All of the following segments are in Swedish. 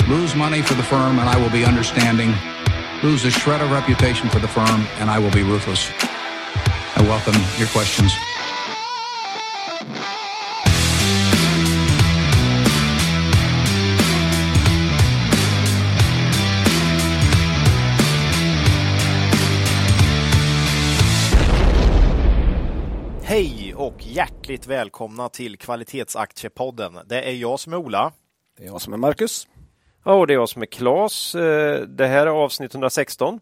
lose money for the firm and I will be understanding, lose a shred of reputation for the firm and I will be ruthless. I welcome your questions. Hej och hjärtligt välkomna till Kvalitetsaktiepodden. Det är jag som är Ola. Det är jag som är Marcus. Och det är jag som är Claes. Det här är avsnitt 116.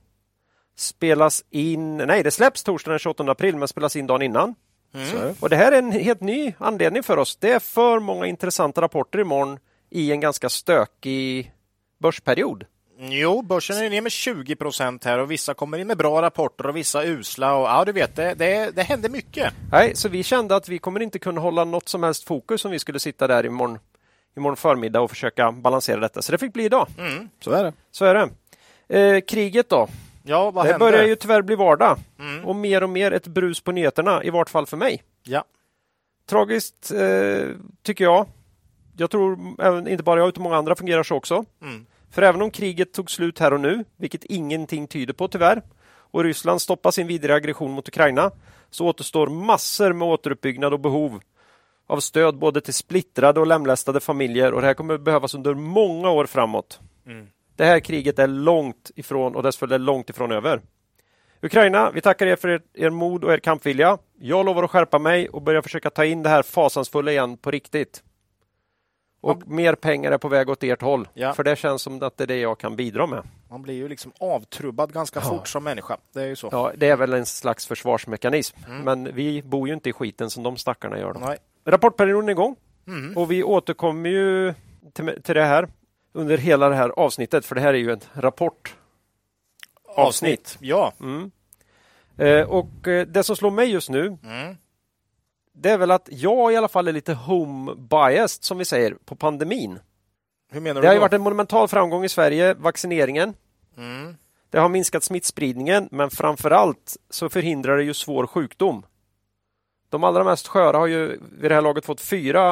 Det släpps torsdagen den 28 april men spelas in dagen innan. Och det här är en helt ny anledning för oss. Det är för många intressanta rapporter imorgon i en ganska stökig börsperiod. Jo, börsen är ner med 20% här och vissa kommer in med bra rapporter och vissa usla. Och ja, du vet, det händer mycket. Nej, så vi kände att vi kommer inte kunna hålla något som helst fokus om vi skulle sitta där imorgon förmiddag och försöka balansera detta. Så det fick bli idag. Så är det. Kriget då? Ja, vad det händer? börjar ju tyvärr bli vardag. Och mer ett brus på nyheterna, i vart fall för mig. Ja. Tragiskt tycker jag. Jag tror inte bara jag utan många andra fungerar så också. För även om kriget tog slut här och nu, vilket ingenting tyder på tyvärr, och Ryssland stoppar sin vidare aggression mot Ukraina, så återstår massor med återuppbyggnad och behov av stöd både till splittrade och lemlästade familjer, och det här kommer behövas under många år framåt. Det här kriget är långt ifrån och dessför är långt ifrån över. Ukraina, vi tackar er för er mod och er kampvilja. Jag lovar att skärpa mig och börja försöka ta in det här fasansfulla igen på riktigt. Och mer pengar är på väg åt ert håll. Ja. För det känns som att det är det jag kan bidra med. Man blir ju liksom avtrubbad ganska fort som människa. Det är ju så. Ja, det är väl en slags försvarsmekanism. Men vi bor ju inte i skiten som de stackarna gör. Nej. Rapportperioden är igång. Och vi återkommer ju till det här under hela det här avsnittet. För det här är ju ett rapportavsnitt. Ja. Och det som slår mig just nu, det är väl att jag i alla fall är lite home biased, som vi säger, på pandemin. Hur menar du det har ju då? varit en monumental framgång i Sverige, vaccineringen. Det har minskat smittspridningen, men framförallt så förhindrar det ju svår sjukdom. De allra mest sköra har ju vid det här laget fått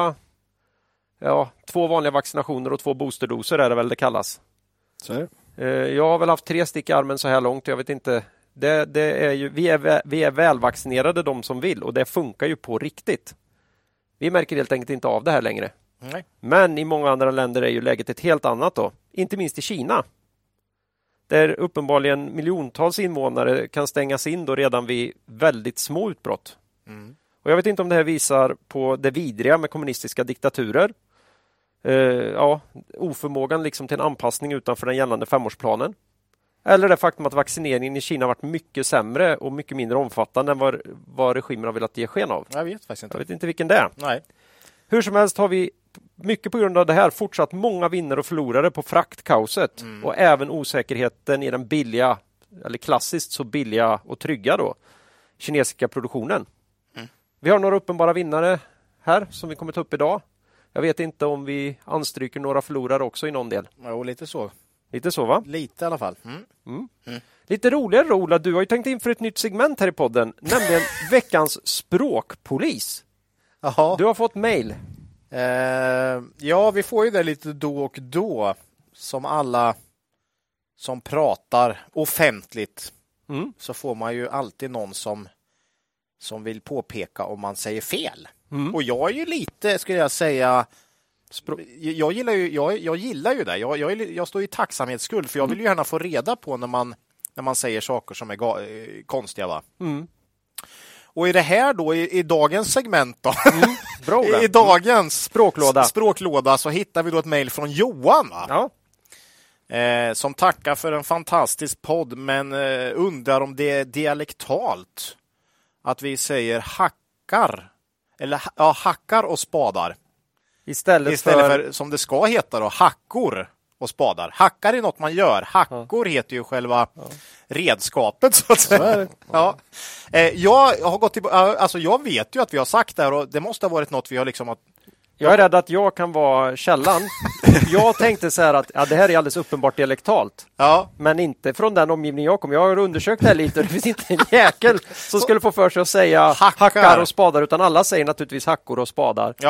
2 vanliga vaccinationer och 2 boosterdoser är det väl det kallas. Så är det. Jag har väl haft 3 stick i armen så här långt, jag vet inte. Det är ju, vi är välvaccinerade de som vill, och det funkar ju på riktigt. Vi märker helt enkelt inte av det här längre. Nej. Men i många andra länder är ju läget ett helt annat då. Inte minst i Kina. Där uppenbarligen miljontals invånare kan stängas in då redan vid väldigt små utbrott. Och jag vet inte om det här visar på det vidriga med kommunistiska diktaturer. Oförmågan liksom till en anpassning utanför den gällande 5-årsplanen. Eller det faktum att vaccineringen i Kina varit mycket sämre och mycket mindre omfattande än vad regimen har velat ge sken av. Jag vet faktiskt inte. Jag vet inte vilken det är. Nej. Hur som helst har vi mycket på grund av det här fortsatt många vinnare och förlorare på fraktkaoset. Och även osäkerheten i den billiga, eller klassiskt så billiga och trygga då, kinesiska produktionen. Vi har några uppenbara vinnare här som vi kommer ta upp idag. Jag vet inte om vi anstryker några förlorare också i någon del. Jo, lite så. Lite så, va? Lite i alla fall. Lite roligare, Ola. Du har ju tänkt in för ett nytt segment här i podden, nämligen veckans språkpolis. Jaha. Du har fått mejl. Ja, vi får ju det lite då och då, som alla som pratar offentligt. Så får man ju alltid någon som vill påpeka om man säger fel. Och jag är ju lite, skulle jag säga, jag gillar ju det. Jag står i tacksamhetsskuld, för jag vill ju gärna få reda på när man säger saker som är konstiga, va? Och i det här då, i dagens segment då, i dagens språklåda så hittar vi då ett mejl från Johan, va? Ja. Som tackar för en fantastisk podd, men undrar om det är dialektalt att vi säger hackar och spadar istället för som det ska heta då, hackor och spadar. Hackar är något man gör. Hackor heter ju själva redskapet, så att säga. Ja. Jag har gått jag vet ju att vi har sagt det här, och det måste ha varit något vi har liksom Jag är rädd att jag kan vara källan. Jag tänkte så här att det här är alldeles uppenbart dialektalt. Ja. Men inte från den omgivning jag kom. Jag har undersökt det här lite och det finns inte en jäkel som skulle få för sig att säga hackar och spadar, utan alla säger naturligtvis hackor och spadar. Ja.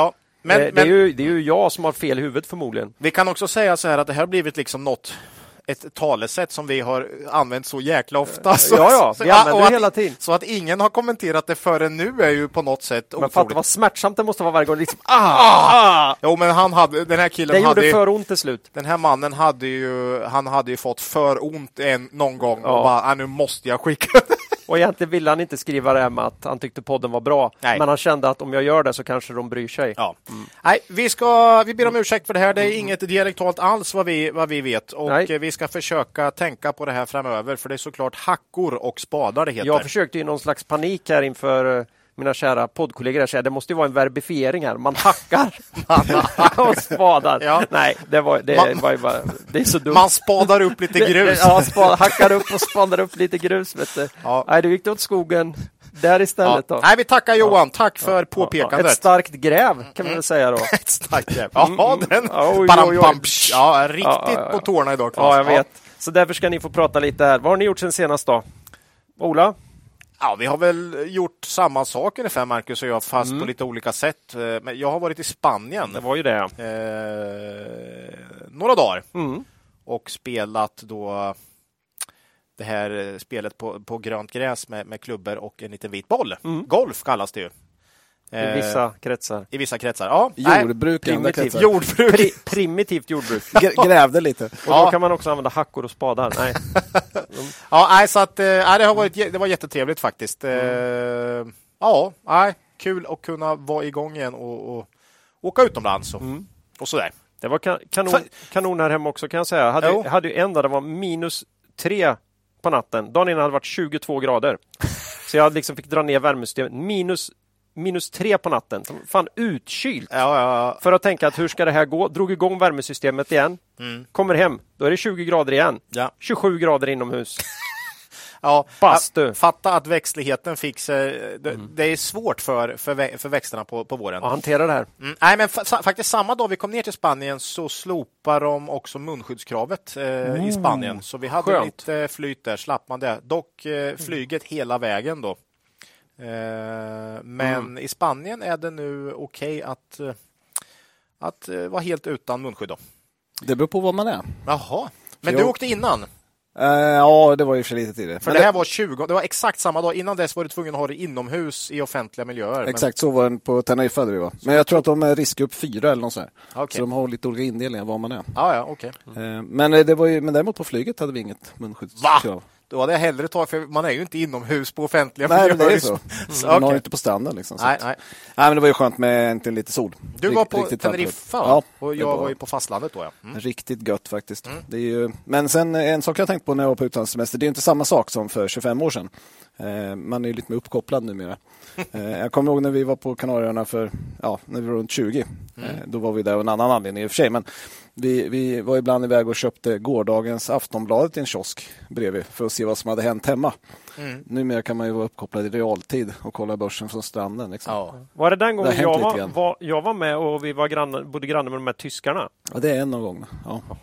det är ju jag som har fel i huvudet förmodligen. Vi kan också säga så här att det här har blivit liksom ett talesätt som vi har använt så jäkla ofta. Vi använder det hela tiden. Så att ingen har kommenterat det förrän nu är ju på något sätt otroligt. Men fatta vad smärtsamt det måste vara varje gång. Liksom, Jo, men den här killen det gjorde för ont till slut. Den här mannen hade ju fått för ont någon gång och bara, nu måste jag skicka. Och egentligen ville han inte skriva det här med att han tyckte podden var bra. Nej. Men han kände att om jag gör det så kanske de bryr sig. Ja. Nej, vi ber om ursäkt för det här. Det är inget dialektalt alls vad vi vet. Och vi ska försöka tänka på det här framöver. För det är såklart hackor och spadar det heter. Jag försökte ju någon slags panik här inför mina kära poddkollegor. Jag säger, det måste ju vara en verbifiering här. Man hackar och spadar. Ja. Nej, det är så dumt. Man spadar upp lite grus. Hackar upp och spadar upp lite grus. Vet du. Ja. Nej, det gick åt skogen där istället. Då. Nej, vi tackar Johan. Tack för påpekandet. Ett starkt gräv kan man väl säga då. Ett starkt gräv. Ja, den. Ja, riktigt på tårna idag. Ja, jag vet. Så därför ska ni få prata lite här. Vad har ni gjort sen senast då? Ola? Ja, vi har väl gjort samma sak ungefär, Marcus och jag, fast på lite olika sätt. Men jag har varit i Spanien. Det var ju det. Några dagar. Och spelat då det här spelet på grönt gräs med klubbor och en liten vit boll. Golf kallas det ju. I vissa kretsar. I vissa kretsar, ja. Jordbruk. Primitivt jordbruk. Grävde lite. Och då kan man också använda hackor och spadar. Nej. Så att det var jättetrevligt faktiskt. Kul att kunna vara igång igen och åka utomlands och sådär. Det var kanon här hemma också kan jag säga. Jag hade ju en där det var -3 på natten. Dagen innan hade det varit 22 grader. Så jag liksom fick dra ner värmesystemet. -3 på natten. Fan utkylt. För att tänka att hur ska det här gå? Drog igång värmesystemet igen. Kommer hem. Då är det 20 grader igen. 27 grader inomhus. Fatta att växtligheten fick sig. Det är svårt för växterna på våren. Att hantera det här. Nej, men faktiskt samma dag vi kom ner till Spanien så slopar de också munskyddskravet i Spanien. Så vi hade lite flyt där, slapp man det. Dock flyget hela vägen då. Men i Spanien är det nu okej att vara helt utan munskydd då. Det beror på vad man är. Jaha, men du åkte innan? Ja, det var ju för lite tidigare. För det här var det var exakt samma dag. Innan dess var du tvungen att ha det inomhus i offentliga miljöer. Exakt, så var det på Teneriffa där vi var. Men jag tror att de är riskgrupp 4 eller något sånt. Okay. Så de har lite olika indelningar var man är. Okej. Men däremot på flyget hade vi inget munskyddskrav. Va? Då hade jag hellre tagit, för man är ju inte inomhus på offentliga miljöer. Nej, det är så. Man har inte på stranden liksom. Nej, men det var ju skönt med lite sol. Du var på Teneriffa och jag var ju på fastlandet då. Riktigt gött faktiskt. Det är ju... Men sen en sak jag tänkt på när jag var på utlandssemester, det är inte samma sak som för 25 år sedan. Man är ju lite mer uppkopplad numera. Jag kommer ihåg när vi var på Kanarieöarna när vi var runt 20. Då var vi där av en annan anledning i och för sig, men vi var ibland iväg och köpte gårdagens Aftonbladet i en kiosk bredvid för att se vad som hade hänt hemma. Numera kan man ju vara uppkopplad i realtid och kolla börsen från stranden. Liksom. Var det den gången jag var med och vi var bodde grannar med de här tyskarna? Ja, det är en av gångerna.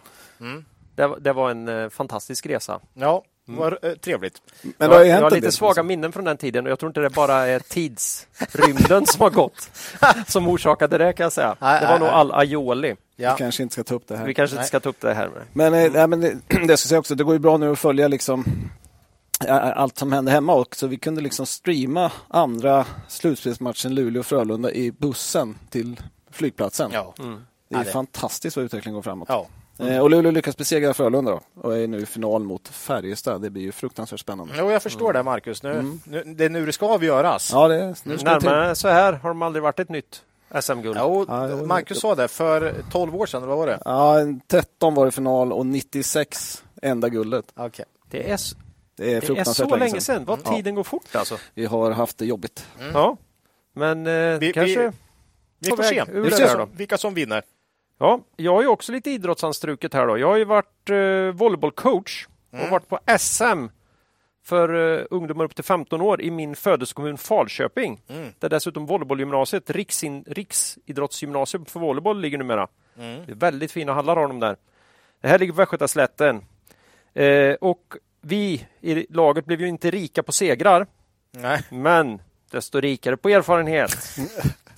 Ja. Det var en fantastisk resa. Ja. Var trevligt. Men jag har lite svaga minnen från den tiden och jag tror inte det bara är tidsrymden som har gått som orsakade det, kan jag säga. Det var nog all aioli. Vi kanske inte ska ta upp det här. Vi kanske inte ska ta upp det här. Men det ska säga också, det går ju bra nu att följa liksom allt som händer hemma och så vi kunde liksom streama andra slutspelsmatchen Luleå-Frölunda i bussen till flygplatsen. Det är fantastiskt vad utvecklingen går framåt. Och Luleå lyckas besegra Frölunda då, och är nu i final mot Färjestad. Det blir ju fruktansvärt spännande. Jo, jag förstår det, Marcus. Det är nu det ska avgöras. Ja, nu ska närmare så här har de aldrig varit ett nytt SM-guld. Marcus sa det för 12 år sedan, vad var det? Ja, 13 var det final och 96 enda guldet. Okay. Det är så länge sedan. Vad tiden går fort alltså. Vi har haft det jobbigt. Ja, men vi får se vilka som vinner. Ja, jag har ju också lite idrottsanstruket här då. Jag har ju varit volleybollcoach och varit på SM för ungdomar upp till 15 år i min födelsekommun Falköping. Där dessutom volleybollgymnasiet, riksidrottsgymnasium för volleyboll ligger numera. Det är väldigt fina hallar har de där. Det här ligger på Västgötaslätten. Och vi i laget blev ju inte rika på segrar. Nej. Men desto rikare på erfarenhet.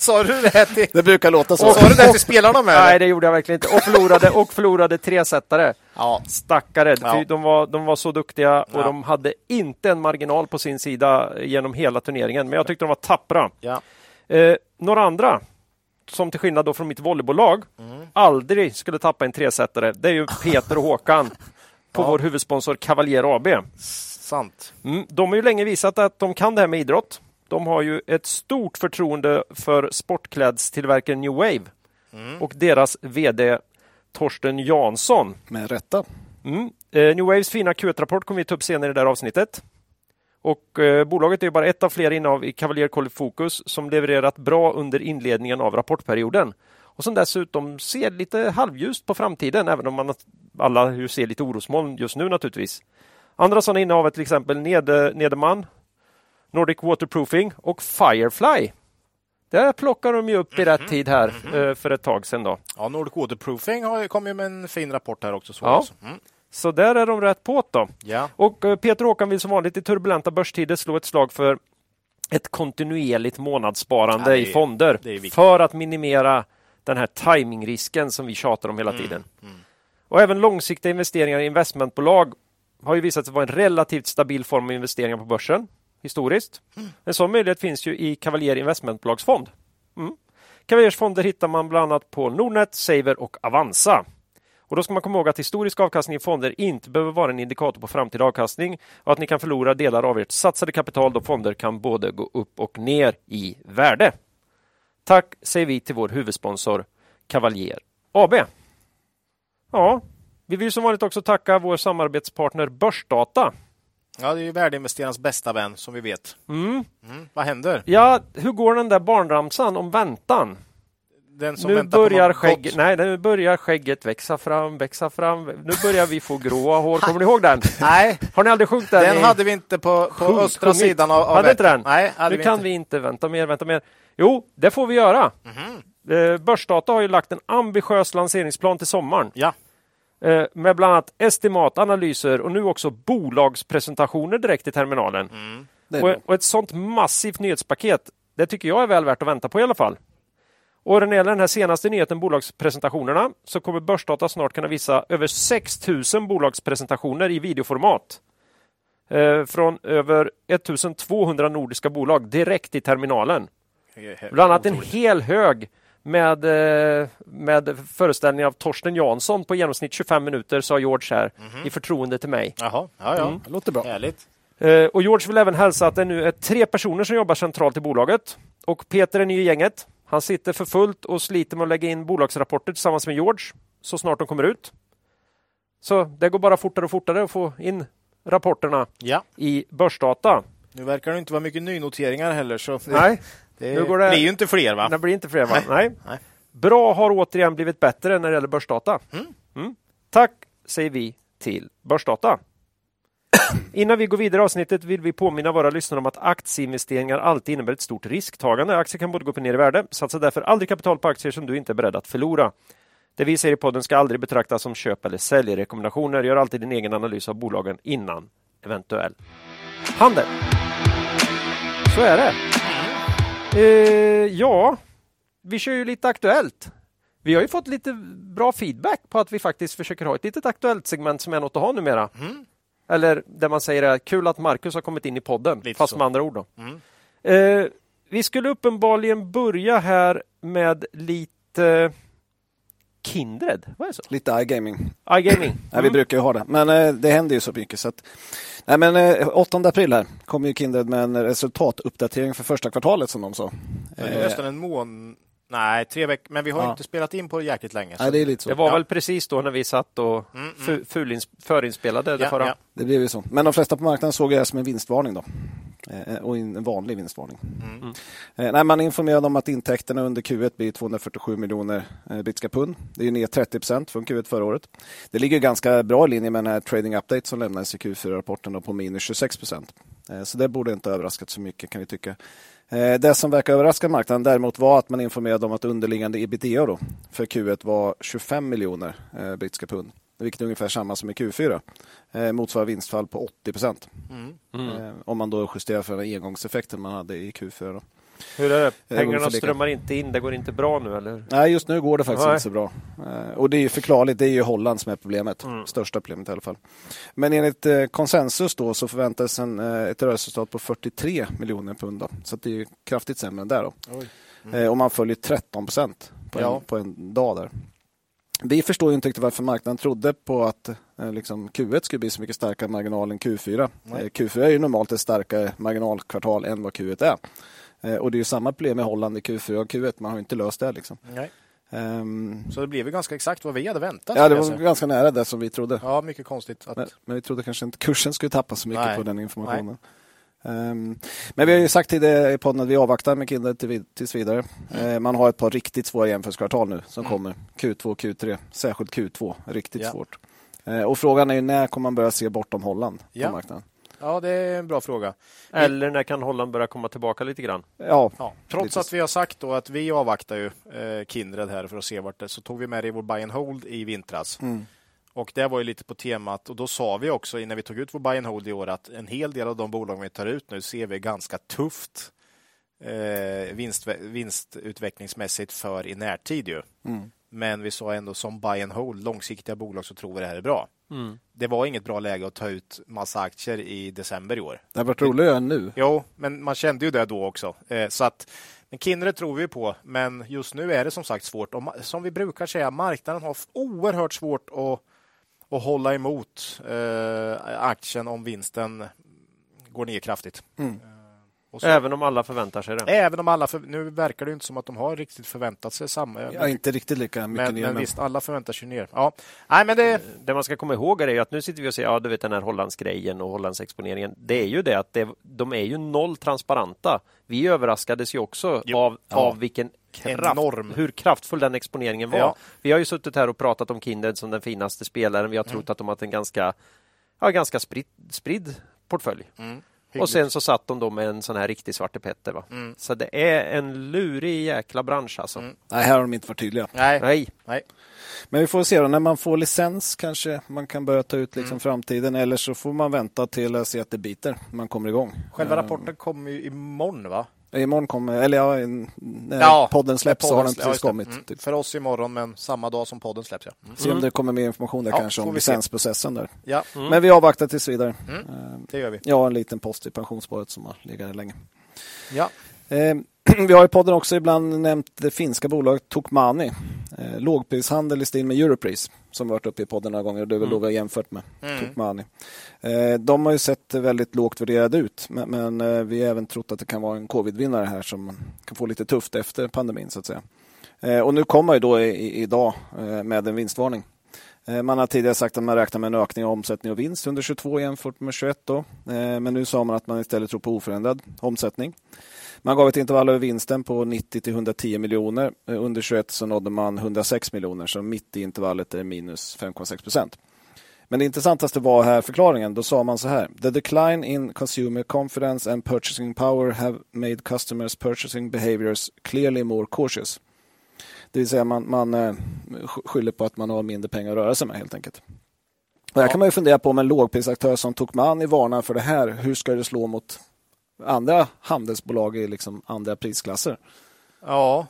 Sa du det till... Det brukar låta så. Sa du det till spelarna med? Nej, det gjorde jag verkligen inte. Och förlorade 3-setare. Ja. Stackare. Ja. De var så duktiga och de hade inte en marginal på sin sida genom hela turneringen. Men jag tyckte de var tappra. Ja. Några andra som till skillnad då från mitt volleybolllag aldrig skulle tappa en 3-setare. Det är ju Peter och Håkan på vår huvudsponsor Cavalier AB. Sant. De har ju länge visat att de kan det här med idrott. De har ju ett stort förtroende för sportklädstillverkaren New Wave och deras vd Torsten Jansson. Med rätta. New Waves fina Q1-rapport kommer vi ta upp senare i det här avsnittet. Och bolaget är ju bara ett av flera innehav i Cavalier College Focus som levererat bra under inledningen av rapportperioden. Och som dessutom ser lite halvljust på framtiden, även om man alla ju ser lite orosmoln just nu naturligtvis. Andra sådana innehav är till exempel Nederman, Nordic Waterproofing och Firefly. Där plockar de ju upp i rätt tid här för ett tag sedan då. Ja, Nordic Waterproofing kom ju med en fin rapport här också. Så där är de rätt på då. Ja. Och Peter Håkan vill som vanligt i turbulenta börstider slå ett slag för ett kontinuerligt månadssparande i fonder för att minimera den här timingrisken som vi tjatar om hela tiden. Och även långsiktiga investeringar i investmentbolag har ju visat sig vara en relativt stabil form av investeringar på börsen historiskt. En sån möjlighet finns ju i Cavalier investmentbolagsfond. Cavaliers fonder hittar man bland annat på Nordnet, Saver och Avanza. Och då ska man komma ihåg att historisk avkastning i fonder inte behöver vara en indikator på framtida avkastning och att ni kan förlora delar av ert satsade kapital då fonder kan både gå upp och ner i värde. Tack säger vi till vår huvudsponsor Cavalier AB. Ja, vi vill som vanligt också tacka vår samarbetspartner Börsdata. Ja, det är ju värdeinvesterarens bästa vän som vi vet. Vad händer? Ja, hur går den där barnramsan om väntan? Den som Nu börjar skägget växa fram. Nu börjar vi få gråa hår. Kommer ni ihåg den? Nej. Har ni aldrig sjungit den? Den hade vi inte på östra sidan av hade inte den? Nej, nu kan vi inte vänta mer. Jo, det får vi göra. Börsdata har ju lagt en ambitiös lanseringsplan till sommaren. Ja. Med bland annat estimat, analyser och nu också bolagspresentationer direkt i terminalen. Och ett sånt massivt nyhetspaket, det tycker jag är väl värt att vänta på i alla fall. Och när det gäller den här senaste nyheten, bolagspresentationerna, så kommer Börsdata snart kunna visa över 6 000 bolagspresentationer i videoformat. Från över 1200 nordiska bolag direkt i terminalen. Bland annat en hel hög med föreställning av Torsten Jansson på genomsnitt 25 minuter, sa George här, i förtroende till mig. Jaha, ja. Det låter bra. Härligt. Och George vill även hälsa att det nu är 3 personer som jobbar centralt i bolaget. Och Peter är ny i gänget. Han sitter för fullt och sliter med att lägga in bolagsrapporter tillsammans med George så snart de kommer ut. Så det går bara fortare och fortare att få in rapporterna i Börsdata. Nu verkar det inte vara mycket nynoteringar heller. Så Nej. Det blir ju inte fler, va? Det blir inte fler, va? Nej. Bra har återigen blivit bättre när det gäller Börsdata. Tack säger vi till Börsdata. Innan vi går vidare i avsnittet vill vi påminna våra lyssnare om att aktieinvesteringar alltid innebär ett stort risktagande. Aktier kan både gå upp och ner i värde. Satsa därför aldrig kapital på aktier som du inte är beredd att förlora. Det vi säger i podden ska aldrig betraktas som köp- eller säljrekommendationer. Gör alltid din egen analys av bolagen innan eventuell handel. Så är det. Ja, vi kör ju lite aktuellt. Vi har ju fått lite bra feedback på att vi faktiskt försöker ha ett litet aktuellt segment som är något att ha numera. Eller där man säger att kul att Marcus har kommit in i podden, lite fast så. Med andra ord då. Vi skulle uppenbarligen börja här med lite Kindred. Vad är det så? Lite iGaming. iGaming. Ja, vi brukar ju ha det. Men det händer ju så mycket. Så att, 8 april här kommer ju Kindred med en resultatuppdatering för första kvartalet som de sa. Nästan en månad. Nej, 3 veckor. Men vi har inte spelat in på jäkligt länge. Nej, det är lite så. Det var väl precis då när vi satt och förinspelade det förra. Det blev ju så. Men de flesta på marknaden såg det som en vinstvarning då. Och en vanlig vinstvarning. Man informerade om att intäkterna under Q1 blir 247 miljoner brittiska pund. Det är ner 30% från Q1 förra året. Det ligger ganska bra i linje med den här trading update som lämnades i Q4-rapporten på minus 26%. Så det borde inte överraskat så mycket, kan vi tycka. Det som verkar överraska marknaden däremot var att man informerade om att underliggande ebitda då för Q1 var 25 miljoner brittiska pund. Vilket är ungefär samma som i Q4. Motsvarar vinstfall på 80%. Om man då justerar för den engångseffekten man hade i Q4. Då. Hur är det? Pengarna strömmar inte in, det går inte bra nu, eller? Nej, just nu går det faktiskt inte så bra. Och det är ju förklarligt, det är ju Holland som är problemet. Största problemet i alla fall. Men enligt konsensus då så förväntas ett rörelseresultat på 43 miljoner pund då. Så det är ju kraftigt sämre än där då. Och man följer 13% på en dag där. Vi förstår ju inte riktigt varför marknaden trodde på att Q1 skulle bli så mycket starkare marginal än Q4. Q4 är ju normalt ett starkare marginalkvartal än vad Q1 är. Och det är ju samma problem med Holland i Q4 och Q1. Man har inte löst det liksom. Nej. Så det blev ju ganska exakt vad vi hade väntat. Ja, det var ganska nära det som vi trodde. Ja, mycket konstigt. Men vi trodde kanske inte kursen skulle tappa så mycket på den informationen. Men vi har ju sagt tidigare i podden att vi avvaktar med Kindred tills vidare. Man har ett par riktigt svåra jämförelsekvartal nu som kommer. Q2 och Q3. Särskilt Q2. Riktigt svårt. Och frågan är ju när kommer man börja se bortom Holland på marknaden? Ja, det är en bra fråga. Eller när kan Holland börja komma tillbaka lite grann? Ja. Trots att vi har sagt då att vi avvaktar ju Kindred här för att se vart det, så tog vi med det i vår buy and hold i vintras. Och det var ju lite på temat, och då sa vi också innan vi tog ut vår buy and hold i år att en hel del av de bolag vi tar ut nu ser vi ganska tufft vinstutvecklingsmässigt för i närtid ju. Men vi sa ändå som buy and hold, långsiktiga bolag, så tror vi det här är bra. Det var inget bra läge att ta ut massa aktier i december i år. Det har varit roligare än nu. Jo, men man kände ju det då också. Så att men Kindred tror vi på, men just nu är det som sagt svårt. Och som vi brukar säga, marknaden har oerhört svårt att hålla emot aktien om vinsten går ner kraftigt. Även om alla förväntar sig det. Även om alla nu verkar det inte som att de har riktigt förväntat sig samma. Ja, inte riktigt lika mycket ner. Men visst, alla förväntar sig ner. Ja. Nej, men det man ska komma ihåg är ju att nu sitter vi och säger, du vet den här Hollandsgrejen och Hollandsexponeringen. Det är ju det att de är ju noll transparenta. Vi överraskades ju också av vilken hur kraftfull den exponeringen var. Ja. Vi har ju suttit här och pratat om Kindred som den finaste spelaren. Vi har trott att de har en ganska spridd portfölj. Och sen så satt de då med en sån här riktig svartepetter. Va? Så det är en lurig jäkla bransch alltså. Nej, här har de inte varit tydliga. Nej. Men vi får se då, när man får licens kanske man kan börja ta ut framtiden, eller så får man vänta till att se att det biter. Man kommer igång. Själva rapporten kommer ju imorgon, va? Imorgon kommer, eller när podden släpps så har den precis kommit. Typ. För oss imorgon, men samma dag som podden släpps. Ja. Se om det kommer mer information där kanske om licensprocessen där. Ja. Men vi avvaktar tills vidare. Det gör vi. Ja, en liten post i pensionsspåret som har legat där länge. Ja. Vi har i podden också ibland nämnt det finska bolaget Tokmanni. Lågprishandel i stil med Europris som varit uppe i podden några gånger, och det är väl då vi har jämfört med Tokmanni. De har ju sett väldigt lågt värderade ut, men vi har även trott att det kan vara en covid-vinnare här som kan få lite tufft efter pandemin så att säga. Och nu kommer ju då idag med en vinstvarning. Man har tidigare sagt att man räknar med en ökning av omsättning och vinst under 22 jämfört med 21 då. Men nu sa man att man istället tror på oförändrad omsättning. Man gav ett intervall över vinsten på 90 till 110 miljoner. Under 21 så nådde man 106 miljoner, så mitt i intervallet är minus 5,6%. Men det intressantaste var här förklaringen. Då sa man så här: The decline in consumer confidence and purchasing power have made customers' purchasing behaviors clearly more cautious. Det vill säga man skyller på att man har mindre pengar att röra sig med helt enkelt. Och här kan man ju fundera på om en lågprisaktör som Tokmanni varnar för det här. Hur ska det slå mot andra handelsbolag i liksom andra prisklasser? Ja,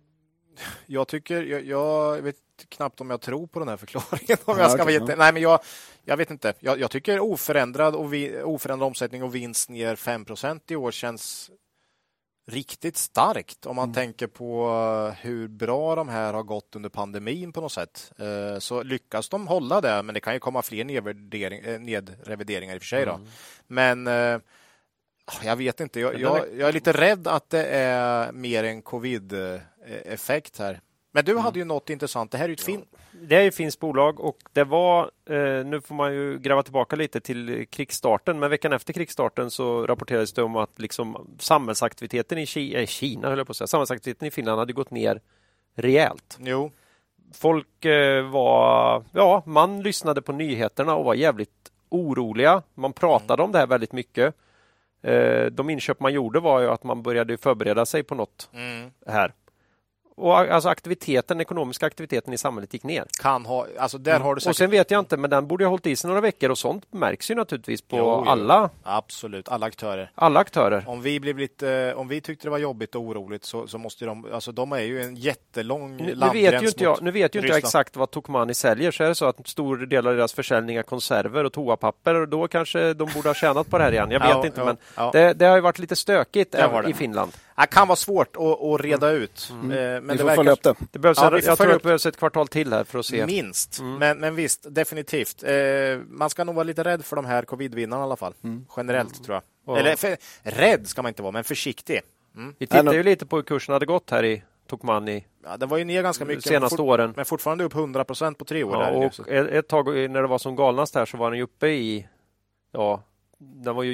jag vet knappt om jag tror på den här förklaringen. Om jag ska veta. Nej, men jag vet inte. Jag tycker oförändrad omsättning och vinst ner 5% i år känns riktigt starkt om man tänker på hur bra de här har gått under pandemin på något sätt. Så lyckas de hålla det, men det kan ju komma fler nedrevideringar i och för sig då. Men jag vet inte. Jag är lite rädd att det är mer en covid-effekt här. Men du hade ju något intressant. Det här är ju det är ju ett finskt bolag, och det var, nu får man ju gräva tillbaka lite till krigsstarten, men veckan efter krigsstarten så rapporterades det om att liksom samhällsaktiviteten i Kina, höll jag på att säga, samhällsaktiviteten i Finland hade gått ner rejält. Jo. Folk man lyssnade på nyheterna och var jävligt oroliga. Man pratade om det här väldigt mycket. De inköp man gjorde var ju att man började förbereda sig på något här. och alltså den ekonomiska aktiviteten i samhället gick ner. Kan ha, alltså där har du säkert... Och sen vet jag inte, men den borde ha hållit i sig några veckor och sånt märks ju naturligtvis på Jo. alla. Absolut, alla aktörer. Alla aktörer. Om vi tyckte det var jobbigt och oroligt så måste de är ju en jättelång Nu vet ju inte jag exakt vad Tokmanni säljer, så är det så att en stor del av deras försäljning är konserver och toapapper, och då kanske de borde ha tjänat på det här igen. Jag vet inte, men det har ju varit lite stökigt i Finland. Det kan vara svårt att reda ut. Men vi får följa upp det. Jag tror det behövs ett kvartal till här för att se. Minst, men visst, definitivt. Man ska nog vara lite rädd för de här covid-vinnarna i alla fall. Generellt tror jag. Eller rädd ska man inte vara, men försiktig. Vi tittade ju lite på hur kursen hade gått här i Tokmanni. Ja, det var ju ner ganska mycket senaste åren. Men fortfarande upp 100% på 3 år. Ja, och ett tag när det var som galnast här så var den ju uppe i... Ja, den var ju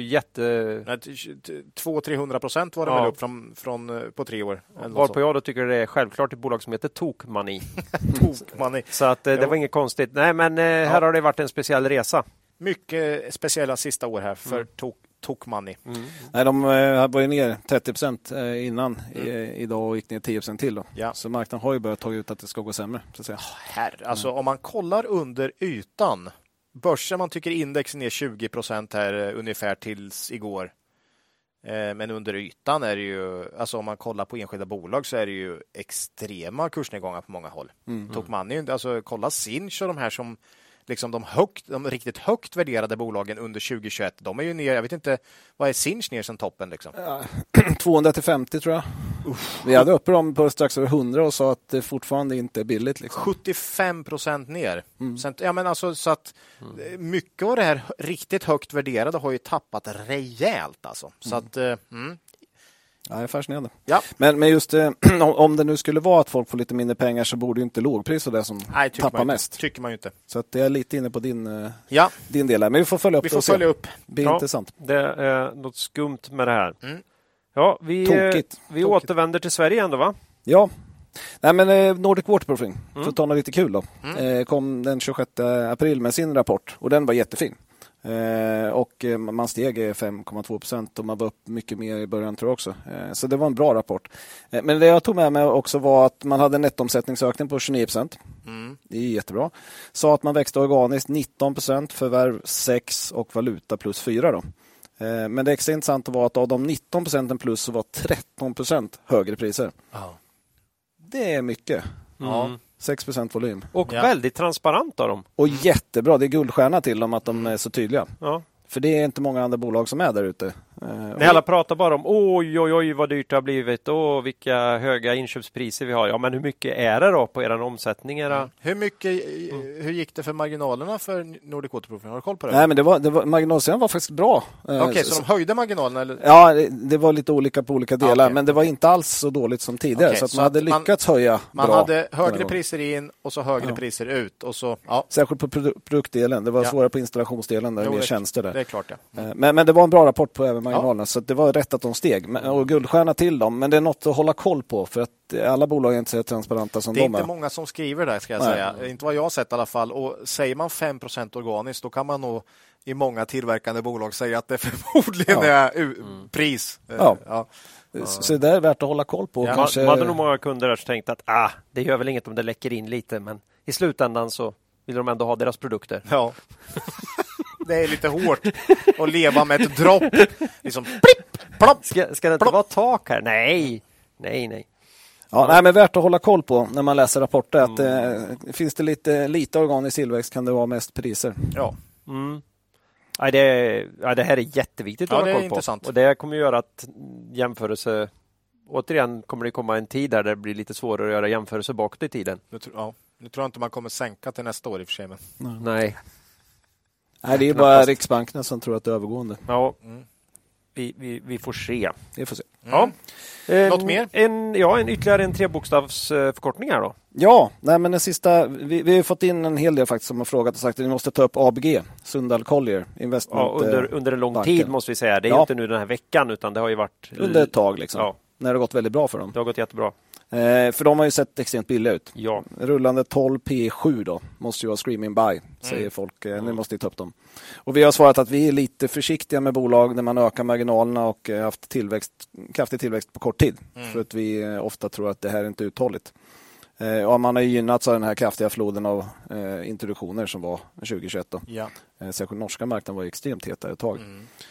200-300% var den väl upp från på 3 år. Varpå jag då tycker det är självklart ett bolag som heter Tokmanni. Tokmanni. Så att det var inget konstigt. Nej, men här har det varit en speciell resa. Mycket speciella sista år här för Tokmanni. Nej, de var ju ner 30% innan idag och gick ner 10% till då. Ja. Så marknaden har ju börjat ta ut att det ska gå sämre. Så att säga. Alltså om man kollar under ytan, börsen, man tycker index är ner 20% här ungefär tills igår. Men under ytan är det ju, alltså om man kollar på enskilda bolag så är det ju extrema kursnedgångar på många håll. Tokmanni, alltså kolla Sinch och de här som liksom de riktigt högt värderade bolagen under 2021, de är ju ner, jag vet inte, vad är Sinch ner som toppen liksom? 200-50 tror jag. Vi hade uppe dem på strax över 100 och sa att det fortfarande inte är billigt. Liksom. 75% ner. Sen, ja, men alltså, så att mycket av det här riktigt högt värderade har ju tappat rejält. Alltså. Så att... Ja, det är fascinerande. Ja. Men just om det nu skulle vara att folk får lite mindre pengar så borde ju inte lågpris och det som tappar mest. Tycker man ju inte. Så att det är lite inne på din del här. Men vi får följa upp det. Det blir intressant. Det är något skumt med det här. Ja, vi återvänder till Sverige ändå, va? Ja. Nej, men Nordic Waterproofing, för att ta något lite kul då. Kom den 26 april med sin rapport och den var jättefin. Och man steg 5,2% och man var upp mycket mer i början tror jag också. Så det var en bra rapport. Men det jag tog med mig också var att man hade en nettomsättningsökning på 29%. Det är jättebra. Sa att man växte organiskt 19%, förvärv 6% och valuta plus 4 då. Men det extra intressanta var att av de 19% plus så var 13% högre priser. Det är mycket. 6% volym. Och väldigt transparent av dem. Och jättebra. Det är guldstjärna till dem att de är så tydliga. Ja. För det är inte många andra bolag som är där ute. Ni alla pratar bara om oj vad dyrt det har blivit och vilka höga inköpspriser vi har. Ja, men hur mycket är det då på er omsättning? Hur gick det för marginalerna för Nordic Waterproofing? Har du koll på det? Nej, men marginalsidan var faktiskt bra. Okej, så de höjde marginalerna? Eller? Ja, det var lite olika på olika delar. Men det var inte alls så dåligt som tidigare. Så att man hade lyckats höja man bra. Man hade högre priser in och så högre priser ut. Och så, särskilt på produktdelen. Det var svårare på installationsdelen. Där mer tjänster där. Det är klart, Men det var en bra rapport på även marginalerna. Så det var rätt att de steg. Och guldstjärna till dem. Men det är något att hålla koll på. För att alla bolag är inte så transparenta som de är. Det är inte många som skriver där, ska jag säga. Inte vad jag har sett i alla fall. Och säger man 5% organiskt, då kan man nog i många tillverkande bolag säga att det förmodligen är pris. Så det är värt att hålla koll på. Man hade nog många kunder där som tänkte att det gör väl inget om det läcker in lite. Men i slutändan så vill de ändå ha deras produkter. Ja. Det är lite hårt att leva med ett dropp. Liksom, plipp, plopp, ska det inte vara tak här? Nej. Ja, men värt att hålla koll på när man läser rapporter att finns det lite organisk tillväxt kan det vara mest priser. Ja. Det här är jätteviktigt att hålla koll på. Intressant. Och det kommer att göra att jämförelse, återigen kommer det komma en tid där det blir lite svårare att göra jämförelse bakåt i tiden. Nu tror jag inte man kommer sänka till nästa år i och för sig. Men... Nej. Nej, det är bara Riksbanken som tror att det är övergående. Ja. Vi får se. Vi får se. Ja. Något mer? En ytterligare en 3-bokstavsförkortning här då. Ja, men den sista, vi har fått in en hel del faktiskt som har frågat och sagt att vi måste ta upp ABG, Sundal Collier Investment. Ja, under en lång tid måste vi säga. Det är inte nu den här veckan utan det har ju varit... Under ett tag liksom. Ja. När det har gått väldigt bra för dem. Det har gått jättebra. För de har ju sett extremt billiga ut. Ja. Rullande 12P7 då, måste ju vara screaming buy, säger folk. Nu måste ni ta upp dem. Och vi har svarat att vi är lite försiktiga med bolag när man ökar marginalerna och haft kraftig tillväxt på kort tid. För att vi ofta tror att det här är inte uthålligt. Och man har gynnats av den här kraftiga floden av introduktioner som var 2021 då. Ja. Särskilt norska marknaden var extremt hetare ett tag.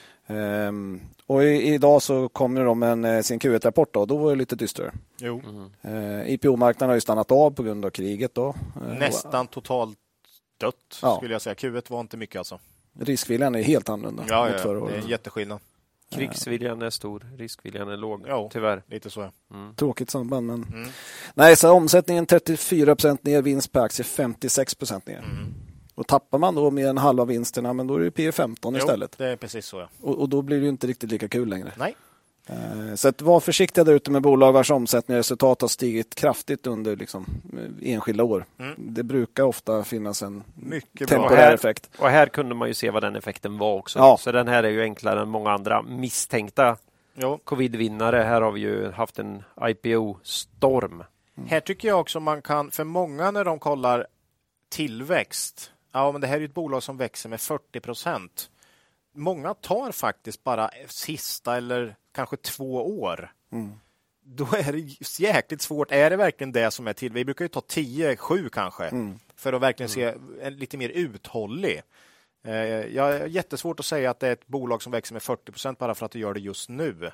Och idag så kommer de med sin Q1-rapport då var det lite dystrare. Jo. IPO-marknaden har ju stannat av på grund av kriget då. Nästan totalt dött skulle jag säga. Q1 var inte mycket alltså. Riskviljan är helt annorlunda. Ja, det är en jätteskillnad. Krigsviljan är stor, riskviljan är låg, tyvärr. Lite så. Tråkigt samband, men... Nej, så omsättningen 34% ner, vinst per aktie 56% ner. Och tappar man då mer än halva vinsterna, men då är det P15 istället. Det är precis så. Och då blir det ju inte riktigt lika kul längre. Nej. Så att var försiktiga där ute med bolag vars omsättning och resultat har stigit kraftigt under enskilda år. Det brukar ofta finnas en mycket temporär effekt. Och här kunde man ju se vad den effekten var också. Ja. Så den här är ju enklare än många andra misstänkta covid-vinnare. Här har vi ju haft en IPO-storm. Här tycker jag också man kan, för många när de kollar tillväxt, men det här är ju ett bolag som växer med 40%. Många tar faktiskt bara sista eller kanske 2 år. Då är det jäkligt svårt. Är det verkligen det som är till? Vi brukar ju ta 10-7 kanske för att verkligen se en lite mer uthållig. Jag är jättesvårt att säga att det är ett bolag som växer med 40% bara för att det gör det just nu.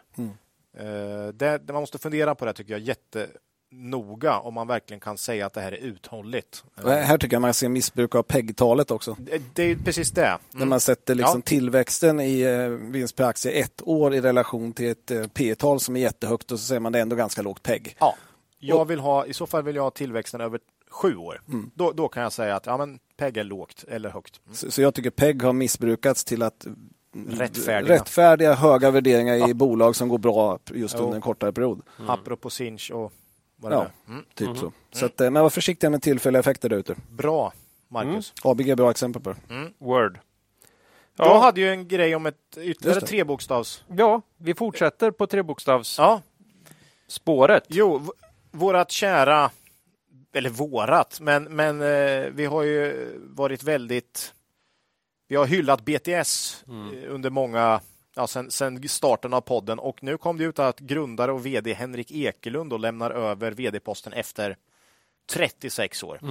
Man måste fundera på det tycker jag jättenoga om man verkligen kan säga att det här är uthålligt. Här tycker jag man ser missbruk av PEG-talet också. Det är precis det. När man sätter tillväxten i vinst per aktie 1 år i relation till ett P-tal som är jättehögt och så säger man det är ändå ganska lågt PEG. Ja, i så fall vill jag ha tillväxten över 7 år. Då kan jag säga att PEG är lågt eller högt. Så jag tycker PEG har missbrukats till att rättfärdiga höga värderingar i bolag som går bra just under en kortare period. Apropå Sinch och vad det är. Typ så. Så att, men var försiktiga med tillfälliga effekter där ute. Bra, Marcus. ABG är bra exempel på det. Word. Jag hade ju en grej om ett ytterligare 3-bokstavs. Ja, vi fortsätter på 3-bokstavs spåret. Jo, vårat kära, eller men vi har ju varit vi har hyllat BTS under många, sen starten av podden, och nu kom det ut att grundare och vd Henrik Ekelund då lämnar över vd-posten efter 36 år.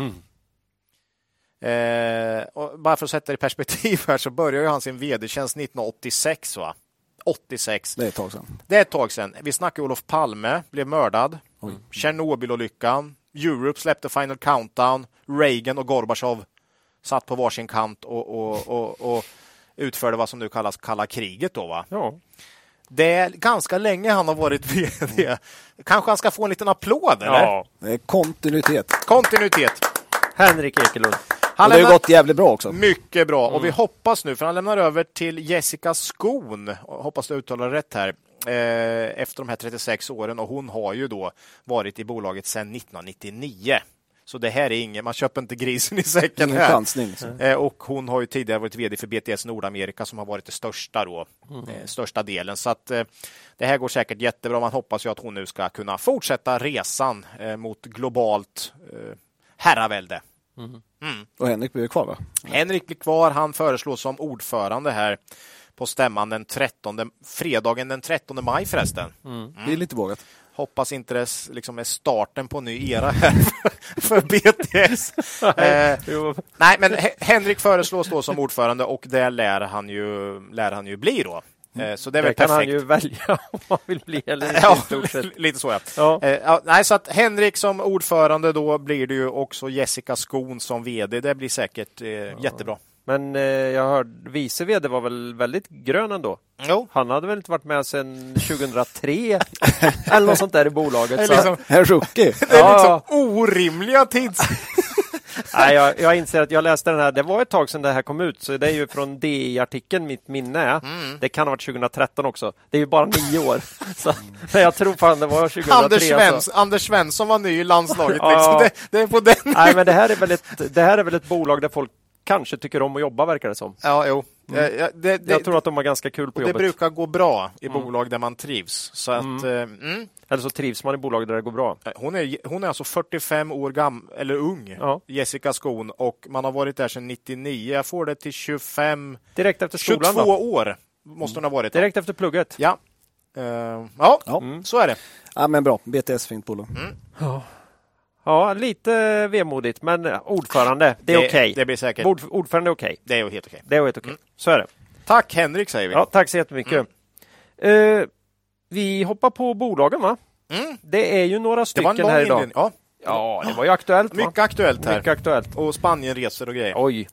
Och bara för att sätta det i perspektiv här så började ju han sin vd-tjänst 1986 va? 86. Det är ett tag sedan. Det är ett tag sedan. Vi snackar Olof Palme blev mördad. Tjernobylolyckan. Europe släppte Final Countdown. Reagan och Gorbachev satt på varsin kant och utförde vad som nu kallas kalla kriget då va? Ja. Det är ganska länge han har varit vd. Kanske han ska få en liten applåd eller? Ja. Det är kontinuitet. Henrik Ekelund. Och det har ju gått jävligt bra också. Mycket bra. Och vi hoppas nu, för han lämnar över till Jessica Skon. Hoppas du uttalar rätt här. Efter de här 36 åren. Och hon har ju då varit i bolaget sedan 1999. Så det här är ingen, man köper inte grisen i säcken här. Chansning. Och hon har ju tidigare varit vd för BTS Nordamerika som har varit det största då. Största delen. Så att det här går säkert jättebra. Man hoppas ju att hon nu ska kunna fortsätta resan mot globalt herravälde. Och Henrik blir kvar va? Henrik blir kvar. Han föreslås som ordförande här på stämman fredagen den 13 maj förresten. Det är lite vågat. Hoppas inte det är starten på en ny era här för BTS. Nej, men Henrik föreslås då som ordförande och det lär han ju bli då. Så det är väl kan perfekt. Han ju välja om han vill bli eller lite så nej, så att Henrik som ordförande då blir det ju också Jessica Skon som vd. Det blir säkert jättebra. Men jag hörde vice vd var väl väldigt grön ändå. Jo. Han hade väl inte varit med sedan 2003 eller något sånt där i bolaget. Herr Rookie. Det är liksom orimliga tids... Nej, jag inser att jag läste den här. Det var ett tag sedan det här kom ut. Så det är ju från DI-artikeln mitt minne. Det kan ha varit 2013 också. Det är ju bara 9 år. Så, men jag tror fan det var 2003. Anders Svensson var ny i landslaget. Liksom. Det är på den. Nej, men det här är väl ett bolag där folk kanske tycker om att jobba, verkar det som. Ja, jo. Jag tror att de har ganska kul på jobbet. Det brukar gå bra i bolag där man trivs. Så att, Eller så trivs man i bolag där det går bra. Hon är alltså 45 år eller ung, Jessica Skon, och man har varit där sedan 99. Jag får det till 25... Direkt efter skolan 22 år måste hon ha varit. Direkt efter plugget. Ja. Så är det. Ja, men bra. BTS, fint bolag. Ja, lite vemodigt, men ordförande, det är okej. Det blir säkert. Ordförande är okej. Det är helt okej. Det är helt okej. Så är det. Tack Henrik, säger vi. Ja, tack så jättemycket. Vi hoppar på bolagen, va? Det är ju några stycken här idag. Ja, det var ju aktuellt. Mycket aktuellt här. Mycket aktuellt. Och Spanien reser och grejer. Oj.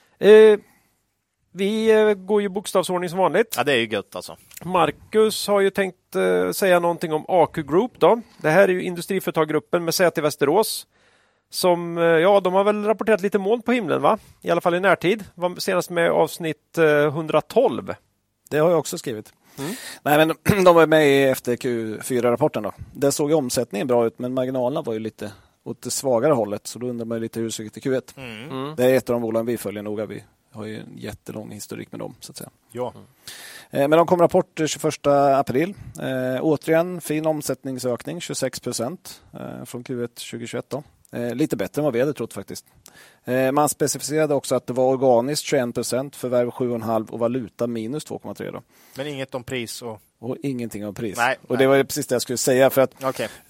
Vi går ju bokstavsordning som vanligt. Ja, det är ju gött alltså. Marcus har ju tänkt säga någonting om AQ Group då. Det här är ju industriföretaggruppen med säte i Västerås. Som, de har väl rapporterat lite moln på himlen, va? I alla fall i närtid. Var senast med avsnitt 112. Det har jag också skrivit. Nej, men de var med efter Q4-rapporten då. Där såg ju omsättningen bra ut, men marginalerna var ju lite åt det svagare hållet. Så då undrar man lite hur det såg ut i Q1. Det är ett av de bolagen vi följer noga. Vi har ju en jättelång historik med dem, så att säga. Ja. Men de kom rapport 21 april. Återigen fin omsättningsökning, 26% från Q1 2021 då. Lite bättre än vad vi hade trott faktiskt. Man specificerade också att det var organiskt 21%, förvärv 7,5% och valuta minus 2,3%. Då. Men inget om pris? Och ingenting om pris. Nej. Det var precis det jag skulle säga. För att,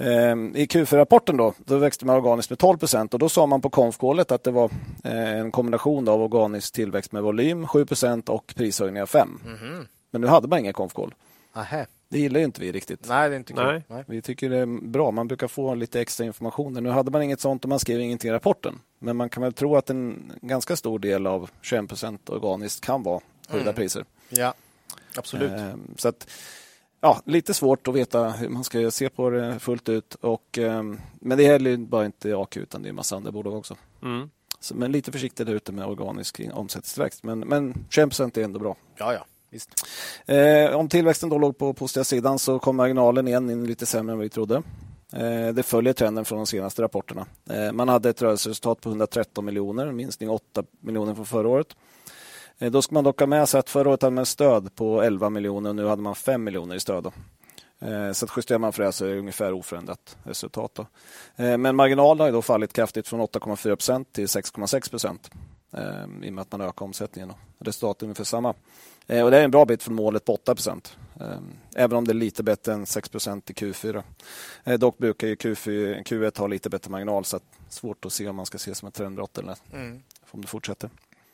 i Q4-rapporten då växte man organiskt med 12%. Och då sa man på konfkålet att det var en kombination av organisk tillväxt med volym 7% och prishöjningar 5%. Men nu hade man inga konfkål. Det gillar ju inte vi riktigt. Nej, det är inte kul. Nej. Vi tycker det är bra. Man brukar få lite extra information. Nu hade man inget sånt och man skrev ingenting i rapporten. Men man kan väl tro att en ganska stor del av 21% organiskt kan vara höjda priser. Ja, absolut. Så att, lite svårt att veta hur man ska se på det fullt ut. Men det är bara inte AQ utan det är en massa andra bolag också. Så, men lite försiktigt där ute med organisk omsättningstillväxt. Men 21% är ändå bra. Ja. Visst. Om tillväxten då låg på positiva sidan så kom marginalen igen in lite sämre än vad vi trodde. Det följer trenden från de senaste rapporterna. Man hade ett rörelseresultat på 113 miljoner, en minskning 8 miljoner från förra året. Då ska man dock ha med sig att förra året hade man stöd på 11 miljoner och nu hade man 5 miljoner i stöd. Då. Så att justerar man för det så är det ungefär oförändrat resultat. Då. Men marginalen har ju då fallit kraftigt från 8,4% till 6,6%. I och med att man ökar omsättningen. Då. Resultatet är ungefär samma. Och det är en bra bit från målet på 8%. Även om det är lite bättre än 6% i Q4. Dock brukar ju Q1 ha lite bättre marginal så att svårt att se om man ska se som ett trendbrott eller om det fortsätter.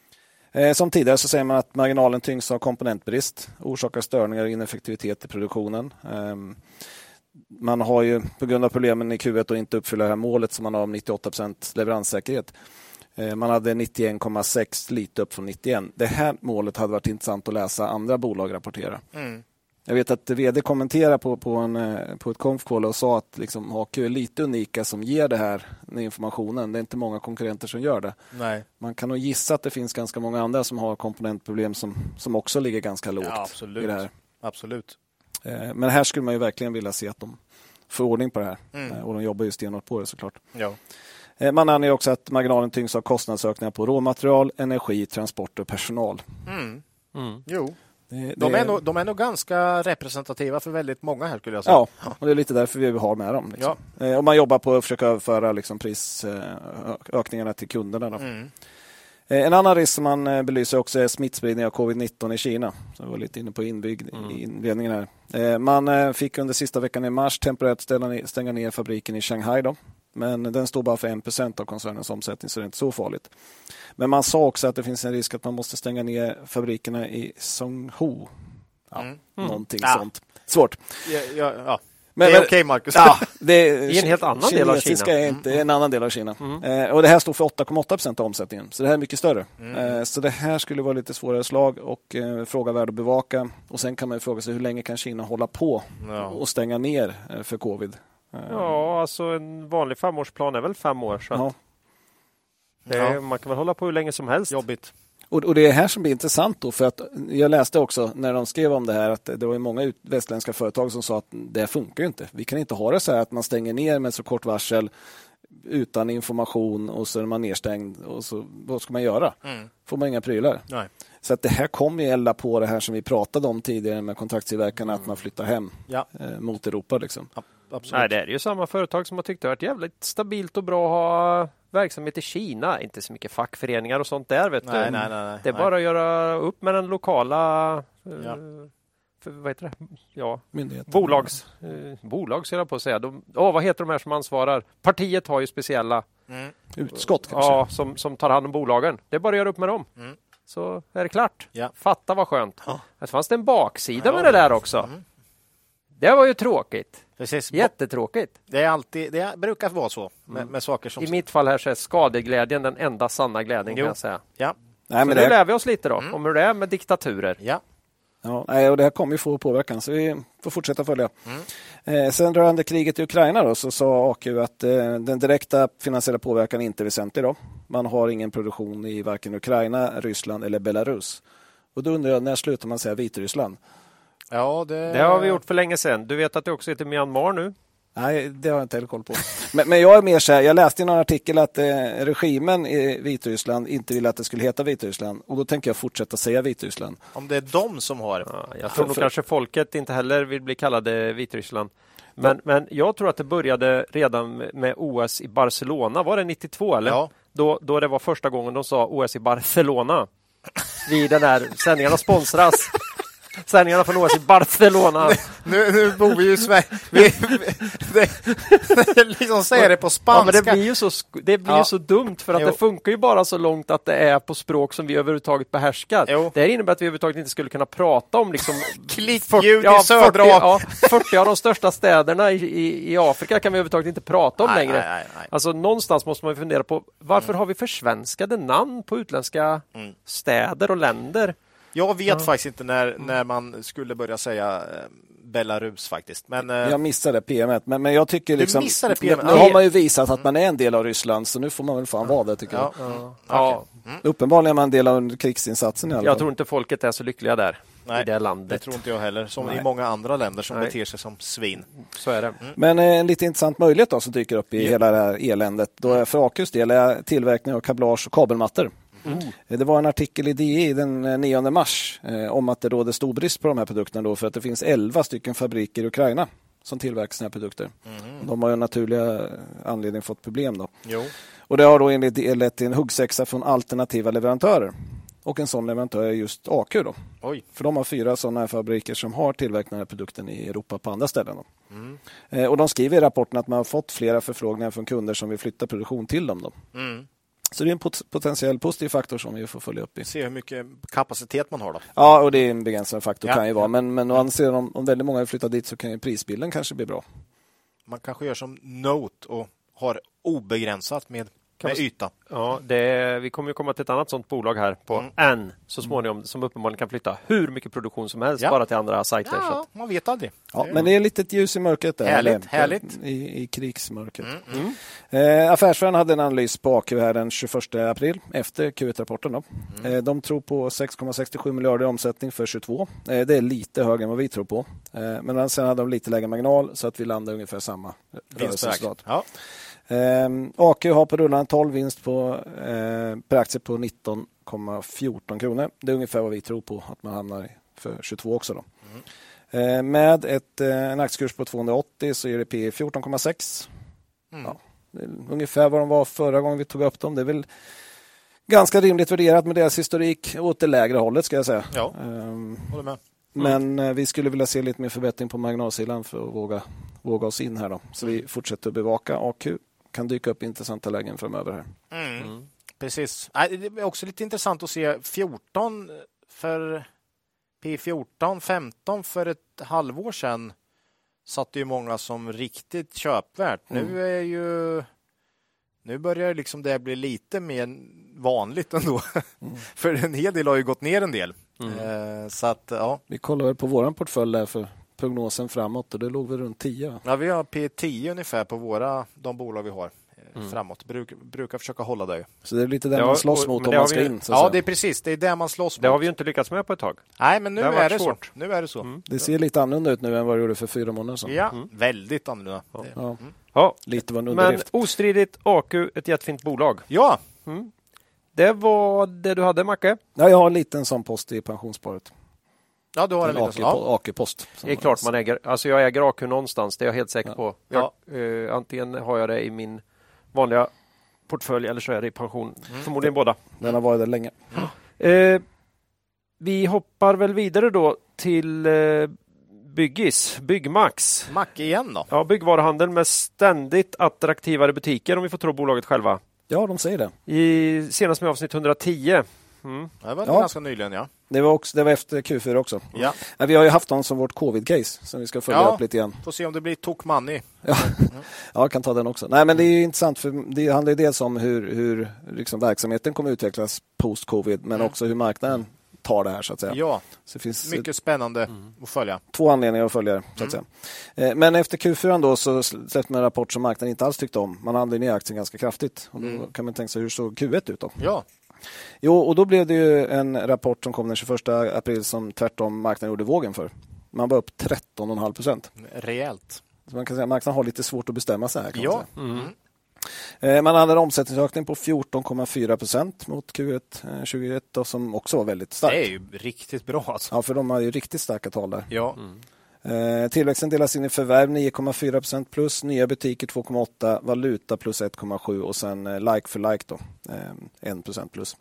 Som tidigare så säger man att marginalen tyngs av komponentbrist, orsakar störningar och ineffektivitet i produktionen. Man har ju på grund av problemen i Q1 och inte uppfylla det här målet som man har om 98% leveranssäkerhet. Man hade 91,6 lite upp från 91. Det här målet hade varit intressant att läsa andra bolag rapportera. Jag vet att vd kommenterade på ett konf-call och sa att liksom, HQ är lite unika som ger det här informationen. Det är inte många konkurrenter som gör det. Nej. Man kan nog gissa att det finns ganska många andra som har komponentproblem som också ligger ganska lågt. Ja, absolut. I det här. Absolut. Men här skulle man ju verkligen vilja se att de får ordning på det här. Och de jobbar ju stenhårt på det såklart. Ja. Man anger också att marginalen tyngs av kostnadsökningar på råmaterial, energi, transport och personal. Jo. De är nog ganska representativa för väldigt många här skulle jag säga. Ja, och det är lite därför vi har med dem. Liksom. Och man jobbar på att försöka överföra liksom, prisökningarna till kunderna. Då. En annan risk som man belyser också är smittspridning av covid-19 i Kina. Så jag var lite inne på inledningen här. Man fick under sista veckan i mars temporärt stänga ner fabriken i Shanghai. Då. Men den står bara för 1% av koncernens omsättning så det är inte så farligt. Men man sa också att det finns en risk att man måste stänga ner fabrikerna i Songho. Någonting sånt. Svårt. Ja. Men, det är okej, Marcus. Det är i en helt annan del av Kina. Är inte en annan del av Kina. Och det här står för 8,8% av omsättningen. Så det här är mycket större. Så det här skulle vara lite svårare slag och fråga värd att bevaka. Och sen kan man ju fråga sig hur länge kan Kina hålla på och stänga ner för covid. Ja, alltså en vanlig 5-årsplan är väl 5 år. Så man kan väl hålla på hur länge som helst. Jobbigt. Och det är här som blir intressant då, för att jag läste också när de skrev om det här att det var många västländska företag som sa att det funkar ju inte. Vi kan inte ha det så här att man stänger ner med så kort varsel. utan information och så är man nedstängd och så vad ska man göra? Får man inga prylar. Nej. Så att det här kommer ju elda på det här som vi pratade om tidigare med kontraktstillverkarna, att man flyttar hem mot Europa liksom. Absolut. Nej, det är ju samma företag som har tyckt det har varit jävligt stabilt och bra att ha verksamhet i Kina. Inte så mycket fackföreningar och sånt där, vet du. Nej. Det är bara att göra upp med den lokala vad heter det? Ja, bolag ser jag på att säga. Vad heter de här som ansvarar? Partiet har ju speciella utskott kanske. Ja, som tar hand om bolagen. Det är bara att göra upp med dem. Så är det klart. Ja. Fatta vad skönt. Det fanns det en baksida med det där också. Det var ju tråkigt. Precis. Jättetråkigt. Det brukar vara så med saker som... I mitt fall här så är skadeglädjen den enda sanna glädjen, kan jag säga. Ja. Nej, men så nu lär vi oss lite då om hur det är med diktaturer. Ja. Ja, och det här kommer ju få påverkan, så vi får fortsätta följa. Sen rörande kriget i Ukraina då, så sa AQ att den direkta finansiella påverkan inte är väsentlig då. Man har ingen produktion i varken Ukraina, Ryssland eller Belarus. Och då undrar jag, när slutar man säga Vitryssland? Ja, det har vi gjort för länge sedan. Du vet att det också heter Myanmar nu? Nej, det har jag inte heller koll på. Men jag är mer så här, jag läste i någon artikel att regimen i Vitryssland inte ville att det skulle heta Vitryssland. Och då tänker jag fortsätta säga Vitryssland. Om det är de som har... Ja, jag tror nog kanske folket inte heller vill bli kallade Vitryssland. Men jag tror att det började redan med OS i Barcelona. Var det 92 eller? Ja. Då det var första gången de sa OS i Barcelona. Vid den här sändningarna sponsras. Sändningarna från OS i Barcelona. Nu bor vi ju i Sverige. Liksom säger det på spanska. Ja, men det blir ju så dumt för att det funkar ju bara så långt att det är på språk som vi överhuvudtaget behärskar. Jo. Det innebär att vi överhuvudtaget inte skulle kunna prata om liksom klickljud i södra 40 av de största städerna i Afrika kan vi överhuvudtaget inte prata om längre. Nej. Alltså någonstans måste man fundera på varför har vi försvenskade namn på utländska städer och länder? Jag vet faktiskt inte när man skulle börja säga Belarus faktiskt. Men, jag missade PM1, men jag tycker liksom... Du missade PM1? Nu har man ju visat att man är en del av Ryssland, så nu får man väl fan vara det, tycker jag. Ja. Uppenbarligen är man en del av krigsinsatsen i alla fall. Jag tror inte folket är så lyckliga där. Nej, i det landet. Det tror inte jag heller. Som i många andra länder som beter sig som svin. Så är det. Men en lite intressant möjlighet då som dyker upp i hela det här eländet. Då är för AQs del är tillverkning av kablage och kabelmattor. Det var en artikel i DI den 9 mars om att det råder stor brist på de här produkterna då, för att det finns 11 stycken fabriker i Ukraina som tillverkar såna här produkter. De har ju naturliga anledning fått problem då. Jo. Och det har då enligt DI lett till en huggsexa från alternativa leverantörer. Och en sån leverantör är just AQ då. Oj. För de har 4 sådana här fabriker som har tillverkat den här produkten i Europa på andra ställen. Och de skriver i rapporten att man har fått flera förfrågningar från kunder som vill flytta produktion till dem då. Så det är en potentiell positiv faktor som vi får följa upp i. Se hur mycket kapacitet man har då. Ja, och det är en begränsad faktor kan ju vara. Men å andra sidan, om väldigt många vill flytta dit så kan ju prisbilden kanske bli bra. Man kanske gör som Note och har obegränsat med yta. Ja, vi kommer ju komma till ett annat sånt bolag här på N så småningom som uppenbarligen kan flytta hur mycket produktion som helst bara till andra sajter. Ja, så att... man vet aldrig. Ja, men det är lite ljus i mörkret där. Härligt. I krigsmörkret. Affärsvärlden hade en analys på AQ här den 21 april efter Q1-rapporten. Då. De tror på 6,67 miljarder i omsättning för 22. Det är lite högre än vad vi tror på. Men sen hade de lite lägre marginal så att vi landar ungefär samma rörelseresultat. Ja. AQ har på rullande 12 vinst per aktie på 19,14 kronor. Det är ungefär vad vi tror på att man hamnar för 22 också då. Med en aktiekurs på 280 så är det P 14,6. Ja, det är ungefär vad de var förra gången vi tog upp dem. Det är väl ganska rimligt värderat med deras historik åt det lägre hållet, ska jag säga. Ja, håller med. Men vi skulle vilja se lite mer förbättring på marginalsidan för att våga oss in här då. Så vi fortsätter att bevaka AQ. Kan dyka upp intressanta lägen framöver här. Precis. Det är också lite intressant att se 14 för P14, 15 för ett halvår sedan satt ju många som riktigt köpvärt. Nu börjar liksom det bli lite mer vanligt ändå. För en hel del har ju gått ner en del. Så att, ja. Vi kollar väl på våran portfölj där för prognosen framåt och det låg väl runt 10. Ja, vi har P10 ungefär på de bolag vi har framåt. Brukar försöka hålla det. Så det är lite där man slåss mot om man ska in. Ja, det är precis. Det är där man slåss mot. Det har vi ju inte lyckats med på ett tag. Nej, men nu är det svårt. Nu är det så. Det ser lite annorlunda ut nu än vad det gjorde för 4 månader sedan. Ja, väldigt annorlunda. Ja. Ja, Lite var en men underdrift. ostridigt AQ, ett jättefint bolag. Ja, Det var det du hade, Macke. Ja, jag har en liten sån post i pensionssparet. ja du har en liten sån. Ja. AK-post. Det är klart man äger. Alltså jag äger AQ någonstans, det är jag helt säker på. Ja. Antingen har jag det i min vanliga portfölj eller så är det i pension. Förmodligen båda. Den har varit där länge. Vi hoppar väl vidare då till Byggmax. Mack igen då? Ja, byggvaruhandel med ständigt attraktivare butiker om vi får tro bolaget själva. Ja, de säger det. Senast med avsnitt 110. Det var ganska nyligen, ja. Det var efter Q4 också. Ja. Vi har ju haft dem som vårt covid-case som vi ska följa upp lite igen. Får se om det blir tokmoney. Ja, jag kan ta den också. Nej, men det är intressant för det handlar ju dels om hur liksom verksamheten kommer utvecklas post-covid, men också hur marknaden tar det här så att säga. Ja, så det finns mycket spännande att följa. 2 anledningar att följa det, så att säga. Men efter Q4 då så släppte man en rapport som marknaden inte alls tyckte om. Man handlade ner aktien ganska kraftigt. Och då kan man tänka sig, hur såg Q1 ut då? Ja. Jo, och då blev det ju en rapport som kom den 21 april som tvärtom marknaden gjorde vågen för. Man var upp 13,5%. Rejält. Så man kan säga att marknaden har lite svårt att bestämma sig här. Kan Ja. man säga. Man hade en omsättningsökning på 14,4% mot Q1 2021 då, som också var väldigt starkt. Det är ju riktigt bra alltså. Ja, för de har ju riktigt starka tal där. Ja. Tillväxten delas in i förvärv 9,4% plus, nya butiker 2,8%, valuta plus 1,7% och sen like for like då 1% plus.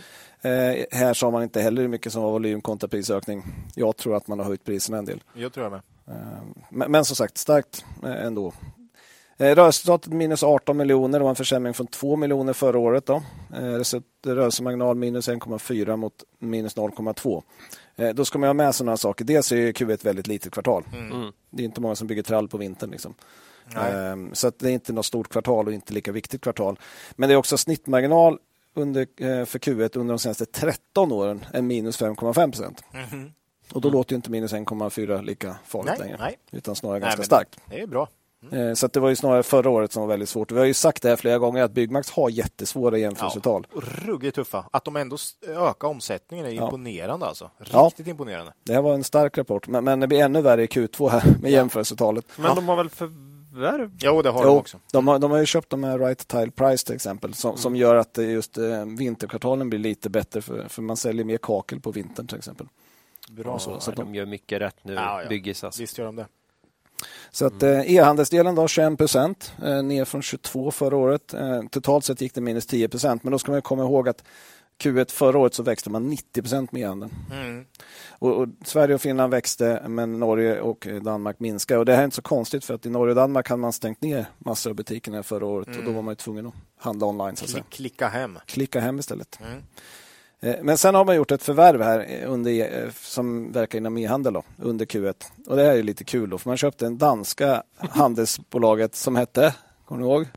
Här sa man inte heller hur mycket som var volym kontra prisökning. Jag tror att man har höjt priserna en del. Jag tror jag med. Men som sagt, starkt ändå. Rörelseresultatet minus 18 miljoner och en försämring från 2 miljoner förra året. Rörelsemarginal minus 1,4 mot minus 0,2. Då ska man ha med sådana saker. Dels är Q1 väldigt litet kvartal. Det är inte många som bygger trall på vintern. Liksom. Så att det är inte något stort kvartal och inte lika viktigt kvartal. Men det är också snittmarginal för Q1 under de senaste 13 åren är minus 5,5%. Och då låter ju inte minus 1,4 lika farligt längre. Utan snarare ganska starkt. Det är bra. Så att det var ju snarare förra året som var väldigt svårt. Vi har ju sagt det här flera gånger att Byggmax har jättesvåra jämförelsetal. Ja, ruggigt tuffa. Att de ändå ökar omsättningen är imponerande alltså. Riktigt imponerande. Det här var en stark rapport. Men det blir ännu värre i Q2 här med jämförelsetalet. Men de har väl förvärv? Jo, det har de också. De har ju köpt de här Right Tile Price till exempel som gör att just vinterkvartalen blir lite bättre för man säljer mer kakel på vintern till exempel. Bra. Så de gör mycket rätt nu. Byggis alltså. Visst gör de det. Så att e-handelsdelen då 21%, ner från 22 förra året. Totalt sett gick det minus 10%, men då ska man komma ihåg att Q1 förra året så växte man 90% med e-handeln. Och Sverige och Finland växte, men Norge och Danmark minskade. Och det här är inte så konstigt för att i Norge och Danmark hade man stängt ner massor av butikerna förra året och då var man ju tvungen att handla online. Så att säga. Klicka hem istället. Men sen har man gjort ett förvärv här som verkar inom e-handel då, under Q1. Och det här är lite kul då, för man köpte en danska handelsbolaget som hette, kommer ni ihåg?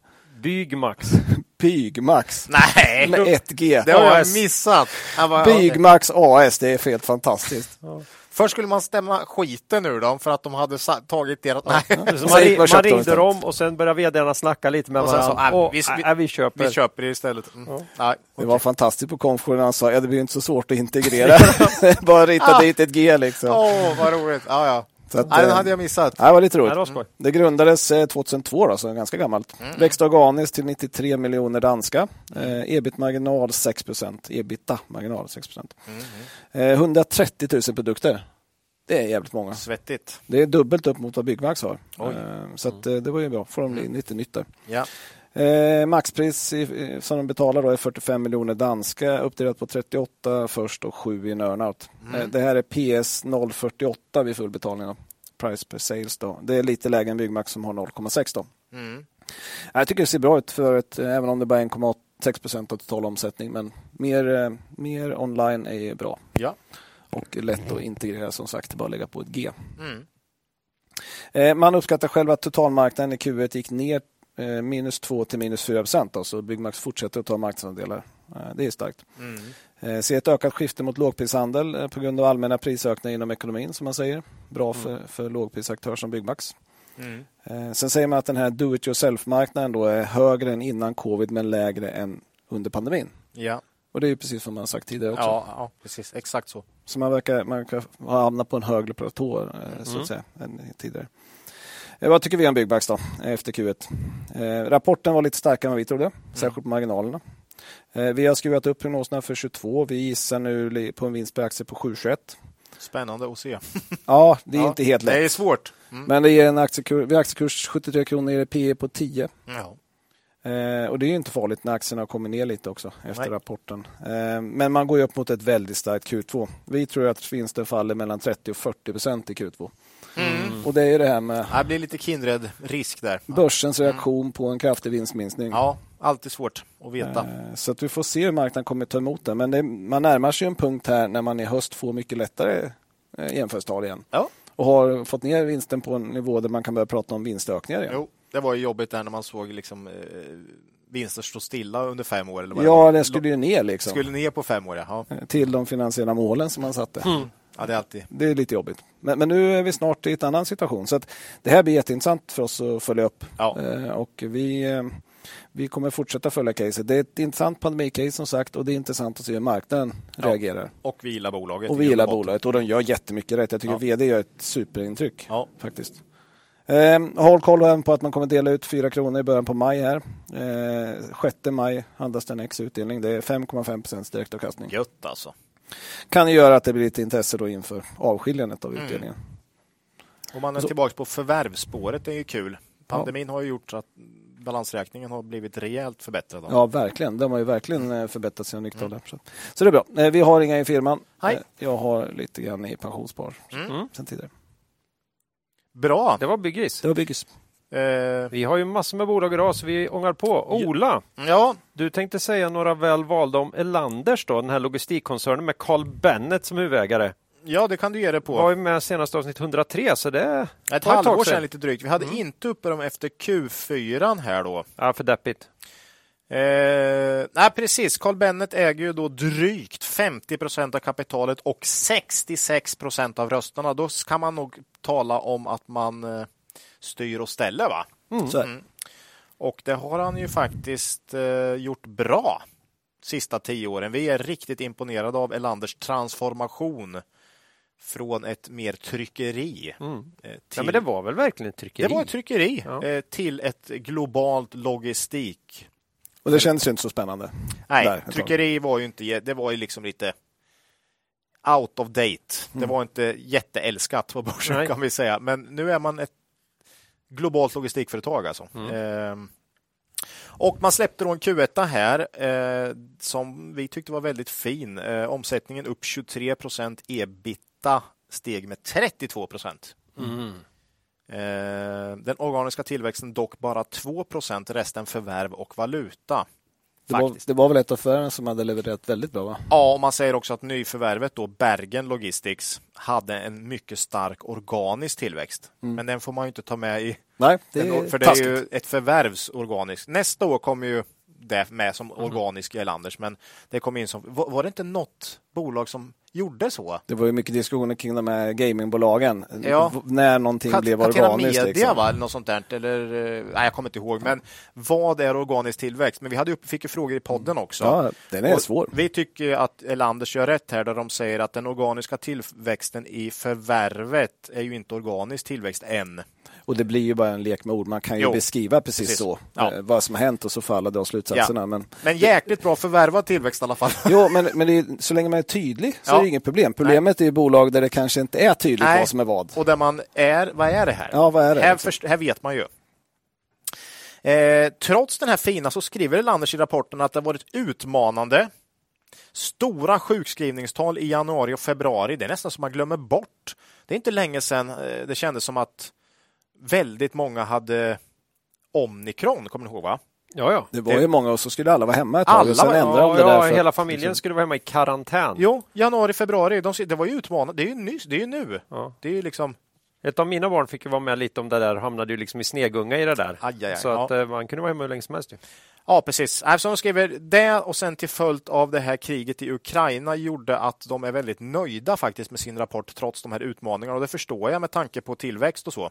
Byggmax. Nej! Med 1G. Det har jag missat. Byggmax AS, det är helt fantastiskt. Ja. Först skulle man stämma skiten ur dem för att de hade tagit deras... Man ringde dem och sen började vdarna snacka lite med varandra. Vi köper det istället. Det var fantastiskt på konferensen. Han sa, det blir inte så svårt att integrera. Bara rita dit ett G liksom. Vad roligt. Så att, den hade jag missat. Det var lite roligt. Det grundades 2002 då, så ganska gammalt. Växte organiskt till 93 miljoner danska. Ebit-marginal 6%. Ebita-marginal 6%. 130 000 produkter. Det är jävligt många. Svettigt. Det är dubbelt upp mot vad Byggmax har. Så att, det var ju bra. Får de lite nytt där. Ja. Maxpris som de betalar då är 45 miljoner danska, uppdelat på 38 först och 7 i en earnout. Det här är PS 0,48 vid fullbetalning då. Price per sales då. Det är lite lägre än Byggmax som har 0,6 då. Jag tycker det ser bra ut för även om det bara är 1,6% av total omsättning, men mer online är bra. Ja. Och lätt att integrera, som sagt, bara lägga på ett G. Man uppskattar själva att totalmarknaden i Q1 gick ner minus 2 till minus 4%. Så Byggmax fortsätter att ta marknadsandelar. Det är starkt. Ser ett ökat skifte mot lågprishandel på grund av allmänna prisökningar inom ekonomin, som man säger. Bra för lågprisaktörer som Byggmax. Sen säger man att den här do-it-yourself-marknaden då är högre än innan covid, men lägre än under pandemin. Ja. Och det är ju precis som man har sagt tidigare också. Ja, precis. Exakt så. Så man verkar ha hamnat på en högre platå så att säga, än tidigare. Vad tycker vi om Byggmax då, efter Q1? Rapporten var lite starkare än vad vi trodde, särskilt på marginalerna. Vi har skruvat upp prognoserna för 22. Vi gissar nu på en vinst per aktie på 7,21. Spännande att se. Ja, det är inte helt lätt. Det är svårt. Men det ger en aktiekurs 73 kronor, PE på 10. Ja. Och det är ju inte farligt när aktierna har kommit ner lite också efter rapporten. Men man går ju upp mot ett väldigt starkt Q2. Vi tror att vinsten faller mellan 30% och 40% i Q2. Och det är ju det här med... Det blir lite Kindred-risk där. Börsens reaktion på en kraftig vinstminskning. Ja, alltid svårt att veta. Så att vi får se hur marknaden kommer ta emot det. Men man närmar sig en punkt här när man i höst får mycket lättare jämförelsetal igen. Ja. Och har fått ner vinsten på en nivå där man kan börja prata om vinstökningar igen. Jo, det var ju jobbigt där när man såg liksom, vinster stå stilla under 5 år. Eller vad Ja, det skulle ju ner liksom. Skulle ner på 5 år, ja. Till de finansiella målen som man satte. Ja, det är alltid. Det är lite jobbigt. Men nu är vi snart i ett annan situation. Så att det här blir jätteintressant för oss att följa upp. Ja. Och vi kommer fortsätta följa caset. Det är ett intressant pandemicase som sagt och det är intressant att se hur marknaden reagerar. Och vi gillar bolaget. Och vi gillar bolaget och de gör jättemycket rätt. Jag tycker vd gör ett superintryck faktiskt. Håll koll även på att man kommer dela ut 4 kronor i början på maj här. 6 maj handlas den ex-utdelning. Det är 5,5% direktavkastning. Gött alltså. Kan ju göra att det blir lite intresse då inför avskiljandet av utdelningen. Om man är tillbaka på förvärvsspåret, det är ju kul. Pandemin har ju gjort att balansräkningen har blivit rejält förbättrad. Ja, verkligen. De har ju verkligen förbättrat sina nytta av det. Så det är bra. Vi har inga i firman. Jag har lite grann i pensionsspar sen tidigare. Bra. Det var byggis. Vi har ju massor med bolag idag så vi ångar på. Ola, du tänkte säga några väl valda om Elanders då, den här logistikkoncernen med Carl Bennet som huvudägare. Ja, det kan du ge det på. Var ju med senast avsnitt 103 så det ett halvår sedan lite drygt. Vi hade inte uppe dem efter Q4 här då. Ja, för deppigt. Nej, precis. Carl Bennet äger ju då drygt 50% av kapitalet och 66% av rösterna. Då kan man nog tala om att man styr och ställer, va? Och det har han ju faktiskt gjort bra sista 10 åren. Vi är riktigt imponerade av Elanders transformation från ett mer tryckeri. Ja, men det var väl verkligen ett tryckeri? Det var ett tryckeri till ett globalt logistik. Och det känns ju inte så spännande. Nej, tryckeri var ju inte, det var ju liksom lite out of date. Det var inte jätteälskat på börsen kan vi säga. Men nu är man ett globalt logistikföretag alltså. Och man släppte då en Q1 här som vi tyckte var väldigt fin. Omsättningen upp 23%, EBITDA steg med 32%. Den organiska tillväxten dock bara 2%, resten förvärv och valuta. Det var väl ett av förvärven som hade levererat väldigt bra, va? Ja, och man säger också att nyförvärvet då, Bergen Logistics, hade en mycket stark organisk tillväxt. Men den får man ju inte ta med i... Nej, för det är ju ett förvärvsorganiskt. Nästa år kommer ju det med som organisk i Elanders, men det kom in som... Var det inte något bolag som gjorde så? Det var ju mycket diskussioner kring de här gamingbolagen. När någonting blev organiskt. Media, liksom. Va? Eller något sånt där. Eller, nej, jag kommer inte ihåg. Men vad är organisk tillväxt? Men vi fick ju frågor i podden också. Ja, den är svår. Vi tycker att Elanders gör rätt här där de säger att den organiska tillväxten i förvärvet är ju inte organisk tillväxt än. Och det blir ju bara en lek med ord. Man kan ju beskriva precis så vad som har hänt och så faller de slutsatserna. Men jäkligt bra förvärvad tillväxt i alla fall. Jo, men det är, så länge man är tydlig så är det inget problem. Problemet är bolag där det kanske inte är tydligt vad som är vad. Och där man är, vad är det här? Ja, vad är det? Här vet man ju. Trots den här fina så skriver Elanders i rapporten att det har varit utmanande. Stora sjukskrivningstal i januari och februari. Det är nästan som man glömmer bort. Det är inte länge sedan det kändes som att väldigt många hade Omikron, kommer ni ihåg, va? Ja. Det var ju många och så skulle alla vara hemma ett tag och sen ändra om det där. Hela familjen skulle vara hemma i karantän. Jo, januari, februari, det var ju utmanande. Det är ju nyss, det är ju nu. Ja. Det är ju liksom... Ett av mina barn fick ju vara med lite om det där, hamnade ju liksom i snegunga i det där. Så att man kunde vara hemma hur länge som helst. Ja, precis. Så de skriver det och sen till följd av det här kriget i Ukraina gjorde att de är väldigt nöjda faktiskt med sin rapport trots de här utmaningarna. Och det förstår jag med tanke på tillväxt och så.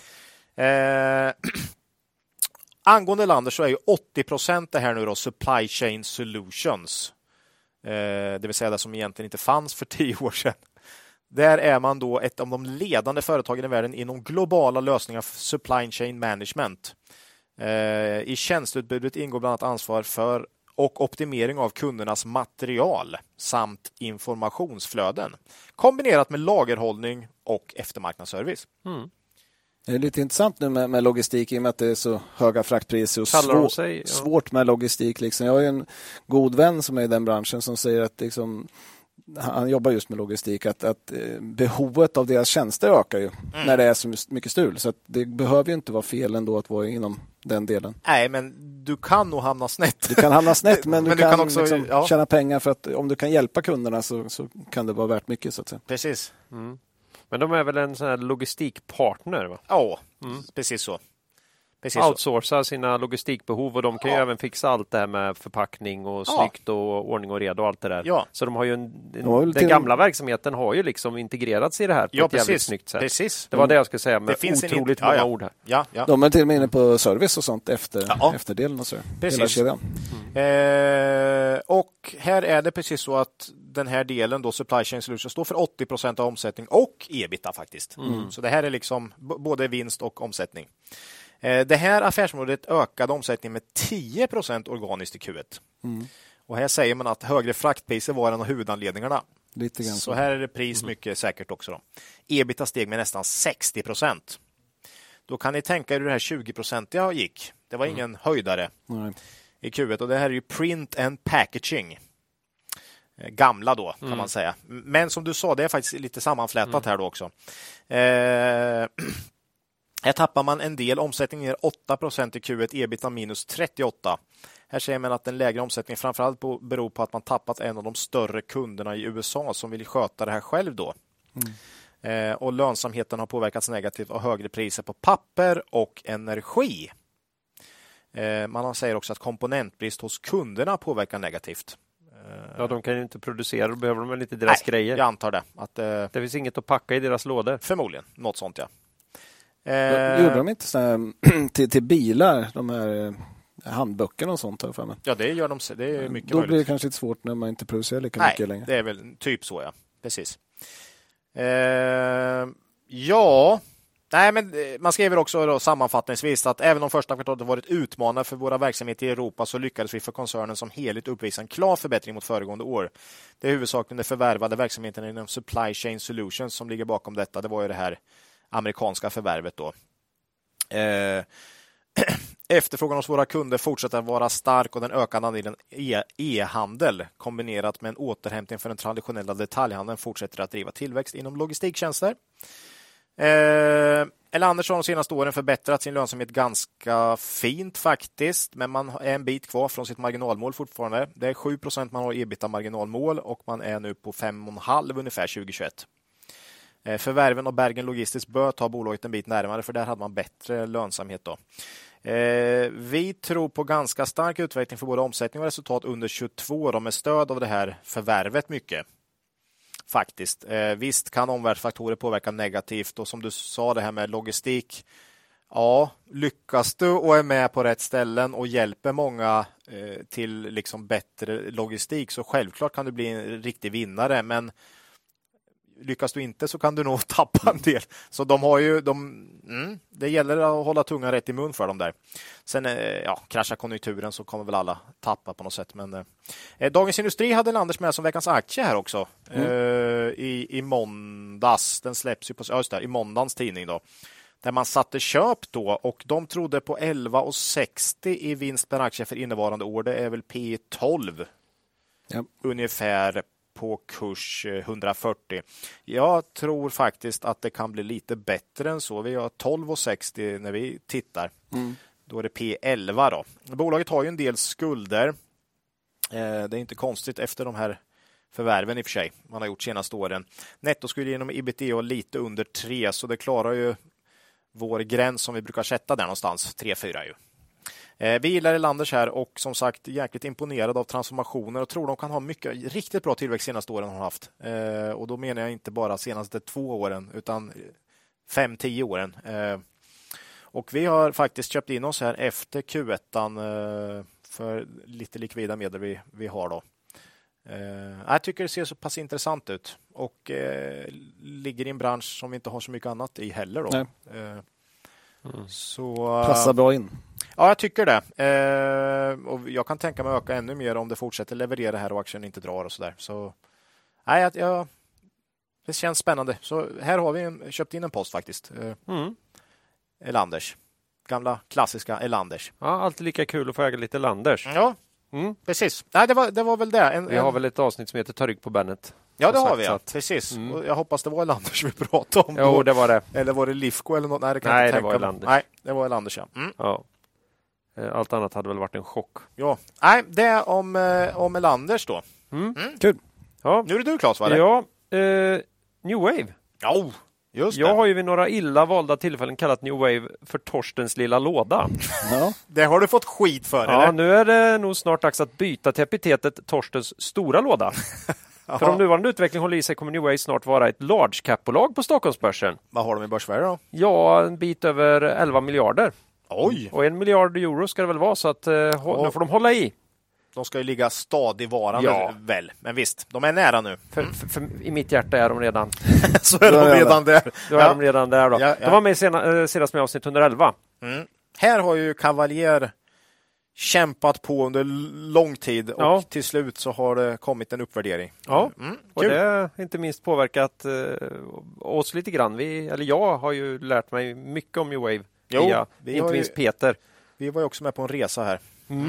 Angående Elanders så är ju 80% det här nu då supply chain solutions. Det vill säga det som egentligen inte fanns för 10 år sedan. Där är man då ett av de ledande företagen i världen inom globala lösningar för supply chain management. I tjänsteutbudet ingår bland annat ansvar för och optimering av kundernas material samt informationsflöden kombinerat med lagerhållning och eftermarknadsservice. Det är lite intressant nu med logistik i och med att det är så höga fraktpriser och svårt med logistik. Liksom. Jag har en god vän som är i den branschen som säger att liksom, han jobbar just med logistik, att behovet av deras tjänster ökar ju när det är så mycket strul. Så att det behöver ju inte vara fel ändå att vara inom den delen. Nej, men du kan nog hamna snett. Du kan hamna snett, men du kan också liksom, tjäna pengar för att om du kan hjälpa kunderna så kan det vara värt mycket. Så att säga. Precis. Men de är väl en sån här logistikpartner? Va? Ja, precis så. Outsourca sina logistikbehov och de kan ju även fixa allt det här med förpackning och snyggt och ordning och reda och allt det där. Ja. Så de har ju den gamla verksamheten har ju liksom integrerats i det här på ett jävligt snyggt sätt. Precis. Det var det jag skulle säga med otroligt många ord här. Ja. De är till och med inne på service och sånt efterdelen och så. Precis. Hela kedjan. Och här är det precis så att den här delen då Supply Chain Solutions står för 80% av omsättning och EBITDA faktiskt. Så det här är liksom både vinst och omsättning. Det här affärsområdet ökade omsättningen med 10% organiskt i Q1. Och här säger man att högre fraktpriser var en av huvudanledningarna. Lite grann så här är det pris mycket säkert också. Då. EBITDA steg med nästan 60%. Då kan ni tänka er hur det här 20% gick. Det var ingen höjdare i Q1 och det här är ju print and packaging. Gamla då kan man säga. Men som du sa, det är faktiskt lite sammanflätat här då också. Här tappar man en del, omsättningen ner 8% i Q1, EBITDA minus 38%. Här säger man att den lägre omsättningen framförallt beror på att man tappat en av de större kunderna i USA som vill sköta det här själv då. Och lönsamheten har påverkats negativt av högre priser på papper och energi. Man säger också att komponentbrist hos kunderna påverkar negativt. Ja, de kan ju inte producera, då behöver de väl inte deras grejer. Jag antar det. Att, det finns inget att packa i deras lådor. Förmodligen, något sånt ja. Gjorde de inte så till bilar, de här handböckerna och sånt? För mig. Ja, det gör de. Det är mycket då möjligt. blir det kanske lite svårt när man inte producerar lika mycket längre. Det är väl typ så, ja. Precis. Ja, nej, men man skriver också då, sammanfattningsvis att även om första kvartalet varit utmanande för våra verksamheter i Europa så lyckades vi för koncernen som helhet uppvisa en klar förbättring mot föregående år. Det är huvudsakligen det förvärvade verksamheten inom Supply Chain Solutions som ligger bakom detta. Det var ju det här amerikanska förvärvet då. Efterfrågan hos våra kunder fortsätter att vara stark och den ökande andelen e-handel kombinerat med en återhämtning för den traditionella detaljhandeln fortsätter att driva tillväxt inom logistiktjänster. Elanders har de senaste åren förbättrat sin lönsamhet ganska fint faktiskt, men man är en bit kvar från sitt marginalmål fortfarande. Det är 7% man har EBITDA-marginalmål och man är nu på 5,5 ungefär 2021. Förvärven av Bergen Logistics bör ta bolaget en bit närmare för där hade man bättre lönsamhet då. Vi tror på ganska stark utveckling för både omsättning och resultat under 22 med stöd av det här förvärvet mycket. Faktiskt. Visst kan omvärldsfaktorer påverka negativt och som du sa det här med logistik. Ja, lyckas du och är med på rätt ställen och hjälper många till liksom bättre logistik så självklart kan du bli en riktig vinnare, men lyckas du inte så kan du nog tappa en del. Så de har ju, det gäller att hålla tungan rätt i mun för dem där. Sen kraschar konjunkturen så kommer väl alla tappa på något sätt. Men Dagens Industri hade Elanders med som veckans aktie här också. I måndags. Den släpps ju på i måndagens tidning då. Där man satte köp då och de trodde på 11,60 i vinst per aktie för innevarande år. Det är väl P12 ungefär på kurs 140. Jag tror faktiskt att det kan bli lite bättre än så. Vi har 12,60 när vi tittar. Då är det P11 då. Bolaget har ju en del skulder. Det är inte konstigt efter de här förvärven i och för sig man har gjort senaste åren. Netto skulle genom EBITDA lite under 3 så det klarar ju vår gräns som vi brukar sätta där någonstans, 3-4 ju. Vi gillar Elanders här och som sagt jäkligt imponerad av transformationer och tror de kan ha mycket riktigt bra tillväxt senaste åren har haft. Och då menar jag inte bara senaste 2 åren utan 5-10 åren. Och vi har faktiskt köpt in oss här efter Q1 för lite likvida medel vi har då. Jag tycker det ser så pass intressant ut och ligger i en bransch som vi inte har så mycket annat i heller. Då. Så, passar bra in. Ja, jag tycker det. Och jag kan tänka mig öka ännu mer om det fortsätter leverera här och aktien inte drar och sådär. Så, nej, det känns spännande. Så här har vi köpt in en post faktiskt. Elanders. Gamla klassiska Elanders. Ja, alltid lika kul att få äga lite Elanders. Ja, precis. Nej, det var väl det. Vi har väl ett avsnitt som heter Ta rygg på Bennet. Ja, det har vi. Precis. Och jag hoppas det var Elanders vi pratade om. Jo, det var det. Eller var det Lifco eller något? Nej, det var Elanders. Nej, det var Elanders, ja. Ja. Allt annat hade väl varit en chock. Ja. Nej, det är om Elanders då. Kul. Ja. Nu är det du, Claes, va? Ja, New Wave. Ja, just det. Jag har ju vid några illa valda tillfällen kallat New Wave för Torstens lilla låda. Ja. Det har du fått skit för, Ja, eller? nu är det nog snart dags att byta till epitetet Torstens stora låda. För om nuvarande utveckling håller i sig kommer New Wave snart vara ett large cap-bolag på Stockholmsbörsen. Vad har de i börsvärde då? Ja, en bit över 11 miljarder. Oj! Och 1 miljard euro ska det väl vara, så att nu får de hålla i. De ska ju ligga stadigvarande väl. Men visst, de är nära nu. För i mitt hjärta är de redan. Så är de redan där. Då är de redan där då. Ja. De var med senast med avsnitt 111. Här har ju Cavalier kämpat på under lång tid och till slut så har det kommit en uppvärdering. Ja, och det har inte minst påverkat oss lite grann. Jag har ju lärt mig mycket om New Wave. Inte minst Peter. Vi var ju också med på en resa här.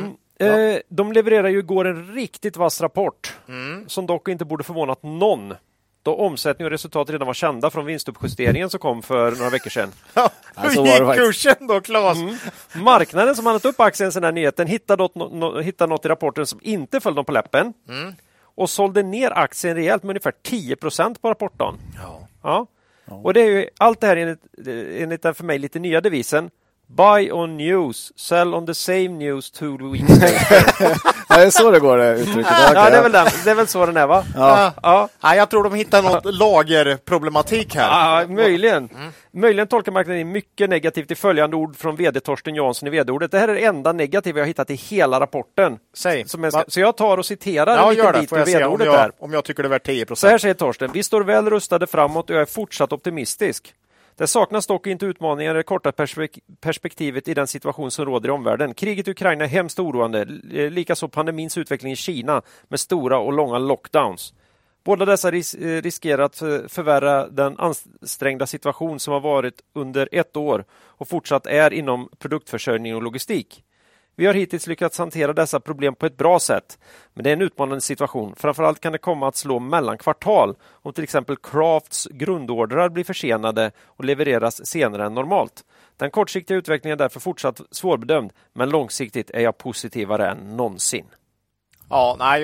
De levererar ju igår en riktigt vass rapport som dock inte borde förvånat någon. Då omsättning och resultat redan var kända från vinstuppjusteringen som kom för några veckor sedan. Hur gick kursen då, Claes? Marknaden som handlat upp aktien sedan den här nyheten hittade något i rapporten som inte föll dem på läppen och sålde ner aktien rejält med ungefär 10% på rapporten. Ja. Och det är ju allt det här enligt den för mig lite nya devisen Buy on news, sell on the same news 2 weeks later. Ja, det är så det går, det uttrycket. Ja, det är väl så den är, va? Ja, jag tror de hittar något lagerproblematik här. Ja, möjligen. Möjligen tolkar marknaden in mycket negativt i följande ord från vd Torsten Jansson i vd-ordet. Det här är det enda negativa jag har hittat i hela rapporten. Säg. Så jag tar och citerar en liten bit ur vd-ordet där. Om jag tycker det är värt 10%. Så här säger Torsten: vi står väl rustade framåt och jag är fortsatt optimistisk. Det saknas dock inte utmaningar i det korta perspektivet i den situation som råder i omvärlden. Kriget i Ukraina är hemskt oroande, likaså pandemins utveckling i Kina med stora och långa lockdowns. Båda dessa riskerar att förvärra den ansträngda situation som har varit under 1 år och fortsatt är inom produktförsörjning och logistik. Vi har hittills lyckats hantera dessa problem på ett bra sätt, men det är en utmanande situation. Framförallt kan det komma att slå mellan kvartal om till exempel Crafts grundordrar blir försenade och levereras senare än normalt. Den kortsiktiga utvecklingen är därför fortsatt svårbedömd, men långsiktigt är jag positivare än någonsin. Ja, nej,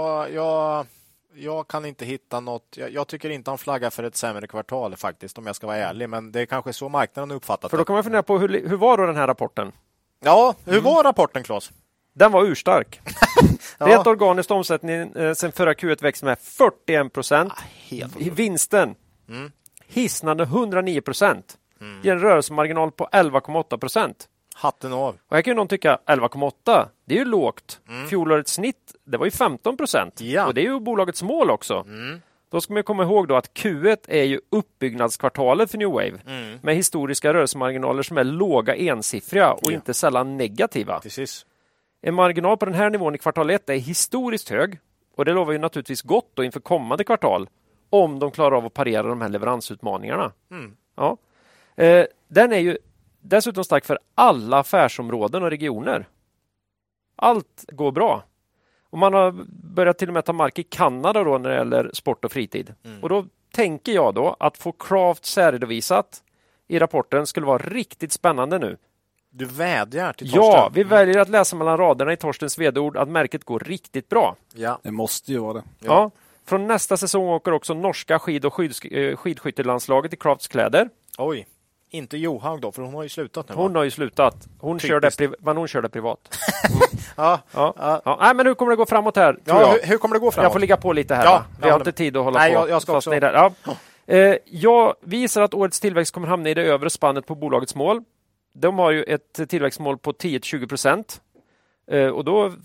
jag kan inte hitta något. Jag tycker inte han flaggar för ett sämre kvartal faktiskt, om jag ska vara ärlig, men det är kanske så marknaden uppfattat. För då kan man fundera på hur var då den här rapporten? Ja, hur var rapporten, Claes? Den var urstark. Rent organiskt omsättning sen förra Q1 växt med 41%. Vinsten hisnande 109%. Ger en rörelsemarginal på 11,8%. Hatten av. Och här kan ju någon tycka 11,8, det är ju lågt. Fjolårets snitt, det var ju 15%. Ja. Och det är ju bolagets mål också. Då ska man komma ihåg då att Q1 är ju uppbyggnadskvartalet för New Wave. Med historiska rörelsemarginaler som är låga ensiffriga och inte sällan negativa. Precis. En marginal på den här nivån i kvartal 1 är historiskt hög. Och det lovar ju naturligtvis gott då inför kommande kvartal. Om de klarar av att parera de här leveransutmaningarna. Ja. Den är ju dessutom stark för alla affärsområden och regioner. Allt går bra. Och man har börjat till och med ta mark i Kanada då när det gäller sport och fritid. Och då tänker jag då att få Craft särredovisat i rapporten skulle vara riktigt spännande nu. Du vädjar till Torsten. Ja, vi väljer att läsa mellan raderna i Torstens vd-ord att märket går riktigt bra. Ja. Det måste ju vara det. Ja. Från nästa säsong åker också norska skidskyttelandslaget i Crafts kläder. Oj. Inte Johaug då, för hon har ju slutat nu. Hon har ju slutat. Hon körde privat. Ja. Nej, men hur kommer det gå framåt här? Tror Ja, jag. hur kommer det gå framåt? Jag får ligga på lite här. Ja, vi har inte tid att hålla på. Jag ska också. Jag visar att årets tillväxt kommer hamna i det övre spannet på bolagets mål. De har ju ett tillväxtmål på 10-20%. Och då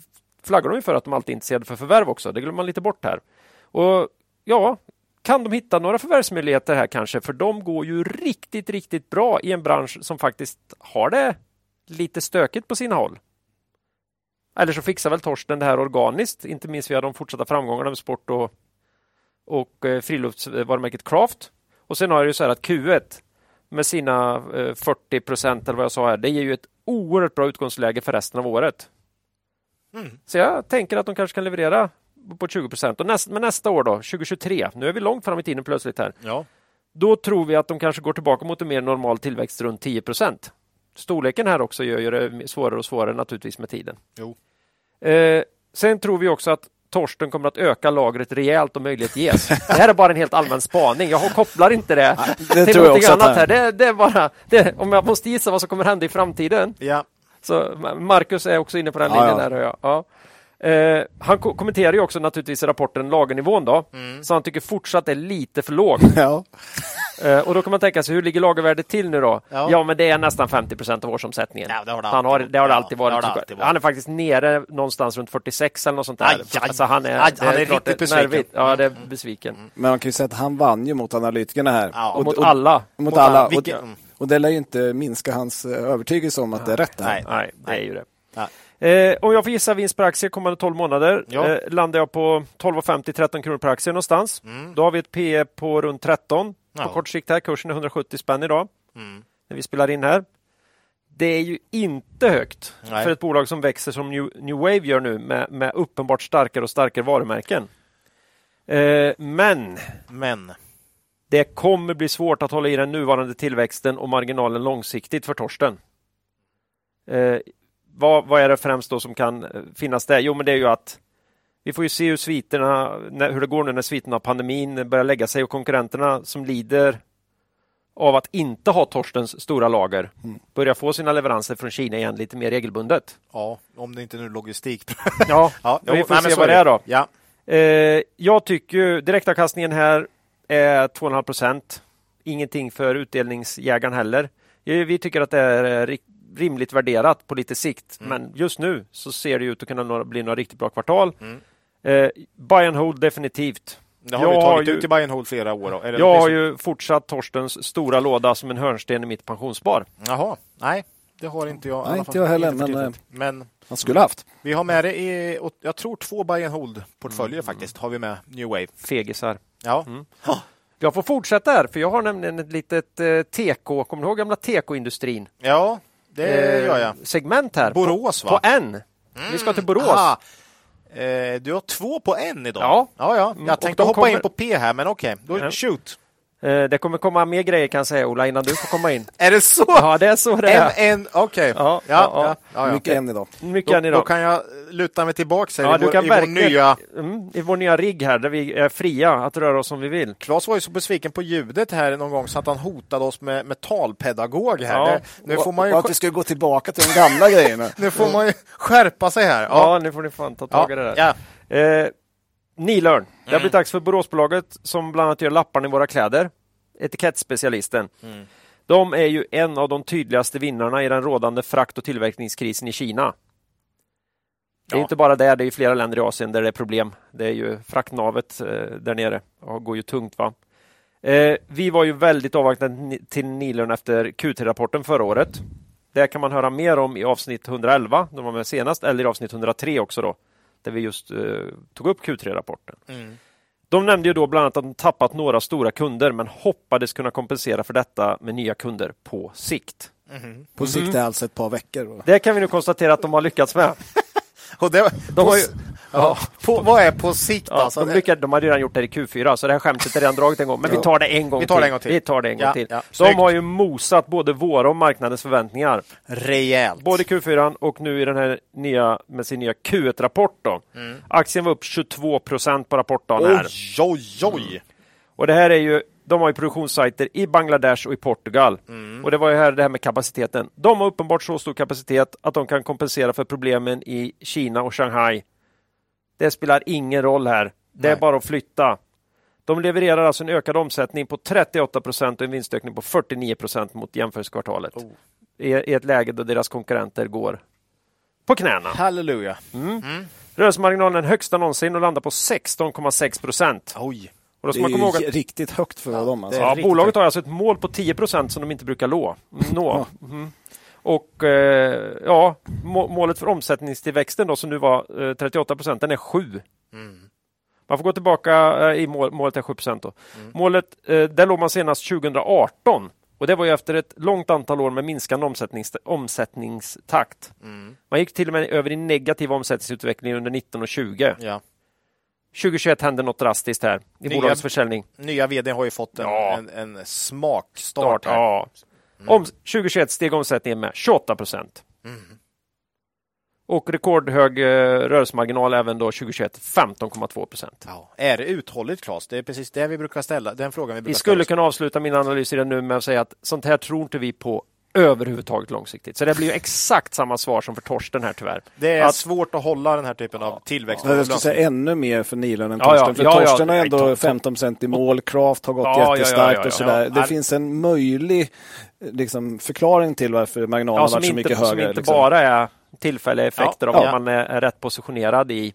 flaggar de för att de alltid är intresserade för förvärv också. Det glömmer man lite bort här. Och ja, kan de hitta några förvärvsmöjligheter här kanske? För de går ju riktigt, riktigt bra i en bransch som faktiskt har det lite stökigt på sina håll. Eller så fixar väl Torsten det här organiskt, inte minst via de fortsatta framgångarna med sport och friluftsvarumärket Craft. Och sen har jag ju så här att Q1 med sina 40% eller vad jag sa här, det ger ju ett oerhört bra utgångsläge för resten av året. Så jag tänker att de kanske kan leverera på 20%. Och nästa år då, 2023, nu är vi långt fram i tiden plötsligt här. Ja. Då tror vi att de kanske går tillbaka mot en mer normal tillväxt runt 10%. Storleken här också gör det svårare och svårare naturligtvis med tiden. Jo. Sen tror vi också att Torsten kommer att öka lagret rejält och möjlighet ges. Det här är bara en helt allmän spaning. Jag kopplar inte det till något annat här. Det är bara, om jag måste gissa vad som kommer hända i framtiden. Ja. Så Marcus är också inne på den linjen där. Ja. Han kommenterar ju också naturligtvis i rapporten lagernivån då. Så han tycker fortsatt är lite för låg. Ja. Och då kan man tänka sig, hur ligger lagervärdet till nu då? Ja, men det är nästan 50% av årsomsättningen. Ja, det har det alltid varit. Han är faktiskt nere någonstans runt 46 eller något sånt där. Alltså han är riktigt besviken. Ja, det är besviken. Men man kan ju säga att han vann ju mot analytikerna här. Ja, och mot alla. Mot alla. Och det lär ju inte minska hans övertygelse om att det är rätt här. Nej, det är ju det. Ja. Om jag får gissa vinst per aktie kommande 12 månader landar jag på 12,50-13 kronor per aktie någonstans. Då har vi ett PE på runt 13 på kort sikt här. Kursen är 170 spänn idag när vi spelar in här. Det är ju inte högt för ett bolag som växer som New Wave gör nu med uppenbart starkare och starkare varumärken. Men det kommer bli svårt att hålla i den nuvarande tillväxten och marginalen långsiktigt för Torsten. Vad är det främst då som kan finnas där? Jo, men det är ju att vi får ju se hur det går nu när sviterna av pandemin börjar lägga sig och konkurrenterna som lider av att inte ha Torstens stora lager börjar få sina leveranser från Kina igen lite mer regelbundet. Ja, om det inte nu är logistik. Vi får se vad det är då. Ja. Jag tycker direktavkastningen här är 2,5%. Ingenting för utdelningsjägaren heller. Vi tycker att det är rimligt värderat på lite sikt. Men just nu så ser det ut att kunna bli några riktigt bra kvartal. Buy and hold definitivt. Det har vi tagit ut i buy and hold flera år. Då. Jag har ju fortsatt Torstens stora låda som en hörnsten i mitt pensionsspar. Jaha, nej. Det har inte jag. Nej, inte jag heller. Men man skulle haft. Vi har med det i, jag tror 2 buy and hold-portföljer faktiskt. Har vi med New Wave. Fegisar. Ja. Jag får fortsätta här, för jag har nämligen ett litet teko. Kommer du ihåg gamla tekoindustrin? Ja, det gör jag. Segment här. Borås, va? På N. Vi ska till Borås. Du har 2 på N idag. Ja. Jag tänkte hoppa in på P här, men okej. Då shoot. Det kommer komma mer grejer kan jag säga, Ola, innan du får komma in. Är det så? Ja, det är så det är. Okej. Ja. Mycket än idag. Då kan jag luta mig tillbaka i vår nya rigg här, där vi är fria att röra oss som vi vill. Claes var ju så besviken på ljudet här någon gång så att han hotade oss med talpedagog här. Nu får man ju... att vi ska gå tillbaka till de gamla grejerna. Nu får man ju skärpa sig här. Ja, nu får ni fan ta tag i det där. Ja. Nilörn. Det har blivit dags för Boråsbolaget som bland annat gör lapparna i våra kläder. Etikettspecialisten. De är ju en av de tydligaste vinnarna i den rådande frakt- och tillverkningskrisen i Kina. Det är inte bara där, det är flera länder i Asien där det är problem. Det är ju fraktnavet där nere. Går ju tungt, va? Vi var ju väldigt avvaktande till Nilörn efter Q3-rapporten förra året. Det kan man höra mer om i avsnitt 111, de var med senast, eller i avsnitt 103 också då. Där vi just tog upp Q3-rapporten. De nämnde ju då bland annat att de tappat några stora kunder men hoppades kunna kompensera för detta med nya kunder på sikt. På sikt är alltså ett par veckor. Då. Det kan vi nu konstatera att de har lyckats med. Och de har ju... vad är på sikt? Ja, alltså? De har redan gjort det i Q4, så det här skämtet är redan dragit en gång. Men vi tar det en gång till. Vi tar det en gång till. De har ju mosat både våra och marknadens förväntningar. Rejält. Både i Q4 och nu i den här med sin nya Q1-rapport då. Aktien var upp 22% på rapportdagen här. Oj. Och det här är ju, de har ju produktionssajter i Bangladesh och i Portugal. Och det var ju det här med kapaciteten. De har uppenbart så stor kapacitet att de kan kompensera för problemen i Kina och Shanghai. Det spelar ingen roll här. Det är bara att flytta. De levererar alltså en ökad omsättning på 38% och en vinstökning på 49% mot jämförelsekvartalet. I ett läge då deras konkurrenter går på knäna. Halleluja. Rörelsemarginalen är den högsta någonsin och landar på 16,6%. Oj. Och då Det ska man komma ihåg är att riktigt högt för dem. Alltså. ja, bolaget har alltså ett mål på 10% som de inte brukar nå. Och målet för omsättningstillväxten då, som nu var 38%, den är 7%. Man får gå tillbaka i målet är 7% då. Målet, där låg man senast 2018. Och det var ju efter ett långt antal år med minskande omsättningstakt. Man gick till och med över i negativ omsättningsutveckling under 19 och 20. Ja. 2021 hände något drastiskt här i bolagets försäljning. Nya vd har ju fått en smakstart här. Ja. 2021 steg omsättningen med 28%. Och rekordhög rörelsemarginal även då 2021, 15,2%. Ja. Är det uthålligt, Claes? Det är precis det vi brukar ställa. Den frågan vi skulle kunna avsluta min analys i det nu med att säga att sånt här tror inte vi på överhuvudtaget långsiktigt. Så det blir ju exakt samma svar som för Torsten här tyvärr. Det är svårt att hålla den här typen av tillväxt. Jag skulle säga ännu mer för Nilörn än Torsten. För Torsten har ändå 15% i mål. Kraft har gått jättestarkt och sådär. Det finns en möjlig förklaring till varför marginalen har varit så mycket högre. Som inte bara är tillfälliga effekter av att man är rätt positionerad i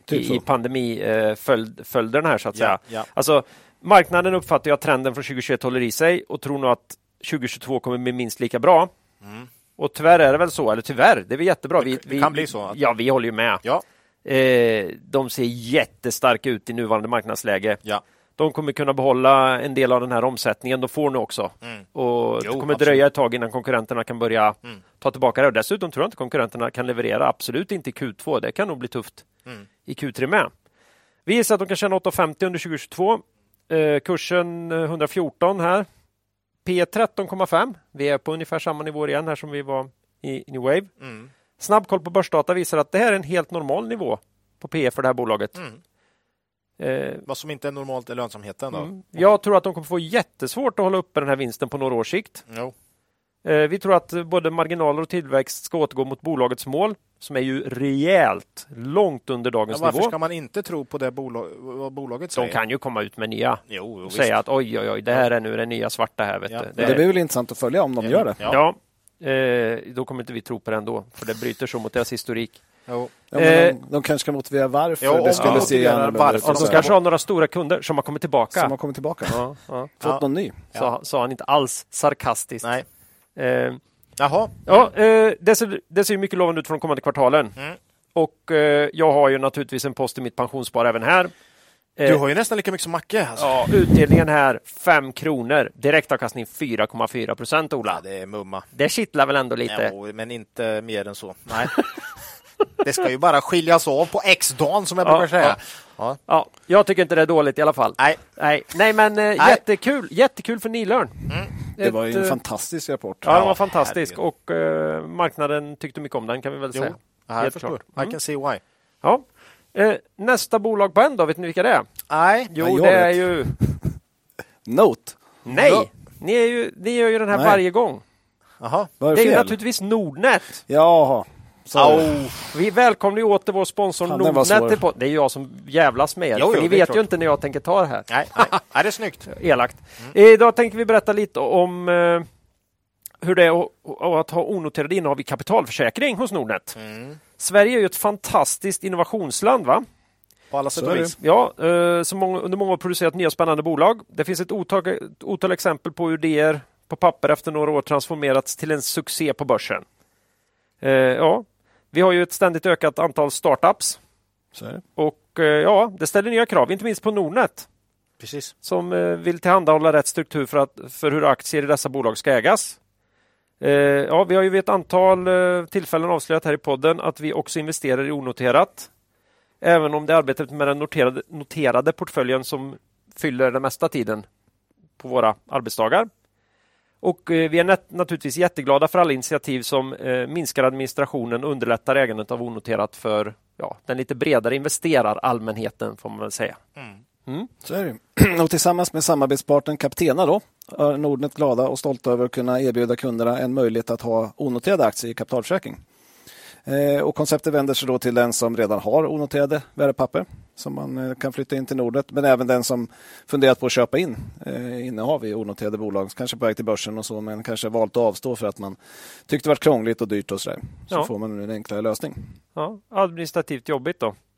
pandemiföljderna här så att säga. Alltså, marknaden uppfattar ju att trenden från 2021 håller i sig och tror nog att 2022 kommer bli minst lika bra. Och tyvärr är det väl så, eller tyvärr, det är väl jättebra. Det kan bli så. Ja, vi håller ju med. Ja. De ser jättestarka ut i nuvarande marknadsläge. Ja. De kommer kunna behålla en del av den här omsättningen. De får nu också. Och det kommer dröja ett tag innan konkurrenterna kan börja ta tillbaka det. Och dessutom tror jag inte konkurrenterna kan leverera. Absolut inte i Q2. Det kan nog bli tufft i Q3 med. Vi gissar att de kan tjäna 8,50 under 2022. Kursen 114 här. P 13,5. Vi är på ungefär samma nivå igen här som vi var i New Wave. Snabbkoll på börsdata visar att det här är en helt normal nivå på P för det här bolaget. Vad som inte är normalt är lönsamheten då? Jag tror att de kommer få jättesvårt att hålla uppe den här vinsten på några års sikt. Vi tror att både marginaler och tillväxt ska återgå mot bolagets mål som är ju rejält långt under dagens nivå. Varför ska man inte tro på det vad bolaget säger? De kan ju komma ut med nya och säga att oj, det här är nu det nya svarta här. Vet du. Det blir väl intressant att följa om de gör det. Ja. Då kommer inte vi tro på det ändå, för det bryter så mot deras historik. De kanske ska motivera varför det skulle se varför. De kanske har några stora kunder som har kommit tillbaka. Fått någon ny. Sa han inte alls sarkastiskt. Nej. Jaha. Det ser mycket lovande ut från de kommande kvartalen. Och jag har ju naturligtvis en post i mitt pensionsspar även här. Du har ju nästan lika mycket som Macke. Alltså. Ja, utdelningen här 5 kronor. Direktavkastning 4,4%, Ola. Ja, det är mumma. Det kittlar väl ändå lite. Jo, men inte mer än så. Nej. Det ska ju bara skiljas av på X-dagen som jag brukar säga. Ja, jag tycker inte det är dåligt i alla fall. Nej, men jättekul för Nilörn. Det var ju en fantastisk rapport. Ja, den var fantastisk och marknaden tyckte mycket om den, kan vi väl säga. Jag förstår. I can see why. Ja. Nästa bolag på en då, vet ni vilka det är? Nej. Jo, det är ju... Note. Nej, ni gör ju den här varje gång. Aha. Det är ju naturligtvis Nordnet. Jaha. Vi välkomnar ju åter vår sponsor Nordnet. Det är jag som jävlas med er. För ni vet ju inte när jag tänker ta det här. Nej, det är snyggt. Elakt. Idag tänker vi berätta lite om hur det är att ha onoterade innehav i kapitalförsäkring hos Nordnet. Sverige är ju ett fantastiskt innovationsland, va? På alla sätt och vis. Ja, som under många år producerat nya spännande bolag. Det finns ett otal exempel på hur idéer på papper efter några år transformerats till en succé på börsen. Vi har ju ett ständigt ökat antal startups. Och det ställer nya krav, inte minst på Nordnet. Precis. Som vill tillhandahålla rätt struktur för hur aktier i dessa bolag ska ägas. Vi har ju vid ett antal tillfällen avslöjat här i podden att vi också investerar i onoterat. Även om det är arbetet med den noterade portföljen som fyller den mesta tiden på våra arbetsdagar. Och vi är naturligtvis jätteglada för alla initiativ som minskar administrationen och underlättar ägandet av onoterat för den lite bredare investerarallmänheten, får man väl säga. Så är det. Och tillsammans med samarbetspartnern Captena då är Nordnet glada och stolta över att kunna erbjuda kunderna en möjlighet att ha onoterade aktier i kapitalförsäkring. Och konceptet vänder sig då till den som redan har onoterade värdepapper som man kan flytta in till Nordnet, men även den som funderat på att köpa in innehav i onoterade bolag, kanske på väg till börsen och så, men kanske valt att avstå för att man tyckte det var krångligt och dyrt och sådär. Så får man nu en enklare lösning. Ja, administrativt jobbigt då.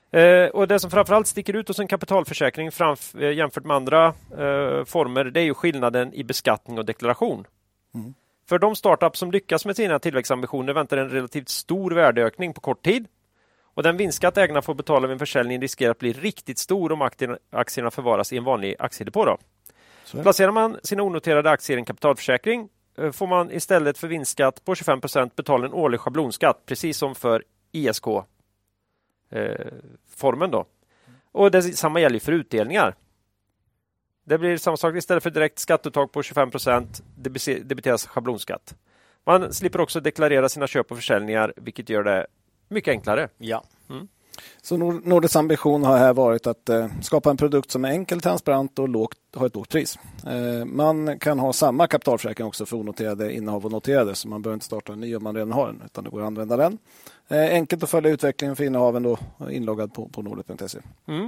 Och det som framförallt sticker ut hos en kapitalförsäkring jämfört med andra former, det är ju skillnaden i beskattning och deklaration. För de startups som lyckas med sina tillväxtambitioner väntar en relativt stor värdeökning på kort tid. Och den vinstskatt ägarna får betala vid en försäljning riskerar att bli riktigt stor om aktierna förvaras i en vanlig aktiedepå. Då. Placerar man sina onoterade aktier i en kapitalförsäkring får man istället för vinstskatt på 25% betala en årlig schablonskatt, precis som för ISK-formen. Då. Och detsamma gäller för utdelningar. Det blir samma sak, istället för direkt skatteuttag på 25% debiteras schablonskatt. Man slipper också deklarera sina köp och försäljningar, vilket gör det mycket enklare. Ja. Så Nordnets ambition har här varit att skapa en produkt som är enkel, transparent och har ett lågt pris. Man kan ha samma kapitalförsäkring också för onoterade innehav och noterade, så man behöver inte starta en ny om man redan har den, utan det går att använda den. Enkelt att följa utvecklingen för innehaven då, inloggad på nordnet.se.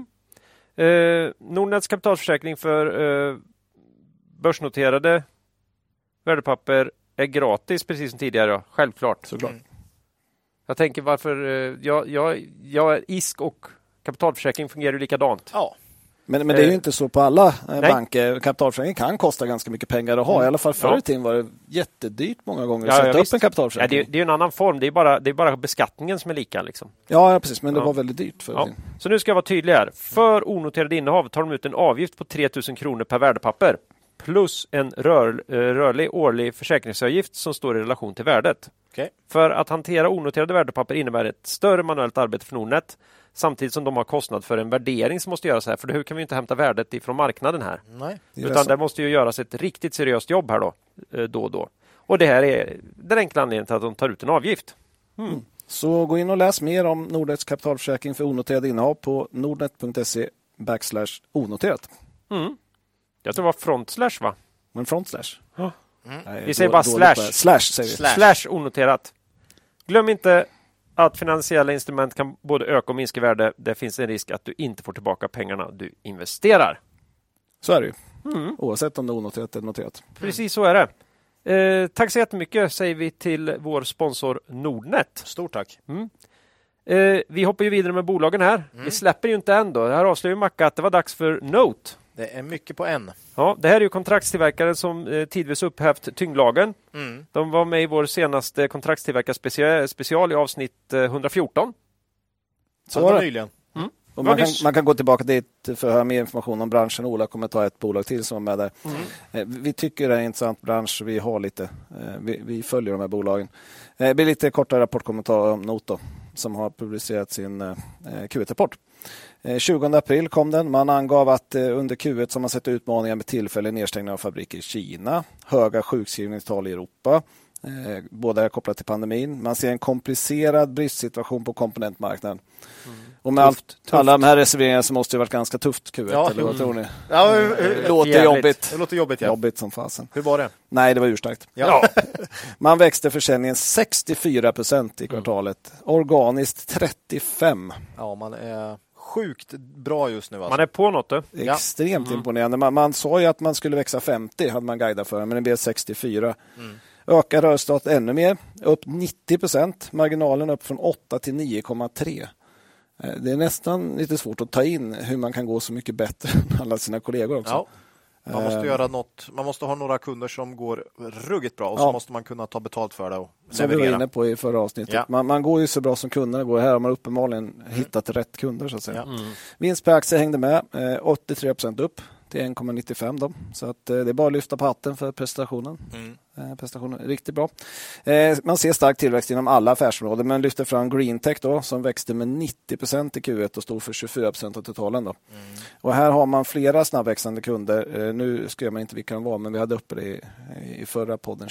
Nordnets kapitalförsäkring för börsnoterade värdepapper är gratis, precis som tidigare. Självklart. Såklart. Jag tänker varför ISK och kapitalförsäkring fungerar ju likadant. Ja. Men det är ju inte så på alla banker. Kapitalförsäkring kan kosta ganska mycket pengar att ha. I alla fall förr i tiden var det jättedyrt många gånger att sätta upp en kapitalförsäkring. Ja, det är en annan form. Det är bara beskattningen som är lika. Liksom. Ja, precis. Men det var väldigt dyrt förr i tiden. Så nu ska jag vara tydlig här. För onoterade innehav tar de ut en avgift på 3 000 kronor per värdepapper. Plus en rörlig årlig försäkringsavgift som står i relation till värdet. Okay. För att hantera onoterade värdepapper innebär ett större manuellt arbete för Nordnet, samtidigt som de har kostnad för en värdering som måste göras här. För hur kan vi inte hämta värdet ifrån marknaden här? Nej. Utan det måste ju göras ett riktigt seriöst jobb här då och då. Och det här är den enkla anledningen till att de tar ut en avgift. Så gå in och läs mer om Nordnets kapitalförsäkring för onoterade innehav på nordnet.se/onoterat. Jag tror det var frontslash, va? Men frontslash? Ja. Vi säger bara slash onoterat. Glöm inte att finansiella instrument kan både öka och minska värde. Det finns en risk att du inte får tillbaka pengarna du investerar. Så är det ju. Oavsett om det är onoterat eller noterat. Precis så är det. Tack så jättemycket säger vi till vår sponsor Nordnet. Stort tack. Vi hoppar ju vidare med bolagen här. Vi släpper ju inte än då. Det här avslöjar Macka att det var dags för Note. Det är mycket på en. Ja, det här är ju kontraktstillverkaren som tidvis upphävt tyngdlagen. De var med i vår senaste kontraktstillverkarspecial i avsnitt 114. Så var det nyligen. Och man kan gå tillbaka dit för att höra mer information om branschen. Ola kommer ta ett bolag till som är med där. Vi tycker det är en intressant bransch. Vi har lite, vi följer de här bolagen. Det blir lite kortare rapportkommentar om Note som har publicerat sin Q1-rapport. 20 april kom den. Man angav att under Q1 som man sett utmaningar med tillfällig nedstängning av fabriker i Kina, höga sjukskrivningstal i Europa, båda är kopplat till pandemin. Man ser en komplicerad bristsituation på komponentmarknaden. Och med alla de här reserveringarna så måste det varit ganska tufft Q1, eller vad tror ni? Ja, det låter jobbigt. Det låter jobbigt, ja. Jobbigt som fasen. Hur var det? Nej, det var urstarkt. Ja. Man växte försäljningen 64% i kvartalet. Organiskt 35%. Ja, man är sjukt bra just nu. Alltså. Man är på något. Extremt imponerande. Man sa ju att man skulle växa 50, hade man guidat för, men det blev 64. Ökar rörelsestat ännu mer, upp 90%. Marginalen upp från 8 till 9,3. Det är nästan lite svårt att ta in hur man kan gå så mycket bättre än alla sina kollegor också. Ja. Man måste göra något. Man måste ha några kunder som går ruggigt bra och så måste man kunna ta betalt för det och som vi var inne på i förra avsnittet. Ja. Man går ju så bra som kunderna går. Här har man uppenbarligen hittat rätt kunder så att säga. Vinst per aktie hängde med, 83% upp till 1,95 då. Så att det är bara att lyfta på hatten för prestationen. Prestationen är riktigt bra. Man ser stark tillväxt inom alla affärsområden, men lyfter fram Greentech då, som växte med 90% i Q1 och stod för 24% av totalen då. Och här har man flera snabbväxande kunder. Nu skrev man inte vilka de var, men vi hade uppe det i förra podden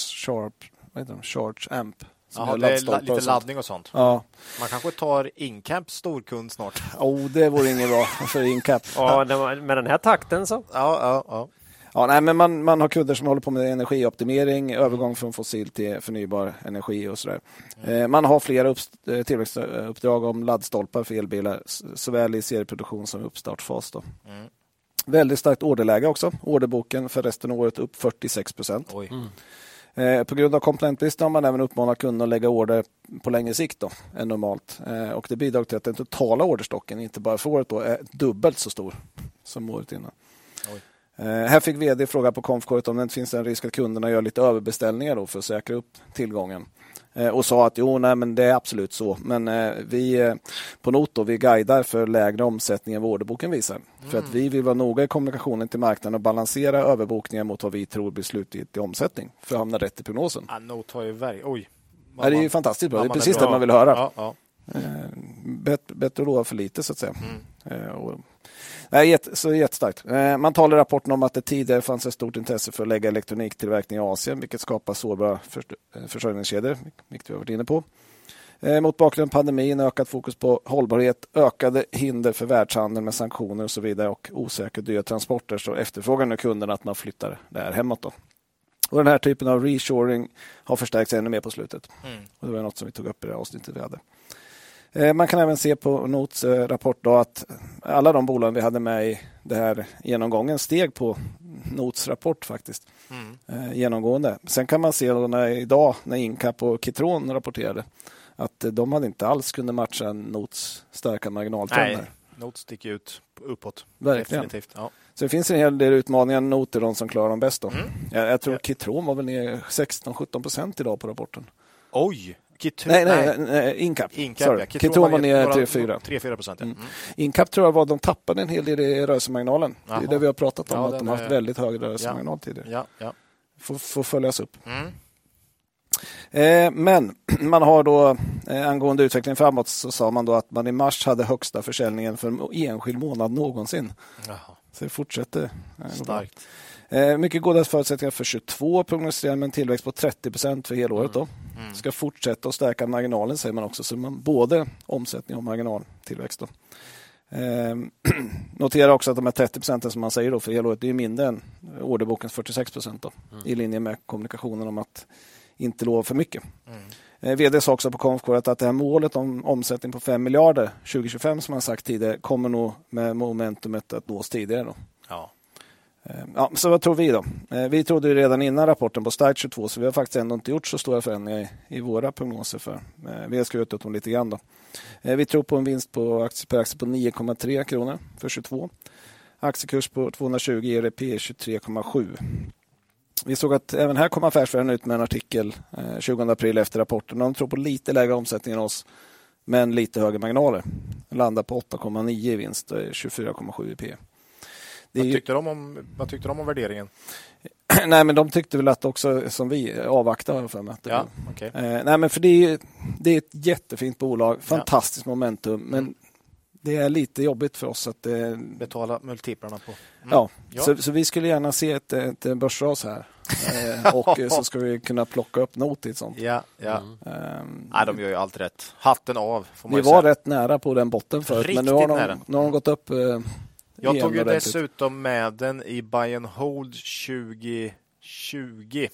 Charge Amp. Jaha, det är lite laddning och sånt. Ja. Man kanske tar Incap storkund snart. Det vore inget bra för Incap. Ja, med den här takten så. Ja. Ja, nej, men man har kunder som håller på med energioptimering, övergång från fossil till förnybar energi och sådär. Man har flera tillväxtuppdrag om laddstolpar för elbilar, såväl i serieproduktion som uppstartfas då. Väldigt starkt orderläge också. Orderboken för resten av året upp 46%. På grund av komponentbrist har man även uppmanat kunderna att lägga order på längre sikt då, än normalt. Och det bidrar till att den totala orderstocken, inte bara för året då, är dubbelt så stor som året innan. Här fick vd fråga på konfkåret om det inte finns en risk att kunderna gör lite överbeställningar då för att säkra upp tillgången. Och sa att men det är absolut så. Men vi på Not då, vi guidar för lägre omsättning än vad orderboken visar. För att vi vill vara noga i kommunikationen till marknaden och balansera överbokningar mot vad vi tror blir slutgiltig omsättning för att hamna rätt i prognosen. Not har ju oj. Det är ju fantastiskt bra. Det är precis det man vill höra. Ja. Bättre att lova för lite så att säga. Så jättestarkt. Man talar i rapporten om att det tidigare fanns ett stort intresse för att lägga elektroniktillverkning i Asien, vilket skapar sårbara försörjningskedjor, vilket vi har varit inne på. Mot bakgrund av pandemin, ökat fokus på hållbarhet, ökade hinder för världshandeln med sanktioner och så vidare och osäkra dyra transporter, så efterfrågar nu kunderna att man flyttar det här hemåt då. Och den här typen av reshoring har förstärkts ännu mer på slutet. Och det var något som vi tog upp i det avsnittet vi hade. Man kan även se på Nots rapport då att alla de bolag vi hade med i det här genomgången steg på Nots rapport faktiskt. Genomgående. Sen kan man se då idag när Incap och Kitron rapporterade att de hade inte alls kunnat matcha Nots starka marginaltrender. Nej, Not sticker ut uppåt. Verkligen. Definitivt. Ja. Så det finns en hel del utmaningar. Not är de som klarar dem bäst då. Jag tror Kitron var väl ner 16-17% idag på rapporten. Oj! Nej, Incap. Ja. Kitron var ner 3-4%. Incap tror jag var de tappade en hel del i rörelsemarginalen. Det är det vi har pratat om, att de har haft väldigt hög rörelsemarginal tidigare. Ja. Får följas upp. Men man har då angående utvecklingen framåt så sa man då att man i mars hade högsta försäljningen för en enskild månad någonsin. Jaha. Så det fortsätter. Starkt. Mycket goda förutsättningar för 22, prognostiserar med en tillväxt på 30% för helåret då. Ska fortsätta att stärka marginalen säger man också, så man både omsättning och marginaltillväxt då. Notera också att de här 30% som man säger då för helåret, det är mindre än orderbokens 46% då, i linje med kommunikationen om att inte lova för mycket. Vd sa också på konfkåret att det här målet om omsättning på 5 miljarder 2025 som man sagt tidigare kommer nog med momentumet att nås tidigare då. Ja, så vad tror vi då? Vi trodde ju redan innan rapporten på Start 22, så vi har faktiskt ändå inte gjort så stora förändringar i våra prognoser för. Vi har skrivit upp dem lite grann då. Vi tror på en vinst på per aktie på 9,3 kronor för 22. Aktiekurs på 220 ger det P 23,7. Vi såg att även här kom Affärsvärlden ut med en artikel 20 april efter rapporten. De tror på lite lägre omsättning än oss, men lite högre marginaler. Landar på 8,9 i vinst och 24,7 i P. Vad tyckte de om värderingen? Nej, men de tyckte väl att också som vi avvaktar för mig. Okay. Nej, men för det är ett jättefint bolag, fantastiskt momentum, men det är lite jobbigt för oss att betala multiplarna på. Ja. Så vi skulle gärna se ett börsras här. Och så ska vi kunna plocka upp Not i ett sånt. Nej, de gör ju allt rätt. Hatten av, får man vi var rätt nära på den botten förut, men nu har de gått upp. Jag tog ju dessutom med den i Buy and Hold 2020.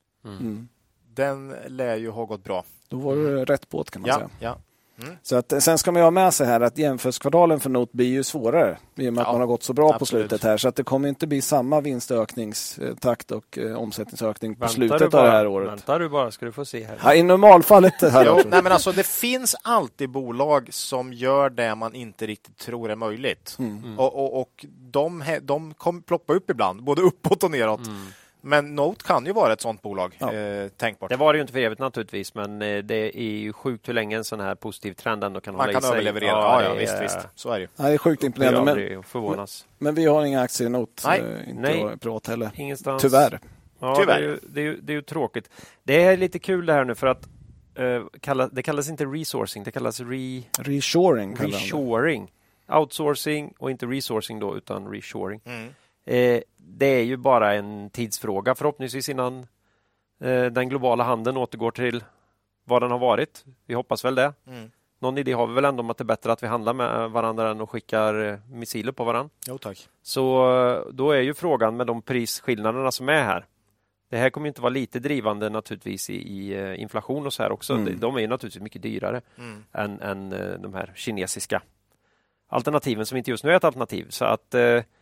Den lär ju ha gått bra. Då var det rätt båt kan man säga. Ja. Så att, sen ska man ju ha med sig här att jämförelsekvartalen för Not blir ju svårare i och med att man har gått så bra på slutet här, så att det kommer inte bli samma vinstökningstakt och omsättningsökning på slutet av det här året. Väntar du bara, ska du få se här. Ja, i normalfallet här. Nej, men alltså det finns alltid bolag som gör det man inte riktigt tror är möjligt. Och de ploppar upp ibland, både uppåt och neråt. Men Not kan ju vara ett sånt bolag, tänkbart. Det var det ju inte för evigt naturligtvis, men det är ju sjukt hur länge en sån här positiv trend ändå kan hålla i sig. Man kan överleverera, ja, visst. Så är det ju. Ja, det är sjukt imponerande. Men vi har inga aktier i Not, inte privat heller. Ingenstans. Tyvärr. Ja, tyvärr. Det är ju tråkigt. Det är lite kul det här nu för att det kallas inte resourcing, det kallas reshoring. Reshoring. Outsourcing och inte resourcing då, utan reshoring. Det är ju bara en tidsfråga förhoppningsvis innan den globala handeln återgår till vad den har varit. Vi hoppas väl det. Någon idé har vi väl ändå om att det är bättre att vi handlar med varandra än och skickar missiler på varandra. Jo, tack. Så då är ju frågan med de prisskillnaderna som är här. Det här kommer inte vara lite drivande naturligtvis i inflation och så här också. De är ju naturligtvis mycket dyrare än de här kinesiska alternativen som inte just nu är ett alternativ. Så att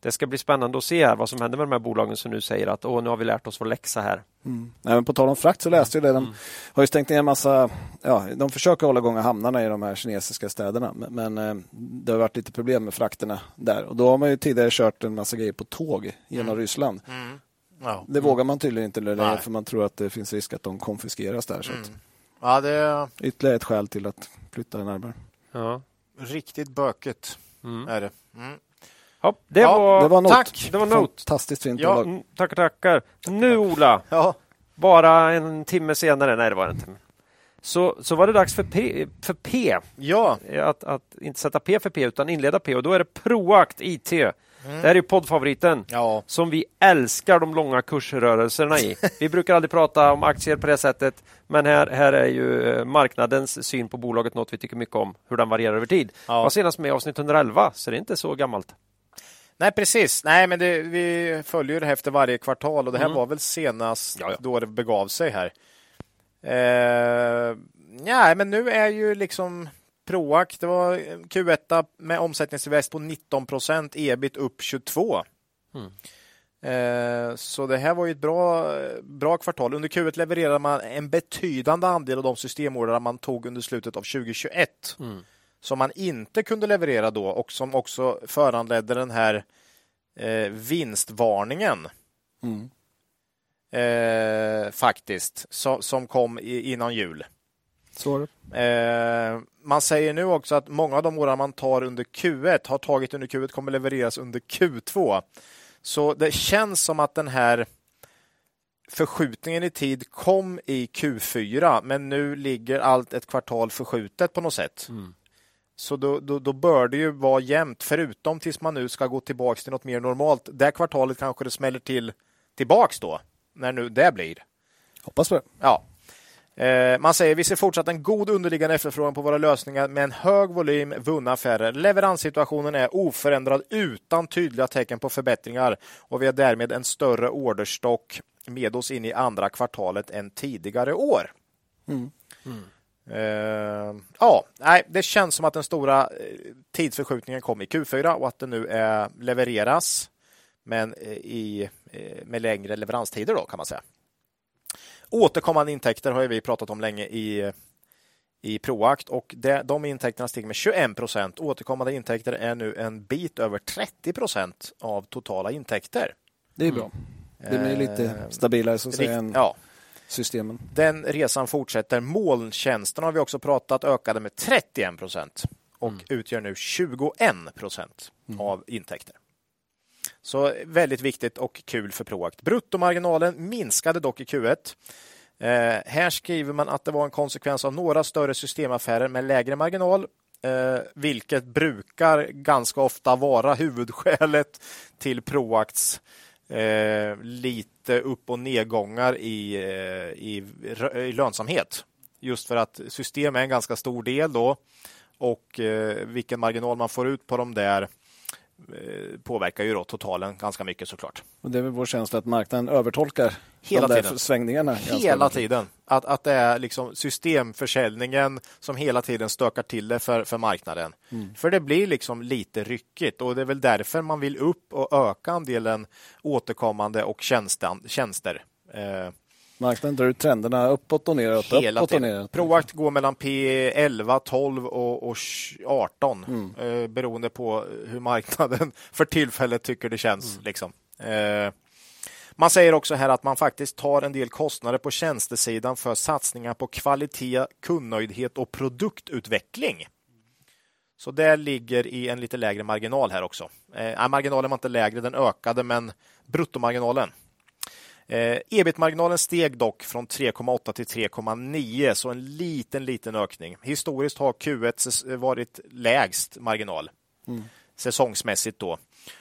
det ska bli spännande att se här vad som händer med de här bolagen som nu säger att nu har vi lärt oss vår läxa här. Även på tal om frakt så läste jag det. De har ju stängt ner en massa, de försöker hålla igång hamnarna i de här kinesiska städerna, men det har varit lite problem med frakterna där. Och då har man ju tidigare kört en massa grejer på tåg genom Ryssland. Ja. Det vågar man tydligen inte längre för man tror att det finns risk att de konfiskeras där. Så Ja, det är ytterligare ett skäl till att flytta den närmare. Ja. riktigt bökigt. Är det. Ja, det var Note. Tack. Det var Note. Fantastiskt fint. Ja. Tackar. Nu Ola, bara en timme senare, nej det var en timme. Så var det dags för P. Ja. Att inte sätta P för P utan inleda P. Och då är det Proact IT. Det här är poddfavoriten som vi älskar de långa kursrörelserna i. Vi brukar aldrig prata om aktier på det sättet. Men här är ju marknadens syn på bolaget något vi tycker mycket om. Hur den varierar över tid. Var senast med i avsnitt 111 så det är inte så gammalt. Nej, precis. Nej, men vi följer det här efter varje kvartal och det här var väl senast då det begav sig här. Men nu är ju liksom Proact, det var Q1 med omsättningstillväxt på 19%, ebit upp 22%. Så det här var ju ett bra kvartal. Under Q1 levererade man en betydande andel av de systemorder man tog under slutet av 2021. Som man inte kunde leverera då och som också föranledde den här vinstvarningen. Faktiskt, som kom innan jul. Man säger nu också att många av de order man tar under Q1 har tagit under Q1 kommer levereras under Q2. Så det känns som att den här förskjutningen i tid kom i Q4 men nu ligger allt ett kvartal förskjutet på något sätt. Så då bör det ju vara jämnt förutom tills man nu ska gå tillbaka till något mer normalt. Det kvartalet kanske det smäller tillbaks då när nu det blir. Hoppas på det. Ja. Man säger vi ser fortsatt en god underliggande efterfrågan på våra lösningar med en hög volym vunna affärer. Leveranssituationen är oförändrad utan tydliga tecken på förbättringar och vi har därmed en större orderstock med oss in i andra kvartalet än tidigare år. Det känns som att den stora tidsförskjutningen kom i Q4 och att det nu levereras men med längre leveranstider då kan man säga. Återkommande intäkter har vi pratat om länge i Proact och de intäkterna steg med 21%. Återkommande intäkter är nu en bit över 30% av totala intäkter. Det är bra. Det blir lite stabilare så att säga systemen. Den resan fortsätter. Molntjänsterna har vi också pratat ökade med 31% och utgör nu 21% av intäkter. Så väldigt viktigt och kul för Proact. Bruttomarginalen minskade dock i Q1. Här skriver man att det var en konsekvens av några större systemaffärer med lägre marginal, vilket brukar ganska ofta vara huvudskälet till Proacts lite upp- och nedgångar i lönsamhet. Just för att system är en ganska stor del då och vilken marginal man får ut på dem där påverkar ju då totalen ganska mycket såklart. Och det är väl vår känsla att marknaden övertolkar hela tiden svängningarna. Hela tiden. Att det är liksom systemförsäljningen som hela tiden stökar till det för marknaden. För det blir liksom lite ryckigt och det är väl därför man vill upp och öka andelen återkommande och tjänster. Marknaden drar ut trenderna uppåt och neråt. Hela tiden. Proact går mellan P11, 12 och 18 beroende på hur marknaden för tillfället tycker det känns. Liksom. Man säger också här att man faktiskt tar en del kostnader på tjänstesidan för satsningar på kvalitet, kundnöjdhet och produktutveckling. Så det ligger i en lite lägre marginal här också. Marginalen var inte lägre, den ökade, men bruttomarginalen. Ebit-marginalen steg dock från 3,8 till 3,9 så en liten ökning. Historiskt har Q1 varit lägst marginal säsongsmässigt då.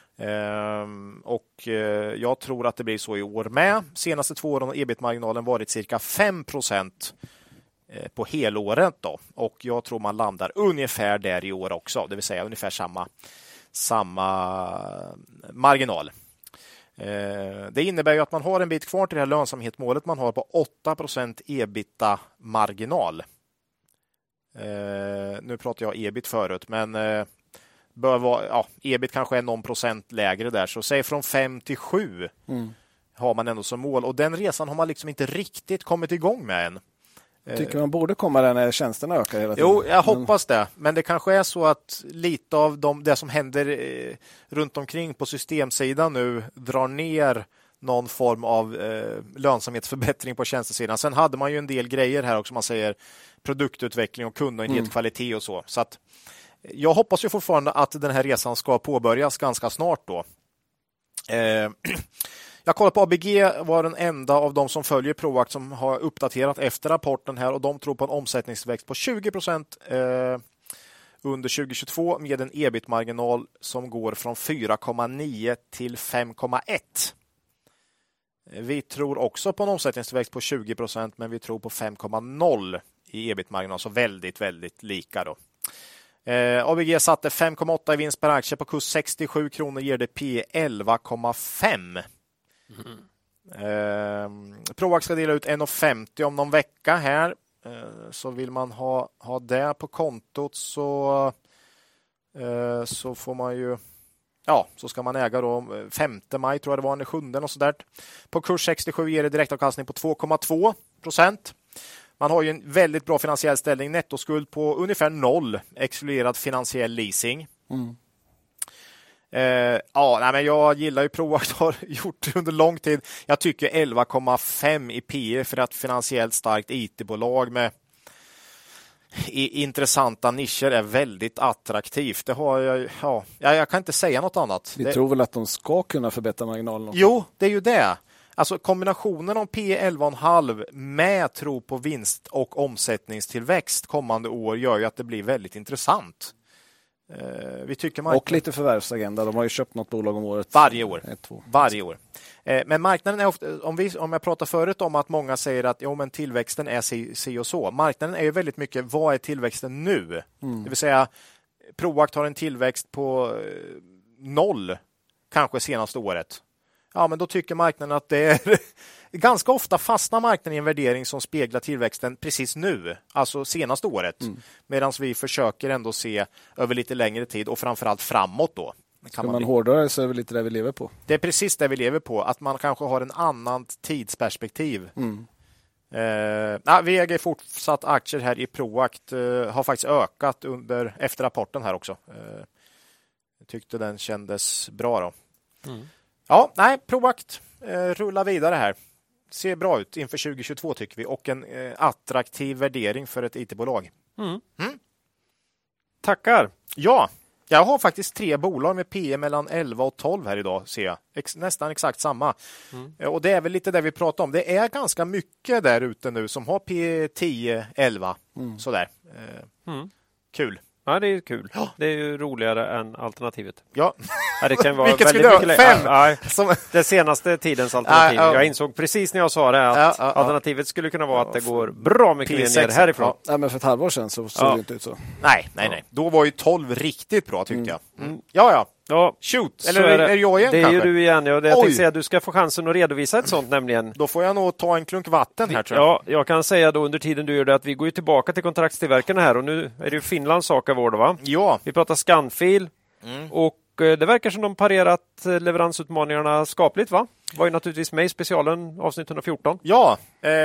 Och jag tror att det blir så i år med. Senaste 2 åren har ebit-marginalen varit cirka 5% på helåret då. Och jag tror man landar ungefär där i år också. Det vill säga ungefär samma marginal. Det innebär ju att man har en bit kvar till det här lönsamhetsmålet man har på 8% ebita-marginal. Nu pratar jag ebit förut, men bör vara, ebit kanske är någon procent lägre där. Så säg från 5 till 7 har man ändå som mål. Och den resan har man liksom inte riktigt kommit igång med än. Tycker man borde komma där när tjänsterna ökar hela tiden? Jo, jag hoppas det. Men det kanske är så att lite av det som händer runt omkring på systemsidan nu drar ner någon form av lönsamhetsförbättring på tjänstesidan. Sen hade man ju en del grejer här också, man säger produktutveckling och kundnöjdhet, kvalitet och så. Så att jag hoppas ju fortfarande att den här resan ska påbörjas ganska snart då. Jag kollar på ABG, var den enda av de som följer Proact som har uppdaterat efter rapporten här, och de tror på en omsättningsväxt på 20% under 2022 med en ebit-marginal som går från 4,9 till 5,1. Vi tror också på en omsättningsväxt på 20%, men vi tror på 5,0 i ebit-marginal, så väldigt, väldigt lika då. ABG satte 5,8 i vinst per aktie på kurs 67 kronor, ger det P 11,5. Proact ska dela ut 1,50 om någon vecka här. Så vill man ha det på kontot så får man ju, så ska man äga då 5 maj, tror jag det var, den 7 och sådär. På kurs 67 ger det direktavkastning på 2,2%. Man har ju en väldigt bra finansiell ställning, nettoskuld på ungefär 0, exkluderad finansiell leasing. Men jag gillar ju Proact, har gjort det under lång tid. Jag tycker 11,5 i PE för ett finansiellt starkt IT-bolag med intressanta nischer är väldigt attraktivt. Det har jag kan inte säga något annat. Vi tror väl att de ska kunna förbättra marginalen också. Jo, det är ju det. Alltså kombinationen av P 11,5 med tro på vinst och omsättningstillväxt kommande år gör ju att det blir väldigt intressant. Vi tycker och lite förvärvsagenda. De har ju köpt något bolag om året. Varje år. Men marknaden är ofta, om jag pratar förut om att många säger att men tillväxten är si och så. Marknaden är ju väldigt mycket, vad är tillväxten nu? Det vill säga, Proact har en tillväxt på 0 kanske senaste året. Ja, men då tycker marknaden att det är ganska ofta fastnar marknaden i en värdering som speglar tillväxten precis nu, alltså senaste året. Medan vi försöker ändå se över lite längre tid och framförallt framåt då. Ska man hårdare så är det lite det vi lever på. Det är precis det vi lever på, att man kanske har en annan tidsperspektiv. Vi äger fortsatt aktier här i Proact, har faktiskt ökat efter rapporten här också. Jag tyckte den kändes bra då. Proact rullar vidare här. Ser bra ut inför 2022 tycker vi, och en attraktiv värdering för ett IT-bolag. Tackar! Ja, jag har faktiskt 3 bolag med PE mellan 11 och 12 här idag, ser jag. Nästan exakt samma. Och det är väl lite det vi pratar om. Det är ganska mycket där ute nu som har PE 10, 11. Sådär. Kul. Ja, det är kul. Det är ju roligare än alternativet. Ja. Det kan vara vilket väldigt mycket längre. 5! Det senaste tidens alternativ. Jag insåg precis när jag sa det att alternativet skulle kunna vara att det går bra mycket ner härifrån. Ja, men för ett halvår sedan så såg det inte ut så. Nej. Då var ju 12 riktigt bra tyckte jag. Ja. Shoot! Eller är jag igen det kanske? Det är ju du igen. Jag tänkte säga att du ska få chansen att redovisa ett sånt nämligen. Då får jag nog ta en klunk vatten här tror jag. Ja, jag kan säga då under tiden du gör det att vi går ju tillbaka till kontraktstillverkarna här och nu är det ju Finlands sak av vår då, va? Ja. Vi pratar Scanfil och det verkar som de parerat leveransutmaningarna skapligt, va? Var ju naturligtvis med i specialen avsnitt 114. Ja,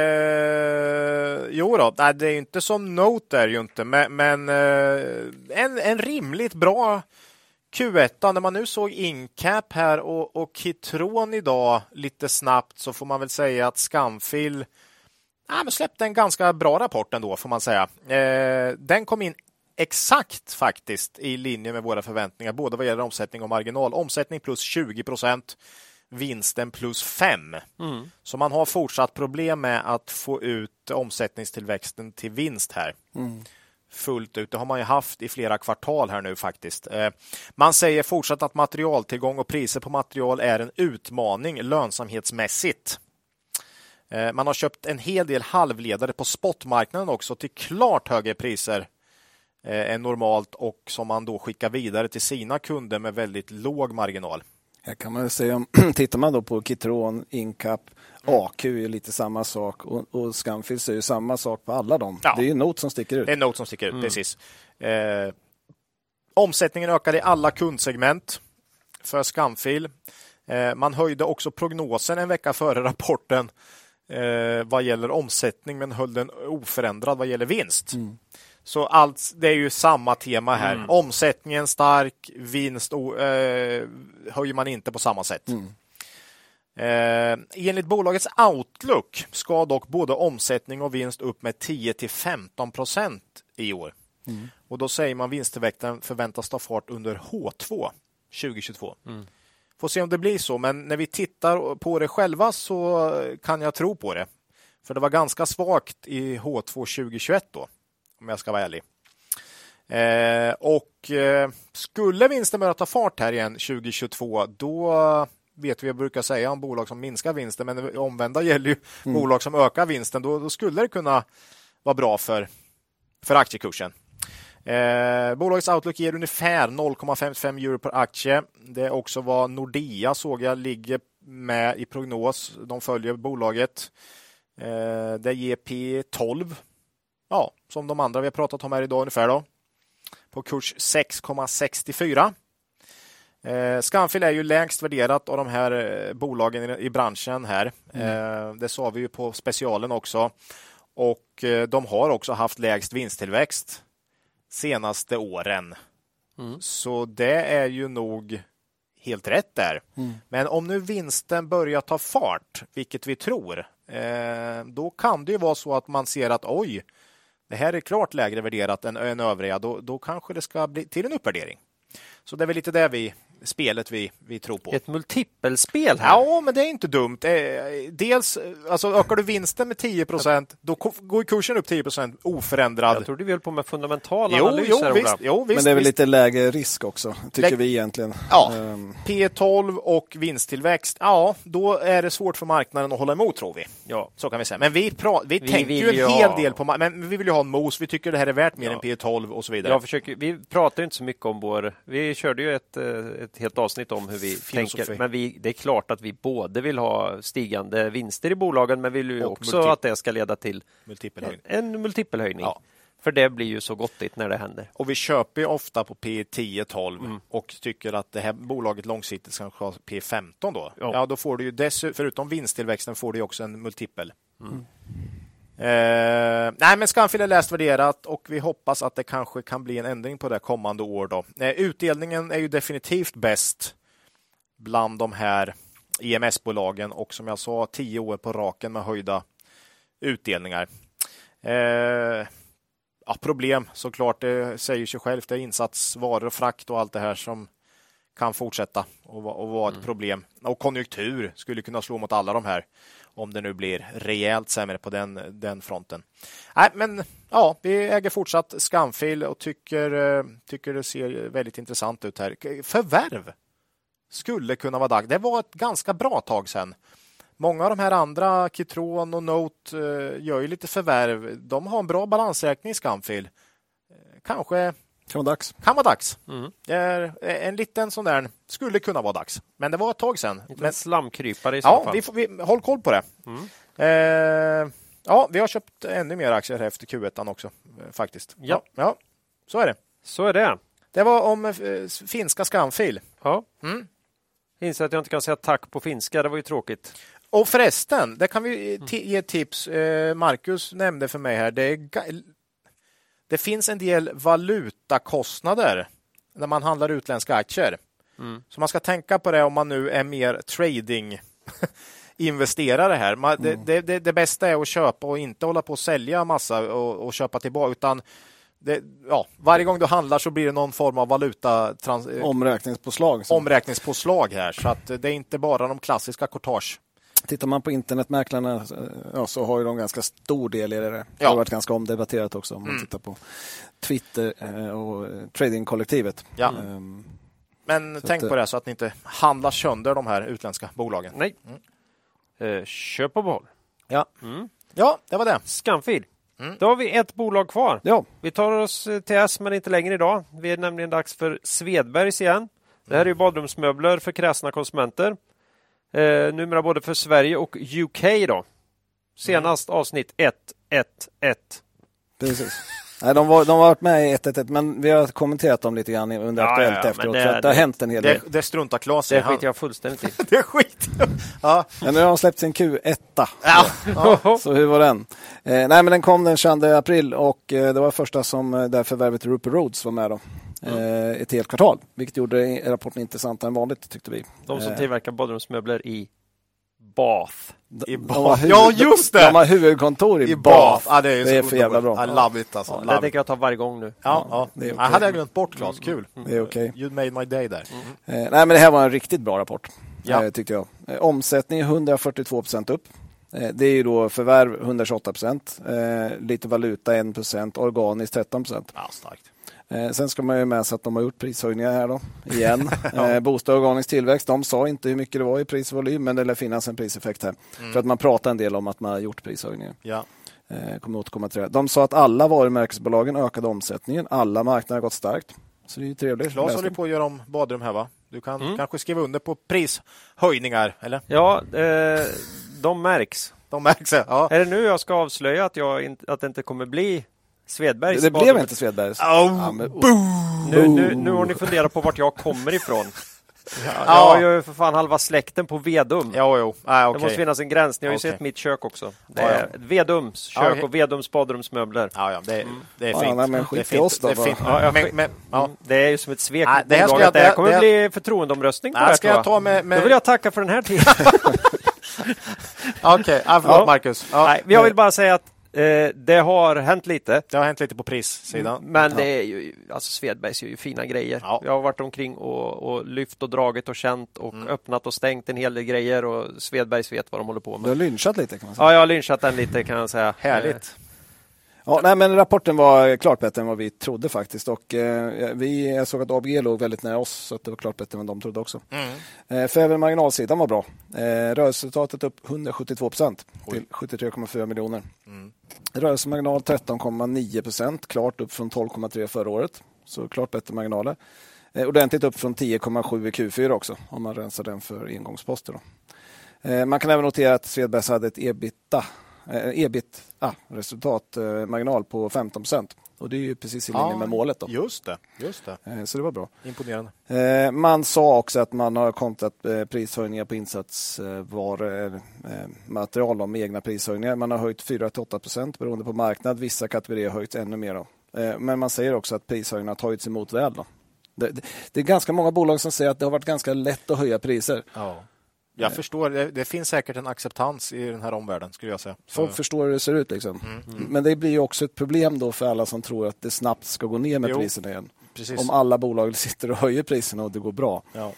jo då. Nej, det är inte som Note är ju inte, men en rimligt bra Q1. När man nu såg Incap här och Kitron idag lite snabbt, så får man väl säga att Scanfil släppte en ganska bra rapport ändå, får man säga. Den kom in exakt faktiskt i linje med våra förväntningar, både vad gäller omsättning och marginal. Omsättning plus 20%, vinsten plus 5%. Så man har fortsatt problem med att få ut omsättningstillväxten till vinst här. Fullt ut. Det har man ju haft i flera kvartal här nu faktiskt. Man säger fortsatt att materialtillgång och priser på material är en utmaning lönsamhetsmässigt. Man har köpt en hel del halvledare på spotmarknaden också till klart högre priser än normalt, och som man då skickar vidare till sina kunder med väldigt låg marginal. Här kan man säga, tittar man då på Kitron, Incap, AQ är ju lite samma sak och Scanfil är ju samma sak på alla dem. Ja. Det är ju Note som sticker ut. Det är Note som sticker ut, precis. Omsättningen ökade i alla kundsegment för Scanfil. Man höjde också prognosen en vecka före rapporten vad gäller omsättning, men höll den oförändrad vad gäller vinst. Så det är ju samma tema här. Omsättningen stark, vinst höjer man inte på samma sätt. Enligt bolagets outlook ska dock både omsättning och vinst upp med 10-15% i år. Och då säger man vinsttillväxten förväntas ta fart under H2 2022. Får se om det blir så, men när vi tittar på det själva så kan jag tro på det. För det var ganska svagt i H2 2021 då, om jag ska vara ärlig. Skulle vinsten börja ta fart här igen 2022, då vet vi, jag brukar säga om bolag som minskar vinsten, men det omvända gäller ju bolag som ökar vinsten, då skulle det kunna vara bra för aktiekursen. Bolagets outlook ger ungefär 0,55 euro per aktie. Det är också vad Nordea såg jag ligger med i prognos. De följer bolaget. Det ger P12. Ja, som de andra vi har pratat om här idag ungefär då. På kurs 6,64. Scanfil är ju lägst värderat av de här bolagen i branschen här. Det sa vi ju på specialen också. Och de har också haft lägst vinsttillväxt senaste åren. Så det är ju nog helt rätt där. Men om nu vinsten börjar ta fart, vilket vi tror, då kan det ju vara så att man ser att oj, det här är klart lägre värderat än övriga. Då kanske det ska bli till en uppvärdering. Så det är väl lite det spelet vi tror på. Ett multipelspel här. Ja, men det är inte dumt. Dels, alltså ökar du vinsten med 10%, då går kursen upp 10% oförändrad. Jag tror du vill på med fundamentala analyser. Visst, men det är väl lite lägre risk också, tycker vi egentligen. Ja, P12 och vinsttillväxt, ja, då är det svårt för marknaden att hålla emot, tror vi. Ja, så kan vi säga. Men vi tänker ju en hel del på, men vi vill ju ha en mos. Vi tycker det här är värt mer än P12 och så vidare. Vi pratar inte så mycket om vi körde ju ett helt avsnitt om hur vi tänker, men det är klart att vi både vill ha stigande vinster i bolagen, men vi vill ju också att det ska leda till en multipelhöjning. Ja. För det blir ju så gottigt när det händer. Och vi köper ju ofta på P10-12 och tycker att det här bolaget långsiktigt ska ha P15 då. Ja, då får du ju förutom vinsttillväxten får du också en multipel. Nej, men Scanfil är läst värderat och vi hoppas att det kanske kan bli en ändring på det kommande år då. Utdelningen är ju definitivt bäst bland de här IMS-bolagen och som jag sa 10 år på raken med höjda utdelningar. Problem såklart, det säger sig självt, det är insatsvaror och frakt och allt det här som kan fortsätta och vara ett problem. Och konjunktur skulle kunna slå mot alla de här om det nu blir rejält sämre på den fronten. Nej, men ja, vi äger fortsatt Scanfil och tycker det ser väldigt intressant ut här. Förvärv skulle kunna vara dags. Det var ett ganska bra tag sedan. Många av de här andra, Kitron och Note, gör ju lite förvärv. De har en bra balansräkning i Scanfil. Kanske kan vara dags. Det är en liten sån där, skulle kunna vara dags. Men det var ett tag sedan. Men slamkrypare i så fall. Vi håll koll på det. Vi har köpt ännu mer aktier efter Q1 också faktiskt. Ja, så är det. Så är det. Det var om finska Scanfil. Ja. Inser att jag inte kan säga tack på finska, det var ju tråkigt. Och förresten, det kan vi ge ett tips. Marcus nämnde för mig här, det finns en del valutakostnader när man handlar utländska aktier. Så man ska tänka på det om man nu är mer trading-investerare här. Det bästa är att köpa och inte hålla på att sälja massa och köpa tillbaka, utan varje gång du handlar så blir det någon form av valuta omräkningspåslag här. Så att det är inte bara de klassiska courtage. Tittar man på internetmäklarna så har ju de ganska stor del i det. Det har varit ganska omdebatterat också om man tittar på Twitter och tradingkollektivet. Ja. Men tänk på det så att ni inte handlar sönder de här utländska bolagen. Nej. Köp och behåll. Ja, det var det. Scanfil. Då har vi ett bolag kvar. Ja. Vi tar oss till S, men inte längre idag. Vi är nämligen dags för Svedbergs igen. Det här är ju badrumsmöbler för kräsna konsumenter. Numera både för Sverige och UK då. Senast avsnitt 111. Precis. Nej, de har varit med i 1-1, men vi har kommenterat dem lite grann under Aktuellt efteråt. Det har hänt en hel del. Det struntar Claes. Det skiter jag fullständigt i. Det är skit. Ja. Men nu har de släppt sin Q1. Så hur var den? Nej, men den kom den 22 april och det var första som där förvärvet Rupert Rhodes var med då. Ett helt kvartal, vilket gjorde rapporten intressantare än vanligt, tyckte vi. De som tillverkar badrumsmöbler i Bath. Ja, just det! De har huvudkontor i Bath. Ja, det är för jävla bra. I love it alltså. Det tänker jag ta varje gång nu. Ja. Det är okay. Jag hade glömt bort, Claes. Kul. Det är okej. You made my day där. Nej, men det här var en riktigt bra rapport, tyckte jag. Omsättning 142% upp. Det är ju då förvärv 128%, lite valuta 1%, organiskt 13%. Ja, starkt. Sen ska man ju med sig att de har gjort prishöjningar här då, igen. Bostad och organisk tillväxt, de sa inte hur mycket det var i prisvolym, men det lär finnas en priseffekt här. För att man pratar en del om att man har gjort prishöjningar. Ja. Kommer återkomma till det. De sa att alla varumärkesbolagen ökade omsättningen, alla marknader har gått starkt. Så det är ju trevligt. Claes håller på att göra om badrum här, va? Du kan kanske skriva under på prishöjningar, eller? Ja, de märks. De märks, ja. Är det nu jag ska avslöja att det inte kommer bli Svedbergs? Det blev inte Svedbergs. Nu har ni funderat på vart jag kommer ifrån. Jag har ju för fan halva släkten på Vedum. Jo. Okay. Det måste finnas en gräns. Ni har ju sett mitt kök också. Det är Vedums kök och Vedums badrumsmöbler. Ja, det är fint. Men skit i oss då. Det är fint. Det är ju som ett svek mot det bolaget. Det kommer bli förtroendeomröstning på det här, ska jag ta med... Då vill jag tacka för den här tiden. Okej, förlåt Marcus. Nej, jag vill bara säga att det har hänt lite. Det har hänt lite på prissidan. Men det är ju, alltså Svedbergs gör ju fina grejer. Ja. Jag har varit omkring och lyft och dragit och känt och öppnat och stängt en hel del grejer och Svedbergs vet vad de håller på med. Du har lynchat lite, kan man säga. Ja, jag har lynchat den lite, kan jag säga. Härligt. Ja, nej, men rapporten var klart bättre än vad vi trodde faktiskt. Och jag såg att ABG låg väldigt nära oss, så att det var klart bättre än de trodde också. För även marginalsidan var bra. Rörelseresultatet upp 172% till 73,4 miljoner. Rörelsemarginal 13,9%, klart upp från 12,3 förra året. Så klart bättre marginaler. Ordentligt upp från 10,7 i Q4 också, om man rensar den för engångsposter då. Man kan även notera att Svedbergs hade ett resultatmarginal på 15%. Och det är ju precis i linje med målet då. Just det. Så det var bra. Imponerande. Man sa också att man har kontrat prishöjningar på insatsvaror, material med egna prishöjningar. Man har höjt 4-8% beroende på marknad. Vissa kategorier har höjts ännu mer då. Men man säger också att prishöjningarna har tagits emot väl då. Det är ganska många bolag som säger att det har varit ganska lätt att höja priser. Ja. Jag förstår, det finns säkert en acceptans i den här omvärlden, skulle jag säga. Folk förstår hur det ser ut liksom. Men det blir ju också ett problem då för alla som tror att det snabbt ska gå ner med priserna igen. Precis. Om alla bolag sitter och höjer priserna och det går bra. Ja.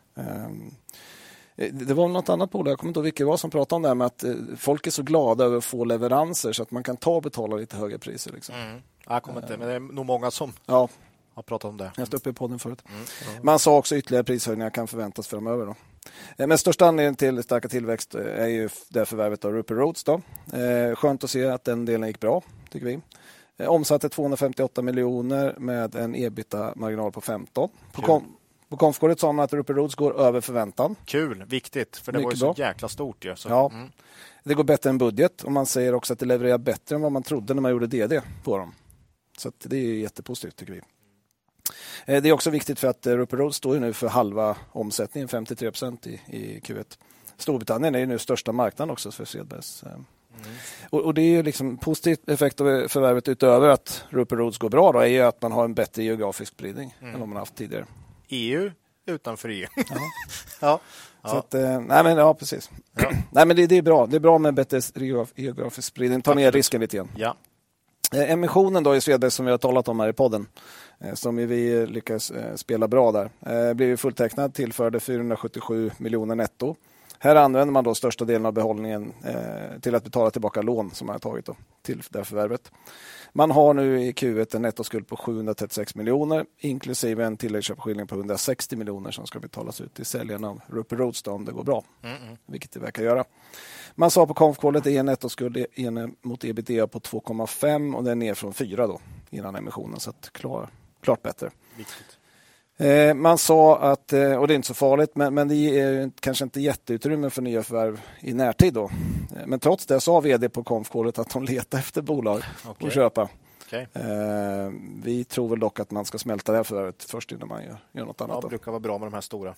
Det var något annat bolag, jag kommer inte ihåg vilket det var, som pratade om det här med att folk är så glada över att få leveranser så att man kan ta och betala lite högre priser. Liksom. Jag kommer inte, men det är nog många som har pratat om det. Jag stod uppe i podden förut. Man sa också ytterligare prishöjningar kan förväntas framöver då. Men största anledningen till starka tillväxt är ju det förvärvet av Rupert Rhodes då. Skönt att se att den delen gick bra, tycker vi. Omsatte 258 miljoner med en ebitda-marginal på 15. På konfkåret sa man att Rupert Rhodes går över förväntan. Kul, viktigt, för det mycket var ju så jäkla stort. Ja, så. Det går bättre än budget och man säger också att det levererar bättre än vad man trodde när man gjorde DD på dem. Så att det är jättepositivt, tycker vi. Det är också viktigt för att Rupert Rhodes står ju nu för halva omsättningen, 53% i Q1. Storbritannien är ju nu största marknaden också för Svedbergs. Och det är ju liksom positiv effekt av förvärvet utöver att Rupert Rhodes går bra då, är ju att man har en bättre geografisk spridning än vad man haft tidigare. EU utanför EU. Så att, precis. Ja. Nej, men det är bra. Det är bra med bättre geografisk spridning. Ta ner risken lite igen. Ja. Emissionen då i Svedbergs som vi har talat om här i podden, som vi lyckas spela bra där, blev fulltecknad, tillförde 477 miljoner netto. Här använder man då största delen av behållningen till att betala tillbaka lån som man har tagit då, till det här förvärvet. Man har nu i Q1 en nettoskuld på 736 miljoner, inklusive en tilläggsköpeskilling på 160 miljoner som ska betalas ut till säljaren av Rupert Rhodes om det går bra, vilket det verkar göra. Man sa på konfkålet är en nettoskuld mot ebitda på 2,5 och den är ner från 4 då innan emissionen, så att klart bättre. Viktigt. Man sa att, och det är inte så farligt, men det är kanske inte jätteutrymme för nya förvärv i närtid då. Men trots det sa vd på konfkålet att de letar efter bolag att köpa. Okay. Vi tror väl dock att man ska smälta det här förvärvet först innan man gör något annat. Det brukar vara bra med de här stora.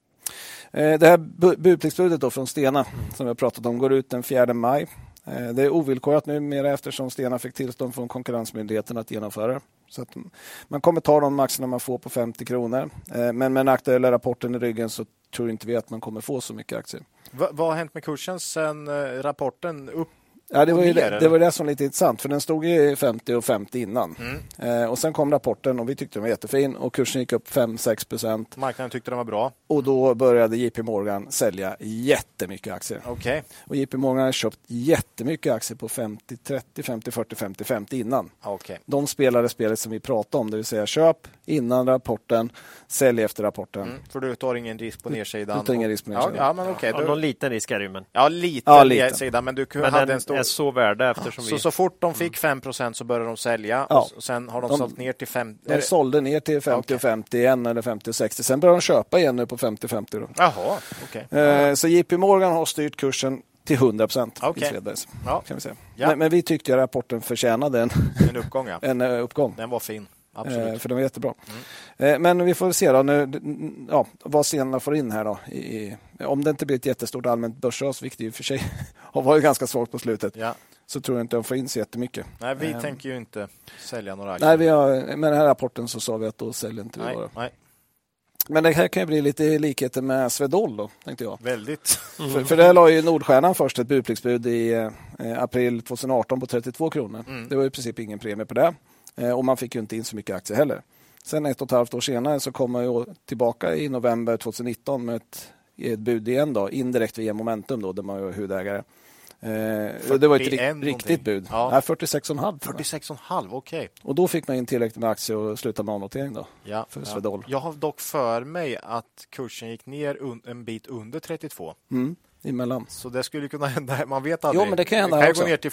Det här budpliktsbudet då från Stena som vi har pratat om går ut den 4 maj. Det är ovillkorat numera eftersom Stena fick tillstånd från Konkurrensmyndigheten att genomföra. Så att man kommer ta de aktierna man får på 50 kronor. Men med den aktuella rapporten i ryggen så tror inte vi att man kommer få så mycket aktier. Vad har hänt med kursen sen rapporten upp? Ja, det var det som var lite intressant, för den stod i 50 och 50 innan. Och sen kom rapporten och vi tyckte den var jättefin och kursen gick upp 5-6%. Marknaden tyckte den var bra. Och då började JP Morgan sälja jättemycket aktier. Okay. Och JP Morgan har köpt jättemycket aktier på 50-30, 50-40, 50-50 innan. Okay. De spelade spelet som vi pratade om, det vill säga köp innan rapporten, sälj efter rapporten. För du tar ingen risk på nedsidan? Du tar ingen risk på nedsidan. Ja, men okay, någon liten risk är det ju. Men... Ja, liten nedsidan, men du men hade en stor... är så värda eftersom så fort de fick 5% så började de sälja och sen har de sålt ner till 50. De sålde ner till 50-50 igen eller 50-60. Sen började de köpa igen nu på 50-50 då. Jaha, okej. Så JP Morgan har styrt kursen till 100% i Swedbergs, kan vi säga. Ja. Men vi tyckte att rapporten förtjänade en uppgång. Ja. En uppgång. Den var fin. Absolut. För den var jättebra. Men vi får se då nu, vad Stena får in här då. Om det inte blir ett jättestort allmänt börsras, vilket ju för sig har varit ganska svagt på slutet, så tror jag inte de får in så jättemycket. Nej, vi tänker ju inte sälja några aktier. Nej, med den här rapporten så sa vi att då säljer inte vi bara. Nej. Men det här kan ju bli lite likheter med Swedol då, tänkte jag. Väldigt. För det la ju Nordstjärnan först ett budpliktsbud i april 2018 på 32 kronor. Det var i princip ingen premie på det. Och man fick ju inte in så mycket aktier heller. Sen 1,5 år senare så kom man ju tillbaka i november 2019 med ett bud igen då, indirekt via Momentum då, där man var hudägare. Det var ett riktigt bud. Ja. 46,5. 46,5, okej. Och då fick man in tillräckligt med aktier och sluta med avnotering då. För Swedol. Jag har dock för mig att kursen gick ner en bit under 32. Emellan. Så det skulle kunna hända, man vet aldrig. Jo, men det kan hända det kan också. Gå ner till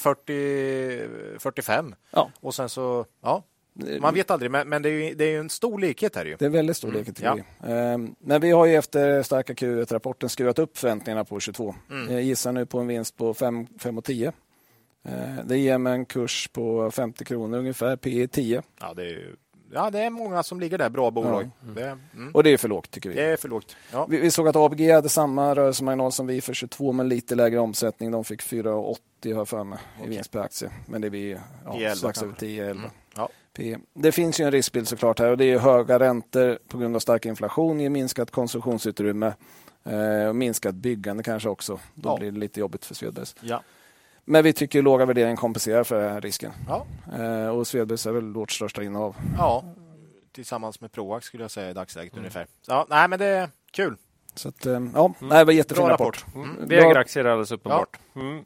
40-45. Ja. Och sen så, man vet aldrig, men det är ju en stor likhet här ju. Det är en väldigt stor likhet tycker vi. Men vi har ju efter starka Q1-rapporten skruvat upp förväntningarna på 22. Jag gissar nu på en vinst på 5,10. Det ger mig en kurs på 50 kronor ungefär, P 10. Ja, det är många som ligger där, bra bolag. Och det är för lågt tycker vi. Det är för lågt. Ja. Vi såg att ABG hade samma rörelsemarginal som vi för 22 men lite lägre omsättning. De fick 4,80 har för mig i vinst per aktie. Men det blir strax över 10-11. Det finns ju en riskbild såklart här och det är höga räntor på grund av stark inflation i minskat konsumtionsutrymme och minskat byggande kanske också. Då blir det lite jobbigt för Swedbergs. Ja. Men vi tycker låga värderingen kompenserar för den här risken. Ja. Och Swedbergs är väl vårt största innehav. Ja, tillsammans med Proax skulle jag säga i dagsläget ungefär. Ja, nej men det är kul. Så att, det var jättefin rapport. Vi äger aktier alldeles uppenbart.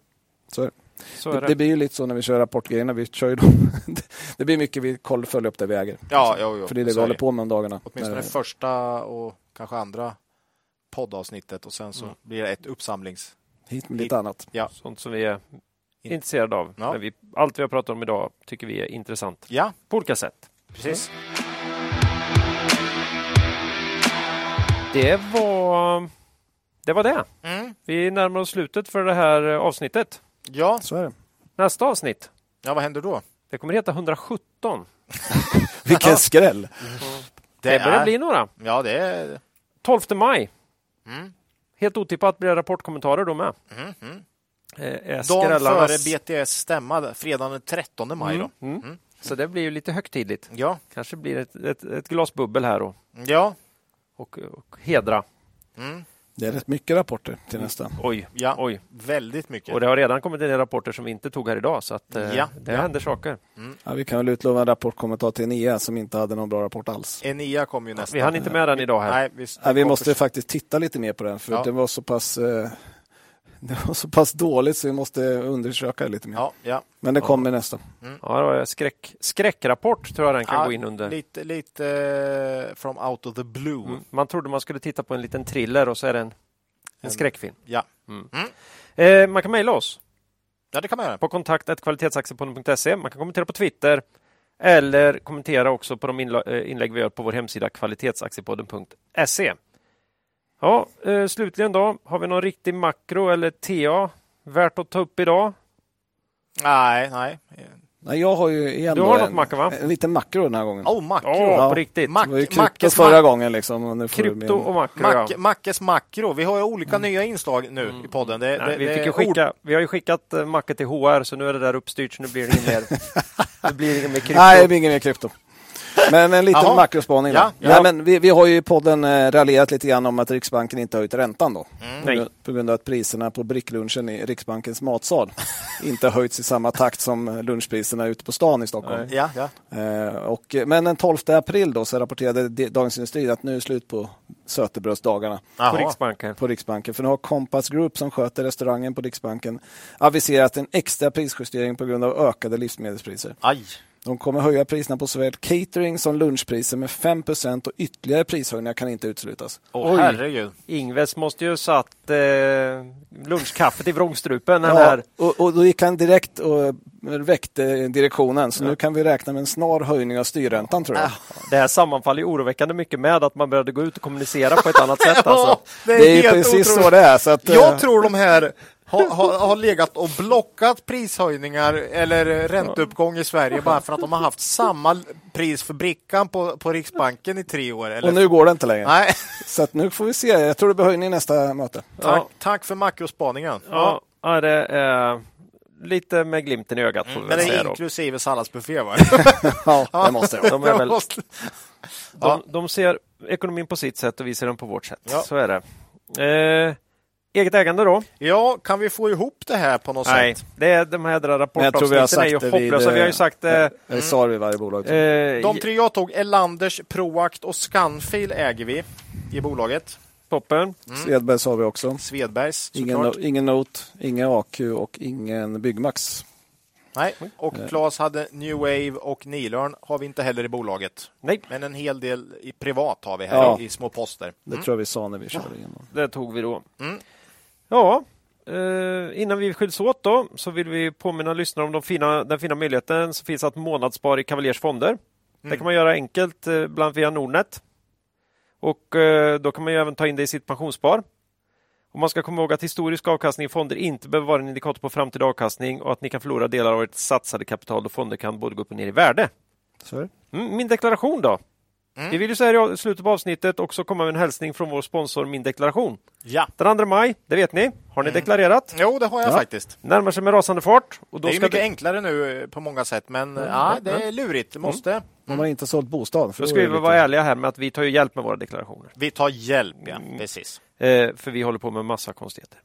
Så det blir ju lite så när vi kör rapportgrejerna. Vi kör ju dem. Det blir mycket vi följer upp det vi äger. För det är det vi håller på med om dagarna. Åtminstone första och kanske andra poddavsnittet och sen så blir det ett uppsamlings... Hit med lite annat. Ja. Sånt som vi är intresserade av. Ja. Men allt vi har pratat om idag tycker vi är intressant. Ja. På olika sätt. Precis. Det var det. Vi närmar oss slutet för det här avsnittet. Ja. Så är det. Nästa avsnitt. Ja, vad händer då? Det kommer heta 117. Vilken skräll. Det börjar bli några. Ja, det är... 12 Helt otippat blir det rapportkommentarer då med. Dagen före BTS stämma, fredagen den 13 maj då. Så det blir ju lite högtidligt. Ja. Kanske blir ett glas bubbel här och hedra. Det är rätt mycket rapporter till nästa. Oj. Väldigt mycket. Och det har redan kommit in rapporter som vi inte tog här idag så att det händer saker. Ja, vi kan väl utlova en rapportkommentar till Enea som inte hade någon bra rapport alls. Enea kom ju nästa. Vi hann inte med den idag här. Nej, vi måste faktiskt titta lite mer på den för det var så pass det var så pass dåligt så vi måste undersöka lite mer. Ja. Men det kommer nästa. Ja, det var skräckrapport tror jag den kan gå in under. Lite from out of the blue. Man trodde man skulle titta på en liten thriller och så är det en skräckfilm. Ja. Man kan mejla oss. Ja, det kan man göra. På kontakt@kvalitetsaktiepodden.se. Man kan kommentera på Twitter eller kommentera också på de inlägg vi gör på vår hemsida kvalitetsaktiepodden.se. Ja, slutligen då. Har vi någon riktig makro eller TA värt att ta upp idag? Nej. Nej, jag har ju igen Du har något macka, va? En liten makro den här gången. Makro. Ja, på riktigt. Det var ju krypto förra gången liksom. Och nu får Krypto och makro. Mackes makro. Vi har ju olika nya inslag nu i podden. Vi har ju skickat Macke till HR, så nu är det där uppstyrt, så nu blir det inget mer. Det blir inget mer krypto. Nej, det blir inget mer krypto. Men en liten makrospaning då. Ja, men vi har ju i podden raljerat lite grann om att Riksbanken inte höjt räntan då. På grund av att priserna på bricklunchen i Riksbankens matsal inte höjts i samma takt som lunchpriserna ute på stan i Stockholm. Men den 12 april då så rapporterade Dagens Industri att nu är slut på sötebrödsdagarna på Riksbanken. För nu har Compass Group som sköter restaurangen på Riksbanken aviserat en extra prisjustering på grund av ökade livsmedelspriser. Aj! De kommer höja priserna på såväl catering som lunchpriser med 5% och ytterligare prishöjningar kan inte uteslutas. Herregud. Ingves måste ju satt lunchkaffet i vrångstrupen. Och då gick han direkt och väckte direktionen. Så nu kan vi räkna med en snar höjning av styrräntan, tror jag. Det här sammanfaller ju oroväckande mycket med att man började gå ut och kommunicera på ett annat sätt. Alltså. Det är precis så det är. Så att, jag tror de här har legat och blockat prishöjningar eller ränteuppgång i Sverige bara för att de har haft samma pris för brickan på Riksbanken i 3 år. Eller? Och nu går det inte längre. Nej. Så att nu får vi se. Jag tror det blir höjning i nästa möte. Tack för makrospaningen. Ja, det är lite med glimten i ögat. Men det är inklusive salladsbuffé, va? Ja, det måste jag. De ser ekonomin på sitt sätt och vi ser den på vårt sätt. Ja. Så är det. Eget ägande då? Ja, kan vi få ihop det här på något sätt? Det är de här rapportavsnitten är ju hopplösa. Vi har ju sagt det. Det sa vi varje bolag. De 3 jag tog, Elanders, Proact och Scanfil äger vi i bolaget. Toppen. Svedbergs har vi också. Svedbergs, ingen Note, ingen AQ och ingen Byggmax. Nej, och Claes hade New Wave och Nilörn har vi inte heller i bolaget. Nej. Men en hel del i privat har vi här i små poster. Det tror jag vi sa när vi körde igenom. Det tog vi då. Ja, innan vi skiljs åt då så vill vi påminna lyssnare om den fina möjligheten som finns att månadsspara i Cavaliers fonder. Det kan man göra enkelt bland via Nordnet. Och då kan man ju även ta in det i sitt pensionsspar. Och man ska komma ihåg att historisk avkastning i fonder inte behöver vara en indikator på framtida avkastning och att ni kan förlora delar av ert satsade kapital och fonder kan både gå upp och ner i värde. Så. Min deklaration då? Vi vill ju så här i slutet på avsnittet också komma med en hälsning från vår sponsor Min Deklaration. Ja. Den 2 maj, det vet ni. Har ni deklarerat? Jo, det har jag faktiskt. Närmar sig med rasande fart. Och då det är mycket enklare nu på många sätt, men det är lurigt. Det måste. Man har inte sålt bostad. Då ska vi vara ärliga här med att vi tar ju hjälp med våra deklarationer. Vi tar hjälp, precis. För vi håller på med massa konstigheter.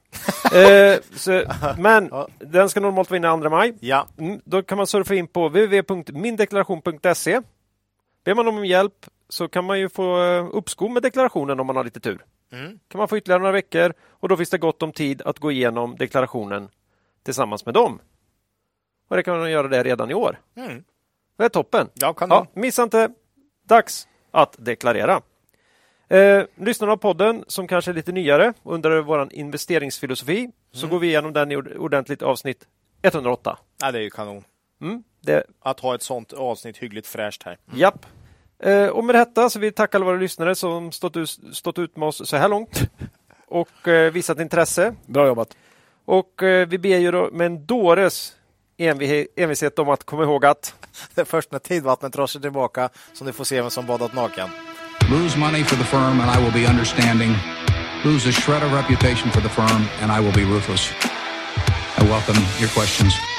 Men den ska normalt vara inne 2 maj. Ja. Då kan man surfa in på www.mindeklaration.se. Ber man om hjälp så kan man ju få uppskov med deklarationen om man har lite tur. Kan man få ytterligare några veckor och då finns det gott om tid att gå igenom deklarationen tillsammans med dem. Och det kan man göra det redan i år. Det är toppen. Missa inte. Dags att deklarera. Lyssnarna av podden som kanske är lite nyare under vår investeringsfilosofi så går vi igenom den i ordentligt avsnitt 108. Ja, det är ju kanon. Att ha ett sånt avsnitt hyggligt fräscht här. Japp. Och med detta så vill vi tacka alla våra lyssnare som stått ut med oss så här långt och visat intresse. Bra jobbat. Och vi ber ju då med en dåres envishet om att komma ihåg att det är först när tidvattnet drar sig tillbaka som ni får se vem som badat naken. Lose money for the firm and I will be understanding. Lose a shred of reputation for the firm and I will be ruthless. I welcome your questions.